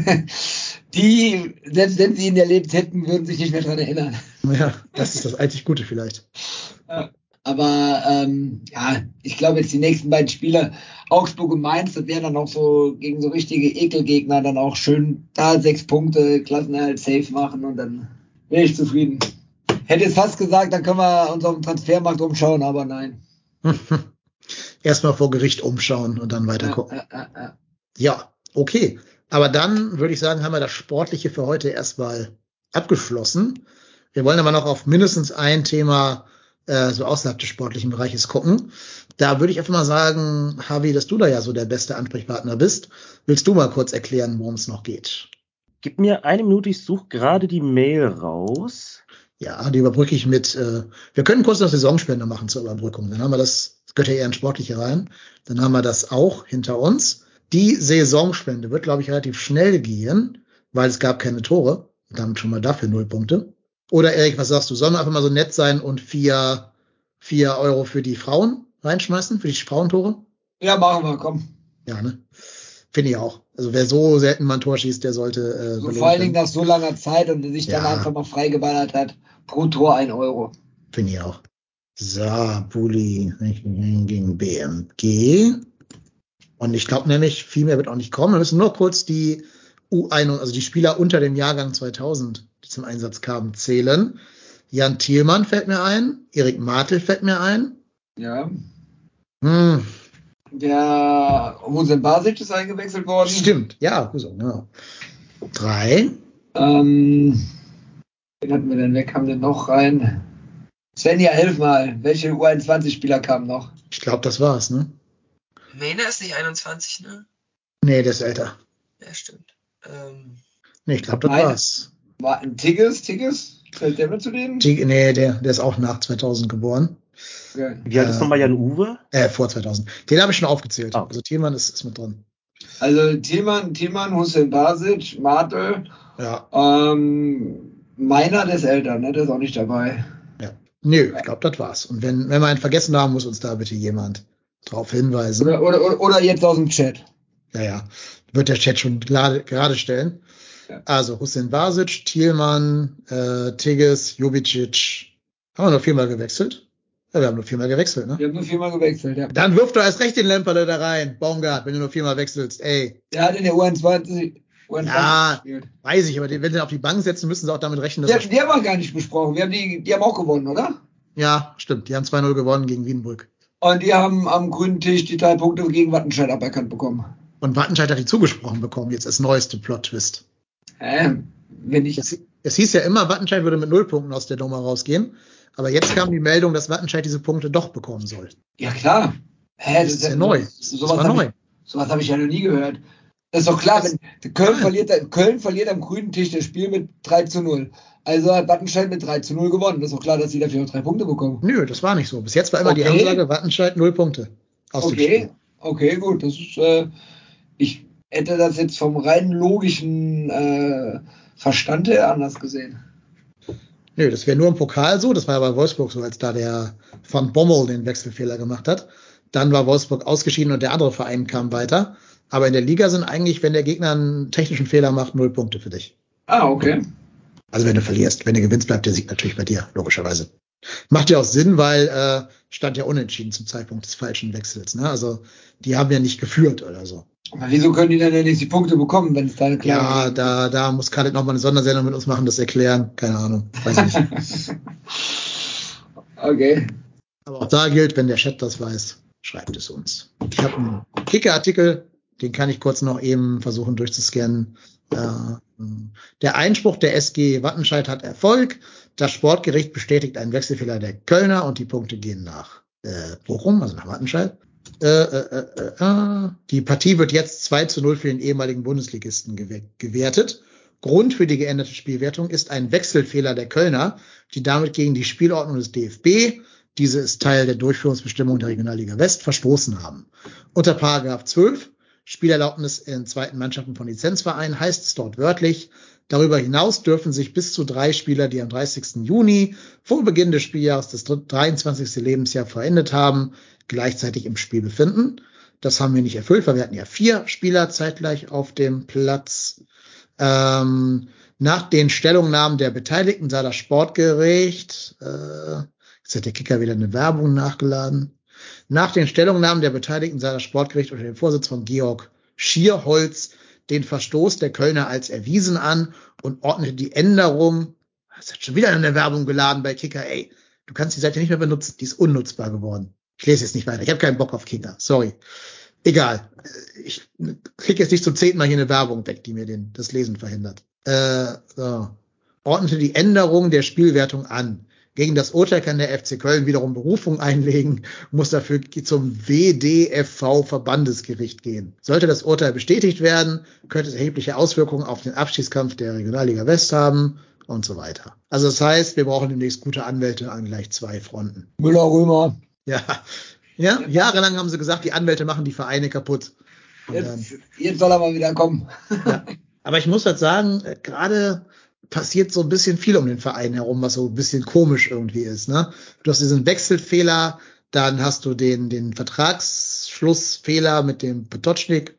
die, selbst wenn sie ihn erlebt hätten, würden sich nicht mehr dran erinnern. Ja, das ist das einzig Gute vielleicht. Ja. Aber ja, ich glaube jetzt die nächsten beiden Spiele, Augsburg und Mainz, das wären dann auch so gegen so richtige Ekelgegner dann auch schön da 6 Punkte, Klassenerhalt safe machen und dann wäre ich zufrieden. Hätte es fast gesagt, dann können wir uns auf dem Transfermarkt umschauen, aber nein. Erstmal vor Gericht umschauen und dann weiter gucken. Ja, okay. Aber dann würde ich sagen, haben wir das Sportliche für heute erstmal abgeschlossen. Wir wollen aber noch auf mindestens ein Thema so außerhalb des sportlichen Bereiches gucken. Da würde ich einfach mal sagen, Javi, dass du da ja so der beste Ansprechpartner bist. Willst du mal kurz erklären, worum es noch geht? Gib mir 1 Minute, ich suche gerade die Mail raus. Ja, die überbrücke ich mit, wir können kurz noch Saisonspende machen zur Überbrückung. Dann haben wir das gehört ja eher in Sportliche rein. Dann haben wir das auch hinter uns. Die Saisonspende wird, glaube ich, relativ schnell gehen, weil es gab keine Tore. Damit schon mal dafür 0 Punkte. Oder Erik, was sagst du? Sollen wir einfach mal so nett sein und 4 Euro für die Frauen reinschmeißen, für die Frauentore? Ja, machen wir, komm. Ja, ne? Finde ich auch. Also wer so selten mal ein Tor schießt, der sollte so vor allen Dingen nach so langer Zeit und sich dann Ja. einfach mal freigeballert hat. Pro Tor 1 Euro. Finde ich auch. So, Bulli gegen BMG. Und ich glaube nämlich, viel mehr wird auch nicht kommen. Wir müssen nur kurz die U1, also die Spieler unter dem Jahrgang 2000, die zum Einsatz kamen, zählen. Jan Thielmann fällt mir ein. Erik Martel fällt mir ein. Ja. Der Hussein Basic ist eingewechselt worden. Stimmt, ja, so, genau. 3. Wen hatten wir denn? Wer kam denn noch rein? Svenja, hilf mal. Welche U21-Spieler kamen noch? Ich glaube, das war's, ne? Mena ist nicht 21, ne? Nee, der ist älter. Ja, stimmt. Nee, ich glaube, das war's. War ein Tigges? Fällt der mit zu denen? Nee, der ist auch nach 2000 geboren. Okay. Wie alt ist nochmal Jan Uwe? Vor 2000. Den habe ich schon aufgezählt. Oh. Also Thielmann ist mit drin. Also Thielmann, Hussein Basic, Martel, Ja. Meiner, der ist älter, ne? Der ist auch nicht dabei. Ja. Nö, ich glaube, das war's. Und wenn wir einen vergessen haben, muss uns da bitte jemand drauf hinweisen. Oder jetzt aus dem Chat. Ja. Wird der Chat schon gerade stellen. Ja. Also Hussein Basic, Thielmann, Tigges, Jubicic. Haben wir nur 4-mal gewechselt? Ja, wir haben nur 4-mal gewechselt, ne? Wir haben nur 4-mal gewechselt, ja. Dann wirf doch erst recht den Lemperle da rein, Baumgart, wenn du nur 4-mal wechselst, ey. Der hat in der U21 Ja, gespielt. weiß ich, aber wenn sie auf die Bank setzen, müssen sie auch damit rechnen, dass Die haben wir gar nicht besprochen. Die haben auch gewonnen, oder? Ja, stimmt. Die haben 2-0 gewonnen gegen Wiedenbrück. Und die haben am grünen Tisch die 3 Punkte gegen Wattenscheid aberkannt bekommen. Und Wattenscheid hat die zugesprochen bekommen, jetzt als neueste Plot-Twist. Wenn ich. Es hieß ja immer, Wattenscheid würde mit 0 Punkten aus der Nummer rausgehen. Aber jetzt kam die Meldung, dass Wattenscheid diese Punkte doch bekommen soll. Ja, klar. Das ist ja neu. Sowas habe ich ja noch nie gehört. Das ist doch klar, wenn Köln verliert am grünen Tisch das Spiel mit 3-0. Also hat Wattenscheid mit 3-0 gewonnen. Das ist doch klar, dass sie dafür auch 3 Punkte bekommen. Nö, das war nicht so. Bis jetzt war immer die Ansage, Wattenscheid 0 Punkte aus dem Spiel. Okay, gut. Das ist, hätte das jetzt vom rein logischen Verstand her anders gesehen. Nö, das wäre nur im Pokal so. Das war ja bei Wolfsburg so, als da der Van Bommel den Wechselfehler gemacht hat. Dann war Wolfsburg ausgeschieden und der andere Verein kam weiter. Aber in der Liga sind eigentlich, wenn der Gegner einen technischen Fehler macht, 0 Punkte für dich. Ah, okay. Also wenn du verlierst, wenn du gewinnst, bleibt der Sieg natürlich bei dir, logischerweise. Macht ja auch Sinn, weil stand ja unentschieden zum Zeitpunkt des falschen Wechsels. Ne? Also die haben ja nicht geführt oder so. Aber wieso können die dann denn nicht die Punkte bekommen, wenn es da eine klare... Ja, da muss Khaled noch mal eine Sondersendung mit uns machen, das erklären. Keine Ahnung, weiß ich nicht. Okay. Aber auch da gilt, wenn der Chat das weiß, schreibt es uns. Ich habe einen Kicker-Artikel, den kann ich kurz noch eben versuchen durchzuscannen. Der Einspruch der SG Wattenscheid hat Erfolg. Das Sportgericht bestätigt einen Wechselfehler der Kölner und die Punkte gehen nach Bochum, also nach Wattenscheid. Die Partie wird jetzt 2:0 für den ehemaligen Bundesligisten gewertet. Grund für die geänderte Spielwertung ist ein Wechselfehler der Kölner, die damit gegen die Spielordnung des DFB, diese ist Teil der Durchführungsbestimmung der Regionalliga West, verstoßen haben. Unter Paragraph 12 Spielerlaubnis in zweiten Mannschaften von Lizenzvereinen heißt es dort wörtlich, darüber hinaus dürfen sich bis zu 3 Spieler, die am 30. Juni vor Beginn des Spieljahres das 23. Lebensjahr vollendet haben, gleichzeitig im Spiel befinden. Das haben wir nicht erfüllt, weil wir hatten ja 4 Spieler zeitgleich auf dem Platz. Nach den Stellungnahmen der Beteiligten sah das Sportgericht, jetzt hat der Kicker wieder eine Werbung nachgeladen. Nach den Stellungnahmen der Beteiligten sah das Sportgericht unter dem Vorsitz von Georg Schierholz den Verstoß der Kölner als erwiesen an und ordnete die Änderung, es hat schon wieder eine Werbung geladen bei Kicker, ey, du kannst die Seite nicht mehr benutzen, die ist unnutzbar geworden. Ich lese jetzt nicht weiter, ich habe keinen Bock auf Kicker, sorry. Egal, ich krieg jetzt nicht zum 10. Mal hier eine Werbung weg, die mir das Lesen verhindert. Ordnete die Änderung der Spielwertung an. Gegen das Urteil kann der FC Köln wiederum Berufung einlegen, muss dafür zum WDFV-Verbandesgericht gehen. Sollte das Urteil bestätigt werden, könnte es erhebliche Auswirkungen auf den Abstiegskampf der Regionalliga West haben und so weiter. Also das heißt, wir brauchen demnächst gute Anwälte an gleich 2 Fronten. Müller-Römer. Ja, jahrelang haben sie gesagt, die Anwälte machen die Vereine kaputt. Jetzt soll er mal wieder kommen. Ja. Aber ich muss halt sagen, gerade passiert so ein bisschen viel um den Verein herum, was so ein bisschen komisch irgendwie ist. Ne? Du hast diesen Wechselfehler, dann hast du den Vertragsschlussfehler mit dem Potocznik,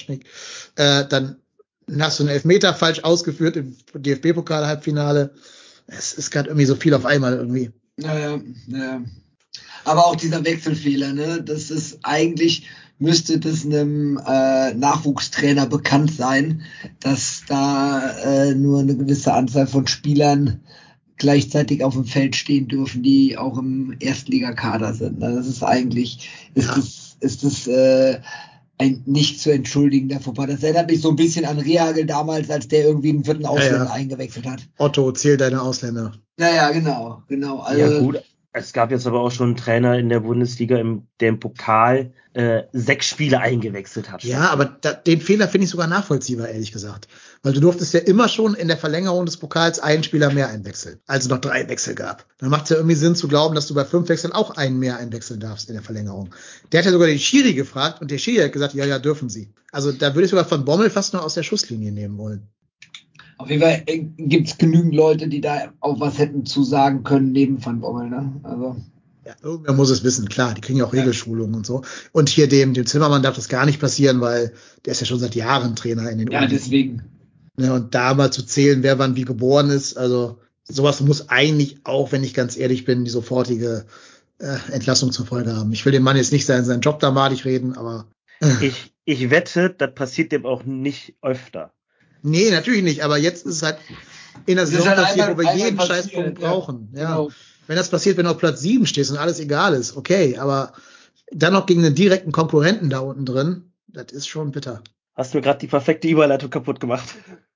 dann hast du einen Elfmeter falsch ausgeführt im DFB-Pokal-Halbfinale. Es ist gerade irgendwie so viel auf einmal irgendwie. Naja. Aber auch dieser Wechselfehler, ne, das ist eigentlich, müsste das einem Nachwuchstrainer bekannt sein, dass da nur eine gewisse Anzahl von Spielern gleichzeitig auf dem Feld stehen dürfen, die auch im Erstligakader sind. Das ist eigentlich, ist das ein nicht zu entschuldigender Fauxpas. Das erinnert mich so ein bisschen an Rehagel damals, als der irgendwie einen 4. Ausländer eingewechselt hat. Otto, zähl deine Ausländer. Naja, genau. Also, ja gut, es gab jetzt aber auch schon einen Trainer in der Bundesliga, der im Pokal 6 Spiele eingewechselt hat. Ja, aber den Fehler finde ich sogar nachvollziehbar, ehrlich gesagt. Weil du durftest ja immer schon in der Verlängerung des Pokals einen Spieler mehr einwechseln, als es noch 3 Wechsel gab. Dann macht es ja irgendwie Sinn zu glauben, dass du bei 5 Wechseln auch einen mehr einwechseln darfst in der Verlängerung. Der hat ja sogar den Schiri gefragt und der Schiri hat gesagt, ja, dürfen sie. Also da würde ich sogar von Bommel fast nur aus der Schusslinie nehmen wollen. Auf jeden Fall gibt es genügend Leute, die da auch was hätten zu sagen können neben Van Bommel, ne? Also. Ja, irgendwer muss es wissen, klar, die kriegen ja auch Regelschulungen und so. Und hier dem Zimmermann darf das gar nicht passieren, weil der ist ja schon seit Jahren Trainer in den Ja, deswegen. Ja, und da mal zu zählen, wer wann wie geboren ist, also sowas muss eigentlich auch, wenn ich ganz ehrlich bin, die sofortige Entlassung zur Folge haben. Ich will dem Mann jetzt nicht seinen Job da madig reden, aber Ich wette, das passiert dem auch nicht öfter. Nee, natürlich nicht, aber jetzt ist es halt in der Saison passiert, wo wir jeden Scheißpunkt brauchen. Ja. Genau. Wenn das passiert, wenn du auf Platz 7 stehst und alles egal ist, okay, aber dann noch gegen einen direkten Konkurrenten da unten drin, das ist schon bitter. Hast du mir gerade die perfekte Überleitung kaputt gemacht.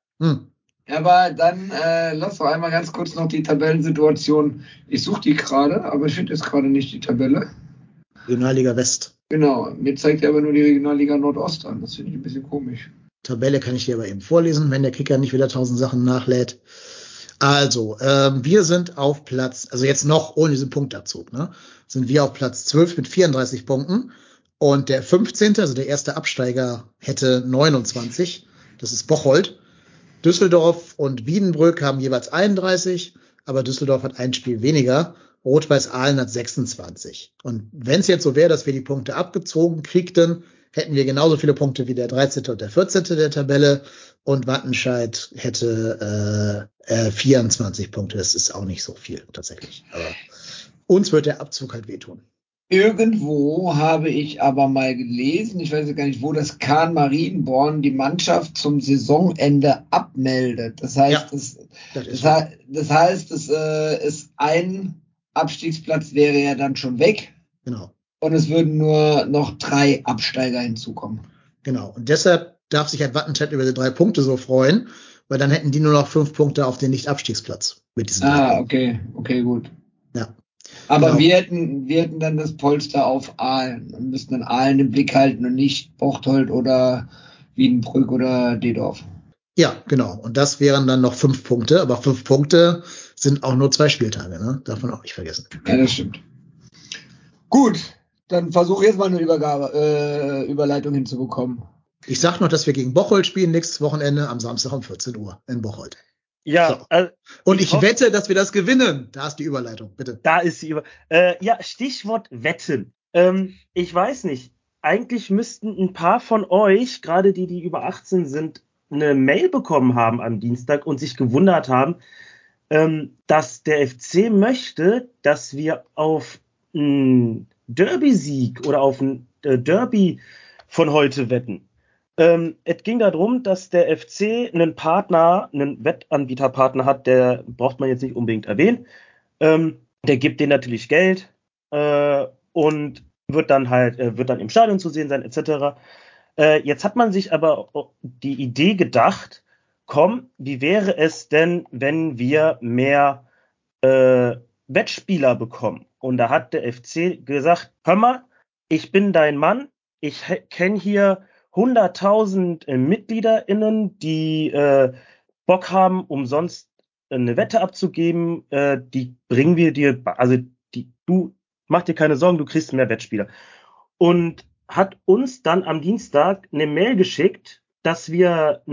Aber dann lass doch einmal ganz kurz noch die Tabellensituation. Ich suche die gerade, aber ich finde jetzt gerade nicht die Tabelle. Regionalliga West. Genau, mir zeigt er aber nur die Regionalliga Nordost an. Das finde ich ein bisschen komisch. Tabelle kann ich dir aber eben vorlesen, wenn der Kicker nicht wieder 1000 Sachen nachlädt. Also, wir sind auf Platz, also jetzt noch ohne diesen Punktabzug, ne, sind wir auf Platz 12 mit 34 Punkten. Und der 15., also der erste Absteiger, hätte 29. Das ist Bocholt. Düsseldorf und Wiedenbrück haben jeweils 31, aber Düsseldorf hat ein Spiel weniger. Rot-Weiß Aalen hat 26. Und wenn es jetzt so wäre, dass wir die Punkte abgezogen kriegten, hätten wir genauso viele Punkte wie der 13. und der 14. der Tabelle. Und Wattenscheid hätte 24 Punkte. Das ist auch nicht so viel tatsächlich. Aber uns wird der Abzug halt wehtun. Irgendwo habe ich aber mal gelesen, ich weiß gar nicht wo, dass Kahn Marienborn die Mannschaft zum Saisonende abmeldet. Das heißt, Ja, das heißt, es ist ein Abstiegsplatz wäre ja dann schon weg. Genau. Und es würden nur noch 3 Absteiger hinzukommen. Genau. Und deshalb darf sich halt Wattenscheid über die 3 Punkte so freuen, weil dann hätten die nur noch 5 Punkte auf den Nicht-Abstiegsplatz mit diesen 3 Punkten. Okay, gut. Ja. Aber genau. wir hätten dann das Polster auf Aalen und müssten dann Aalen im Blick halten und nicht Bocholt oder Wiedenbrück oder Dedorf. Ja, genau. Und das wären dann noch 5 Punkte. Aber 5 Punkte sind auch nur 2 Spieltage, ne? Darf man auch nicht vergessen. Ja, das stimmt. Gut, dann versuche jetzt mal eine Überleitung hinzubekommen. Ich sag noch, dass wir gegen Bocholt spielen nächstes Wochenende am Samstag um 14 Uhr in Bocholt. Ja, So. also Und ich wette, dass wir das gewinnen. Da ist die Überleitung, bitte. Da ist sie ja, Stichwort Wetten. Ich weiß nicht. Eigentlich müssten ein paar von euch, gerade die über 18 sind, eine Mail bekommen haben am Dienstag und sich gewundert haben, dass der FC möchte, dass wir auf einen Derby-Sieg oder auf ein Derby von heute wetten. Es ging darum, dass der FC einen Wettanbieterpartner hat, der braucht man jetzt nicht unbedingt erwähnen. Der gibt denen natürlich Geld und wird dann im Stadion zu sehen sein, etc. Jetzt hat man sich aber die Idee gedacht, komm, wie wäre es denn, wenn wir mehr Wettspieler bekommen? Und da hat der FC gesagt, hör mal, ich bin dein Mann, ich kenne hier 100.000 MitgliederInnen, die Bock haben, umsonst eine Wette abzugeben, die bringen wir dir, also du mach dir keine Sorgen, du kriegst mehr Wettspieler. Und hat uns dann am Dienstag eine Mail geschickt, dass wir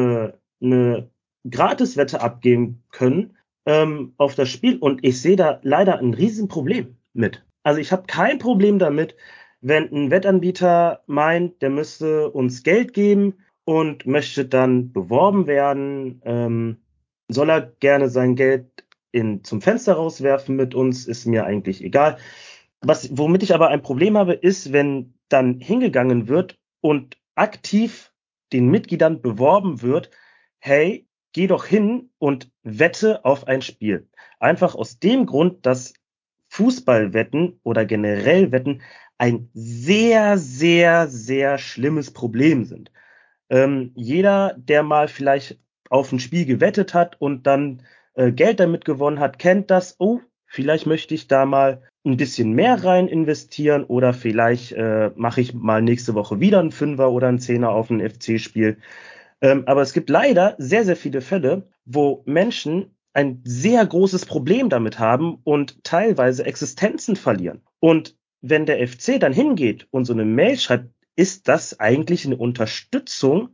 eine Gratiswette abgeben können auf das Spiel. Und ich sehe da leider ein Riesenproblem mit. Also ich habe kein Problem damit, wenn ein Wettanbieter meint, der müsste uns Geld geben und möchte dann beworben werden, soll er gerne sein Geld zum Fenster rauswerfen mit uns, ist mir eigentlich egal. Womit ich aber ein Problem habe, ist, wenn dann hingegangen wird und aktiv den Mitgliedern beworben wird, hey, geh doch hin und wette auf ein Spiel. Einfach aus dem Grund, dass Fußballwetten oder generell Wetten ein sehr, sehr, sehr schlimmes Problem sind. Jeder, der mal vielleicht auf ein Spiel gewettet hat und dann Geld damit gewonnen hat, kennt das. Oh, vielleicht möchte ich da mal ein bisschen mehr rein investieren oder vielleicht mache ich mal nächste Woche wieder einen Fünfer oder einen Zehner auf ein FC-Spiel. Aber es gibt leider sehr, sehr viele Fälle, wo Menschen ein sehr großes Problem damit haben und teilweise Existenzen verlieren. Und wenn der FC dann hingeht und so eine Mail schreibt, ist das eigentlich eine Unterstützung,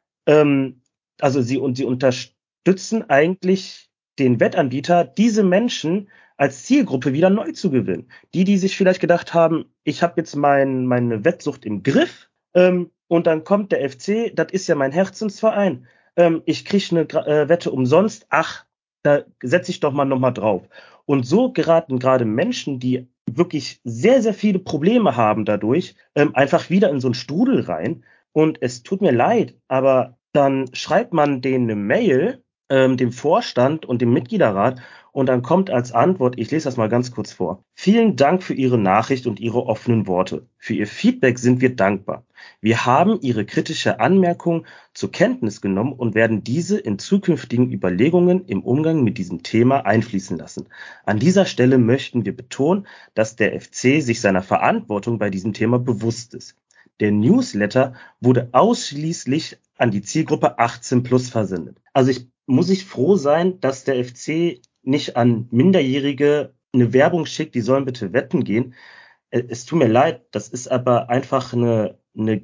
also sie unterstützen eigentlich den Wettanbieter, diese Menschen als Zielgruppe wieder neu zu gewinnen. Die sich vielleicht gedacht haben, ich habe jetzt meine Wettsucht im Griff, und dann kommt der FC, das ist ja mein Herzensverein, ich kriege eine Wette umsonst, ach, da setze ich doch mal nochmal drauf. Und so geraten gerade Menschen, die wirklich sehr, sehr viele Probleme haben dadurch, einfach wieder in so einen Strudel rein. Und es tut mir leid, aber dann schreibt man denen eine Mail, dem Vorstand und dem Mitgliederrat, und dann kommt als Antwort, ich lese das mal ganz kurz vor. Vielen Dank für Ihre Nachricht und Ihre offenen Worte. Für Ihr Feedback sind wir dankbar. Wir haben Ihre kritische Anmerkung zur Kenntnis genommen und werden diese in zukünftigen Überlegungen im Umgang mit diesem Thema einfließen lassen. An dieser Stelle möchten wir betonen, dass der FC sich seiner Verantwortung bei diesem Thema bewusst ist. Der Newsletter wurde ausschließlich an die Zielgruppe 18 plus versendet. Also muss ich froh sein, dass der FC nicht an Minderjährige eine Werbung schickt, die sollen bitte wetten gehen. es tut mir leid, das ist aber einfach eine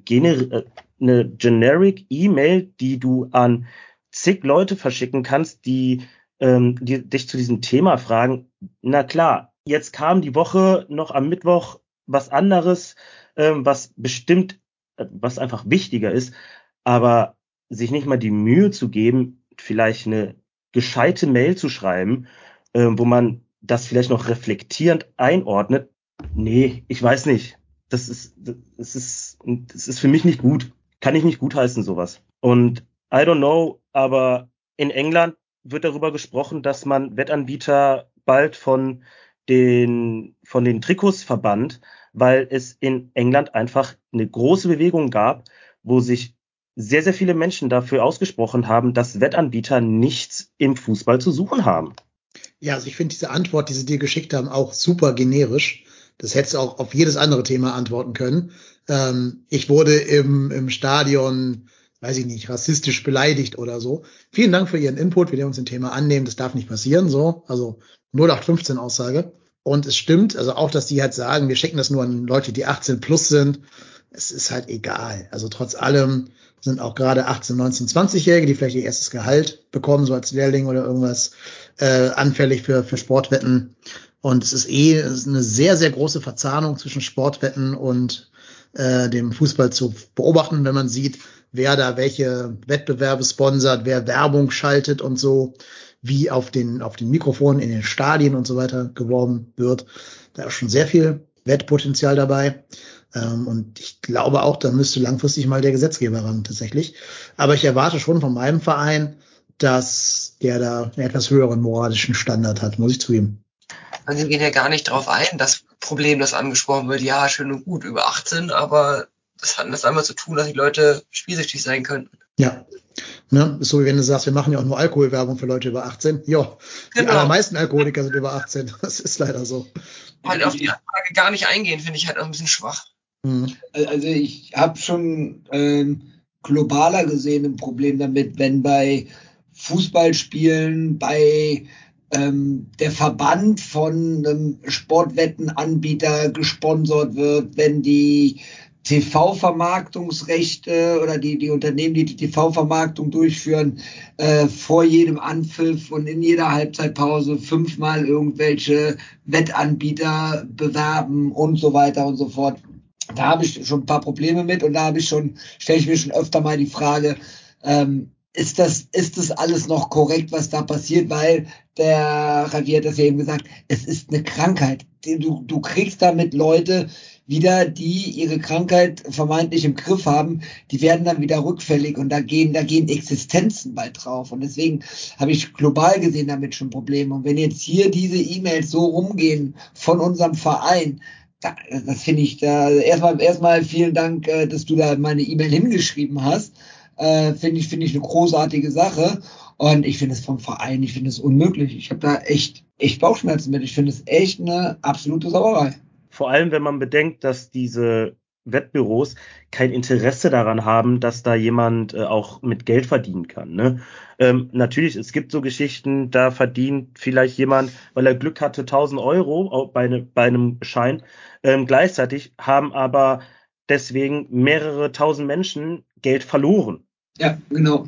generic E-Mail, die du an zig Leute verschicken kannst, die dich zu diesem Thema fragen. Na klar, jetzt kam die Woche noch am Mittwoch was anderes, was einfach wichtiger ist, aber sich nicht mal die Mühe zu geben, vielleicht eine gescheite Mail zu schreiben, wo man das vielleicht noch reflektierend einordnet. Nee, ich weiß nicht. Das ist für mich nicht gut. Kann ich nicht gutheißen, sowas. Und I don't know, aber in England wird darüber gesprochen, dass man Wettanbieter bald von den Trikots verbannt, weil es in England einfach eine große Bewegung gab, wo sich sehr, sehr viele Menschen dafür ausgesprochen haben, dass Wettanbieter nichts im Fußball zu suchen haben. Ja, also ich finde diese Antwort, die sie dir geschickt haben, auch super generisch. Das hättest du auch auf jedes andere Thema antworten können. Ich wurde im Stadion, weiß ich nicht, rassistisch beleidigt oder so. Vielen Dank für Ihren Input. Wir werden uns dem Thema annehmen. Das darf nicht passieren. So, also 0815 Aussage. Und es stimmt, also auch, dass die halt sagen, wir schicken das nur an Leute, die 18 plus sind. Es ist halt egal. Also trotz allem sind auch gerade 18, 19, 20-Jährige, die vielleicht ihr erstes Gehalt bekommen, so als Lehrling oder irgendwas, anfällig für Sportwetten. Und es ist eine sehr, sehr große Verzahnung zwischen Sportwetten und dem Fußball zu beobachten, wenn man sieht, wer da welche Wettbewerbe sponsert, wer Werbung schaltet und so, wie auf den Mikrofonen in den Stadien und so weiter geworben wird. Da ist schon sehr viel Wettpotenzial dabei. Und ich glaube auch, da müsste langfristig mal der Gesetzgeber ran, tatsächlich. Aber ich erwarte schon von meinem Verein, dass der da einen etwas höheren moralischen Standard hat, muss ich zugeben. Also sie gehen ja gar nicht drauf ein, das Problem, das angesprochen wird, ja, schön und gut, über 18, aber das hat das einmal zu tun, dass die Leute spielsüchtig sein könnten. Ja, ne, ist so wie wenn du sagst, wir machen ja auch nur Alkoholwerbung für Leute über 18. Ja, die allermeisten Alkoholiker sind über 18. Das ist leider so. Halt auf die Frage gar nicht eingehen, finde ich halt auch ein bisschen schwach. Also ich habe schon globaler gesehen ein Problem damit, wenn bei Fußballspielen, bei der Verband von einem Sportwettenanbieter gesponsert wird, wenn die TV-Vermarktungsrechte oder die Unternehmen, die TV-Vermarktung durchführen, vor jedem Anpfiff und in jeder Halbzeitpause 5-mal irgendwelche Wettanbieter bewerben und so weiter und so fort. Da habe ich schon ein paar Probleme mit und da stelle ich mir schon öfter mal die Frage, ist das alles noch korrekt, was da passiert? Weil der Javier hat das ja eben gesagt, es ist eine Krankheit. Du kriegst damit Leute wieder, die ihre Krankheit vermeintlich im Griff haben, die werden dann wieder rückfällig und da gehen Existenzen bei drauf. Und deswegen habe ich global gesehen damit schon Probleme. Und wenn jetzt hier diese E-Mails so rumgehen von unserem Verein, das finde ich da erstmal vielen Dank, dass du da meine E-Mail hingeschrieben hast. Finde ich eine großartige Sache. Und ich finde es vom Verein, ich finde es unmöglich. Ich habe da echt Bauchschmerzen mit. Ich finde es echt eine absolute Sauerei. Vor allem, wenn man bedenkt, dass diese Wettbüros kein Interesse daran haben, dass da jemand auch mit Geld verdienen kann. Ne? Natürlich, es gibt so Geschichten, da verdient vielleicht jemand, weil er Glück hatte, 1.000 Euro bei einem Schein. Gleichzeitig haben aber deswegen mehrere tausend Menschen Geld verloren. Ja, genau.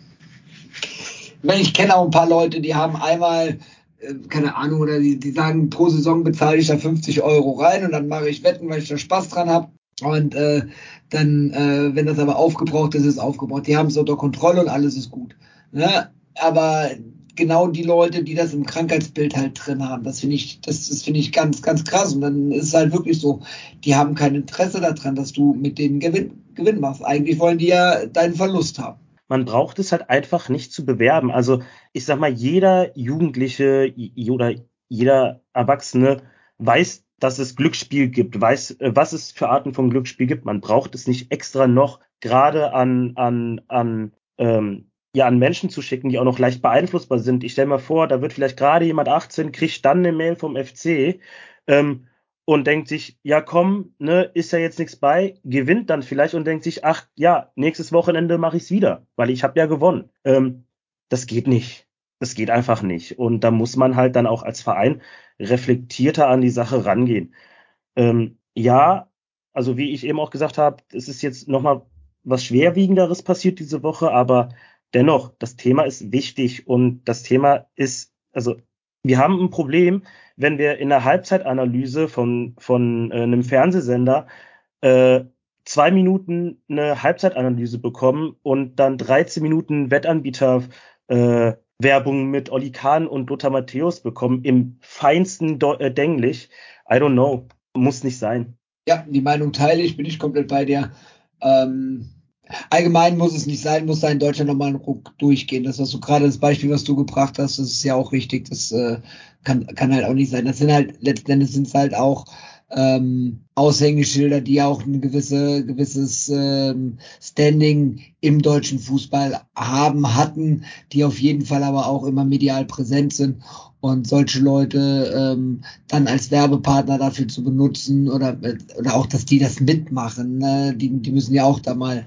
Ich kenne auch ein paar Leute, die haben einmal, keine Ahnung, oder die sagen, pro Saison bezahle ich da 50 Euro rein und dann mache ich Wetten, weil ich da Spaß dran habe. Und dann, wenn das aber aufgebraucht ist, ist es aufgebraucht. Die haben es unter Kontrolle und alles ist gut. Ne? Aber genau die Leute, die das im Krankheitsbild halt drin haben, das finde ich ganz, ganz krass. Und dann ist es halt wirklich so, die haben kein Interesse daran, dass du mit denen Gewinn machst. Eigentlich wollen die ja deinen Verlust haben. Man braucht es halt einfach nicht zu bewerben. Also ich sag mal, jeder Jugendliche oder jeder Erwachsene weiß, dass es Glücksspiel gibt, weiß, was es für Arten von Glücksspiel gibt. Man braucht es nicht extra noch gerade an Menschen zu schicken, die auch noch leicht beeinflussbar sind. Ich stelle mir vor, da wird vielleicht gerade jemand 18, kriegt dann eine Mail vom FC und denkt sich, ja komm, ne, ist ja jetzt nichts bei, gewinnt dann vielleicht und denkt sich, ach ja, nächstes Wochenende mache ich es wieder, weil ich habe ja gewonnen. Das geht nicht. Das geht einfach nicht. Und da muss man halt dann auch als Verein reflektierter an die Sache rangehen. Ja, also wie ich eben auch gesagt habe, es ist jetzt nochmal was Schwerwiegenderes passiert diese Woche, aber dennoch, das Thema ist wichtig und das Thema ist, also wir haben ein Problem, wenn wir in der Halbzeitanalyse von einem Fernsehsender äh, 2 Minuten eine Halbzeitanalyse bekommen und dann 13 Minuten Wettanbieter Werbung mit Oli Kahn und Lothar Matthäus bekommen im feinsten Denglisch. I don't know. Muss nicht sein. Ja, die Meinung teile ich, bin ich komplett bei dir. Allgemein muss es nicht sein, muss da in Deutschland nochmal ein Ruck durchgehen. Das, was du gerade, das Beispiel, was du gebracht hast, das ist ja auch richtig. Das kann halt auch nicht sein. Das sind halt, letzten Endes sind es halt auch Aushängeschilder, die auch ein gewisses Standing im deutschen Fußball hatten, die auf jeden Fall aber auch immer medial präsent sind. Und solche Leute dann als Werbepartner dafür zu benutzen oder auch, dass die das mitmachen, ne? Die müssen ja auch da mal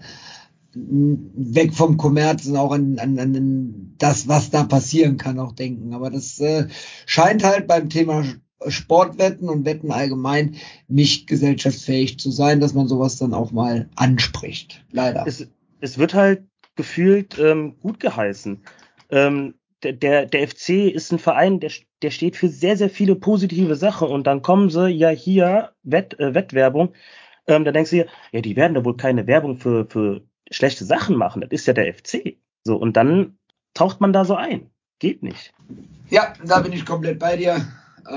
weg vom Kommerz und auch an das, was da passieren kann, auch denken. Aber das scheint halt beim Thema Sportwetten und Wetten allgemein nicht gesellschaftsfähig zu sein, dass man sowas dann auch mal anspricht. Leider. Es wird halt gefühlt gut geheißen. Der FC ist ein Verein, der steht für sehr, sehr viele positive Sachen und dann kommen sie ja hier, Wettwerbung, da denkst du dir, ja, die werden da wohl keine Werbung für schlechte Sachen machen, das ist ja der FC. So, und dann taucht man da so ein. Geht nicht. Ja, da bin ich komplett bei dir.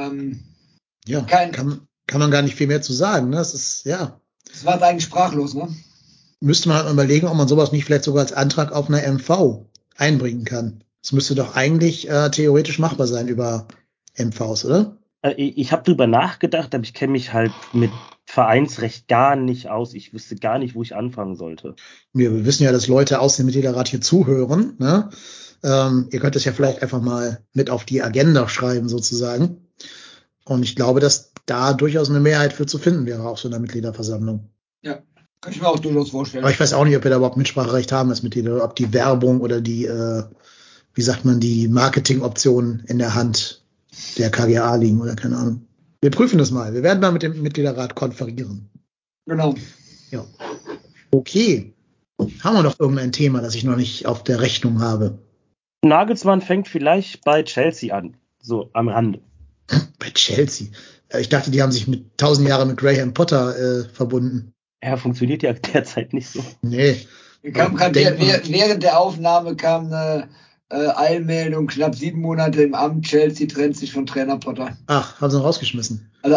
Ja, kann man gar nicht viel mehr zu sagen, ne? Das ist, ja. Das war eigentlich sprachlos, ne? Müsste man halt mal überlegen, ob man sowas nicht vielleicht sogar als Antrag auf einer MV einbringen kann. Das müsste doch eigentlich theoretisch machbar sein über MVs, oder? Ich habe drüber nachgedacht, aber ich kenne mich halt mit Vereinsrecht gar nicht aus. Ich wüsste gar nicht, wo ich anfangen sollte. Wir wissen ja, dass Leute aus dem Mitgliederrat hier zuhören, ne? Ihr könnt es ja vielleicht einfach mal mit auf die Agenda schreiben, sozusagen. Und ich glaube, dass da durchaus eine Mehrheit für zu finden wäre, auf so einer Mitgliederversammlung. Ja, kann ich mir auch durchaus vorstellen. Aber ich weiß auch nicht, ob wir da überhaupt Mitspracherecht haben als Mitglieder, oder ob die Werbung oder die, wie sagt man, die Marketingoptionen in der Hand der KGA liegen oder keine Ahnung. Wir prüfen das mal. Wir werden mal mit dem Mitgliederrat konferieren. Genau. Ja. Okay. Haben wir noch irgendein Thema, das ich noch nicht auf der Rechnung habe? Nagelsmann fängt vielleicht bei Chelsea an. So am Rande. Bei Chelsea? Ich dachte, die haben sich mit 1000 Jahren mit Graham Potter verbunden. Ja, funktioniert ja derzeit nicht so. Nee. Während der Aufnahme kam eine Eilmeldung, knapp 7 Monate im Amt, Chelsea trennt sich von Trainer Potter. Ach, haben sie ihn rausgeschmissen. Also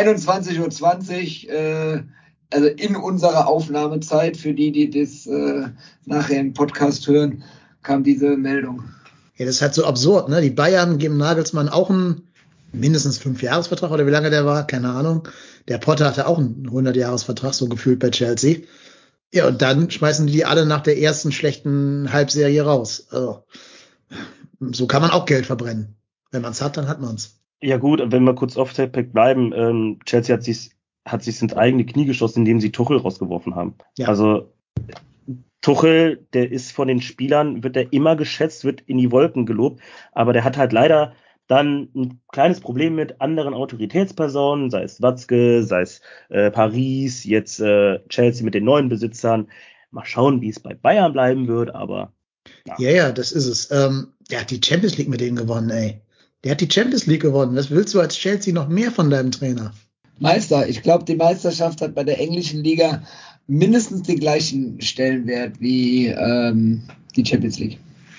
21:20 Uhr, also in unserer Aufnahmezeit, für die das nachher im Podcast hören, kam diese Meldung. Ja, das ist halt so absurd, ne? Die Bayern geben Nagelsmann auch einen mindestens 5-Jahres-Vertrag oder wie lange der war, keine Ahnung. Der Potter hatte auch einen 100-Jahres-Vertrag, so gefühlt bei Chelsea. Ja, und dann schmeißen die alle nach der ersten schlechten Halbserie raus. Also, so kann man auch Geld verbrennen. Wenn man es hat, dann hat man es. Ja gut, wenn wir kurz off-topic bleiben, Chelsea hat sich ins eigene Knie geschossen, indem sie Tuchel rausgeworfen haben. Ja. Also Tuchel, der ist von den Spielern, wird er immer geschätzt, wird in die Wolken gelobt, aber der hat halt leider dann ein kleines Problem mit anderen Autoritätspersonen, sei es Watzke, sei es Paris, jetzt Chelsea mit den neuen Besitzern. Mal schauen, wie es bei Bayern bleiben wird, aber ja, das ist es. Der hat die Champions League mit denen gewonnen, ey. Der hat die Champions League gewonnen. Was willst du als Chelsea noch mehr von deinem Trainer? Meister. Ich glaube, die Meisterschaft hat bei der englischen Liga mindestens den gleichen Stellenwert wie die Champions League.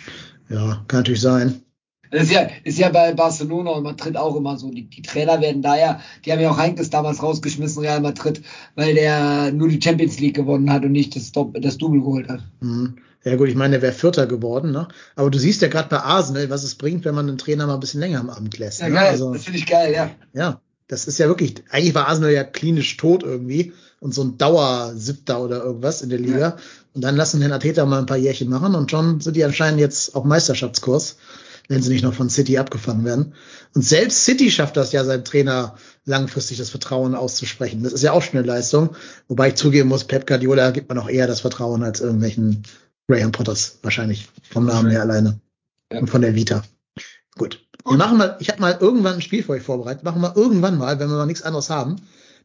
Ja, kann natürlich sein. Das ist ja bei Barcelona und Madrid auch immer so. Die Trainer werden die haben ja auch Heinkes damals rausgeschmissen, Real Madrid, weil der nur die Champions League gewonnen hat und nicht das Double geholt hat. Mhm. Ja gut, ich meine, der wäre Vierter geworden, ne? Aber du siehst ja gerade bei Arsenal, was es bringt, wenn man einen Trainer mal ein bisschen länger am Amt lässt. Ja, ne? geil, also, das finde ich geil, ja. Ja, das ist ja wirklich, eigentlich war Arsenal ja klinisch tot irgendwie und so ein Dauersiebter oder irgendwas in der Liga. Ja. Und dann lassen den Arteta mal ein paar Jährchen machen und schon sind die anscheinend jetzt auf Meisterschaftskurs, wenn sie nicht noch von City abgefangen werden. Und selbst City schafft das ja, seinem Trainer langfristig das Vertrauen auszusprechen. Das ist ja auch schon eine Leistung. Wobei ich zugeben muss, Pep Guardiola gibt man auch eher das Vertrauen als irgendwelchen Graham Potters, wahrscheinlich. Vom Namen her alleine. Ja. Und von der Vita. Gut. Wir machen mal, ich habe mal irgendwann ein Spiel für euch vorbereitet. Machen wir irgendwann mal, wenn wir mal nichts anderes haben.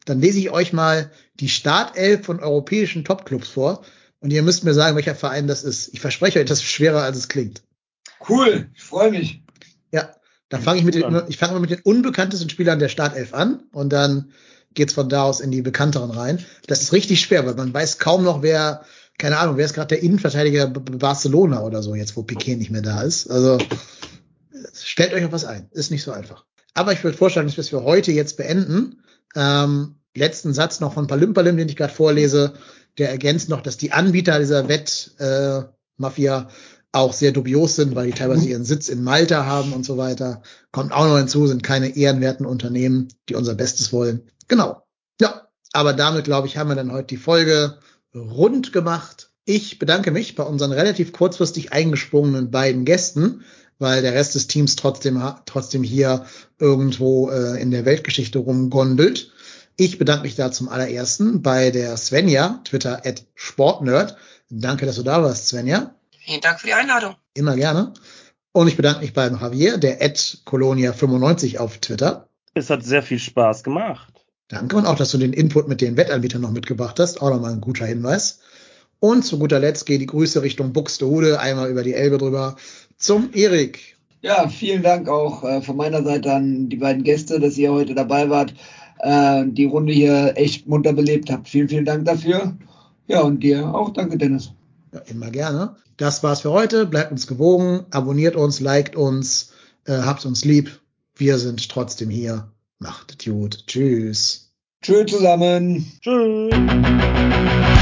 dann lese ich euch mal die Startelf von europäischen Topclubs vor und ihr müsst mir sagen, welcher Verein das ist. Ich verspreche euch, das ist schwerer, als es klingt. Cool, ich freue mich. Ja, dann fange ich fange mal mit den unbekanntesten Spielern der Startelf an und dann geht's von da aus in die bekannteren rein. Das ist richtig schwer, weil man weiß kaum noch, wer ist gerade der Innenverteidiger Barcelona oder so, jetzt wo Piqué nicht mehr da ist. Also stellt euch auf was ein, ist nicht so einfach. Aber ich würde vorschlagen, dass wir heute jetzt beenden. Letzten Satz noch von Palim, den ich gerade vorlese, der ergänzt noch, dass die Anbieter dieser Wettmafia auch sehr dubios sind, weil die teilweise ihren Sitz in Malta haben und so weiter. Kommt auch noch hinzu, sind keine ehrenwerten Unternehmen, die unser Bestes wollen. Genau. Ja, aber damit, glaube ich, haben wir dann heute die Folge rund gemacht. Ich bedanke mich bei unseren relativ kurzfristig eingesprungenen beiden Gästen, weil der Rest des Teams trotzdem hier irgendwo in der Weltgeschichte rumgondelt. Ich bedanke mich da zum allerersten bei der Svenja, Twitter @sportnerd. Danke, dass du da warst, Svenja. Vielen Dank für die Einladung. Immer gerne. Und ich bedanke mich beim Javier, der @Colonia95 auf Twitter. Es hat sehr viel Spaß gemacht. Danke und auch, dass du den Input mit den Wettanbietern noch mitgebracht hast. Auch nochmal ein guter Hinweis. Und zu guter Letzt gehen die Grüße Richtung Buxtehude, einmal über die Elbe drüber, zum Erik. Ja, vielen Dank auch von meiner Seite an die beiden Gäste, dass ihr heute dabei wart. Die Runde hier echt munter belebt habt. Vielen, vielen Dank dafür. Ja, und dir auch. Danke, Dennis. Ja, immer gerne. Das war's für heute. Bleibt uns gewogen, abonniert uns, liked uns, habt uns lieb. Wir sind trotzdem hier. Macht es gut. Tschüss. Tschüss zusammen. Tschüss.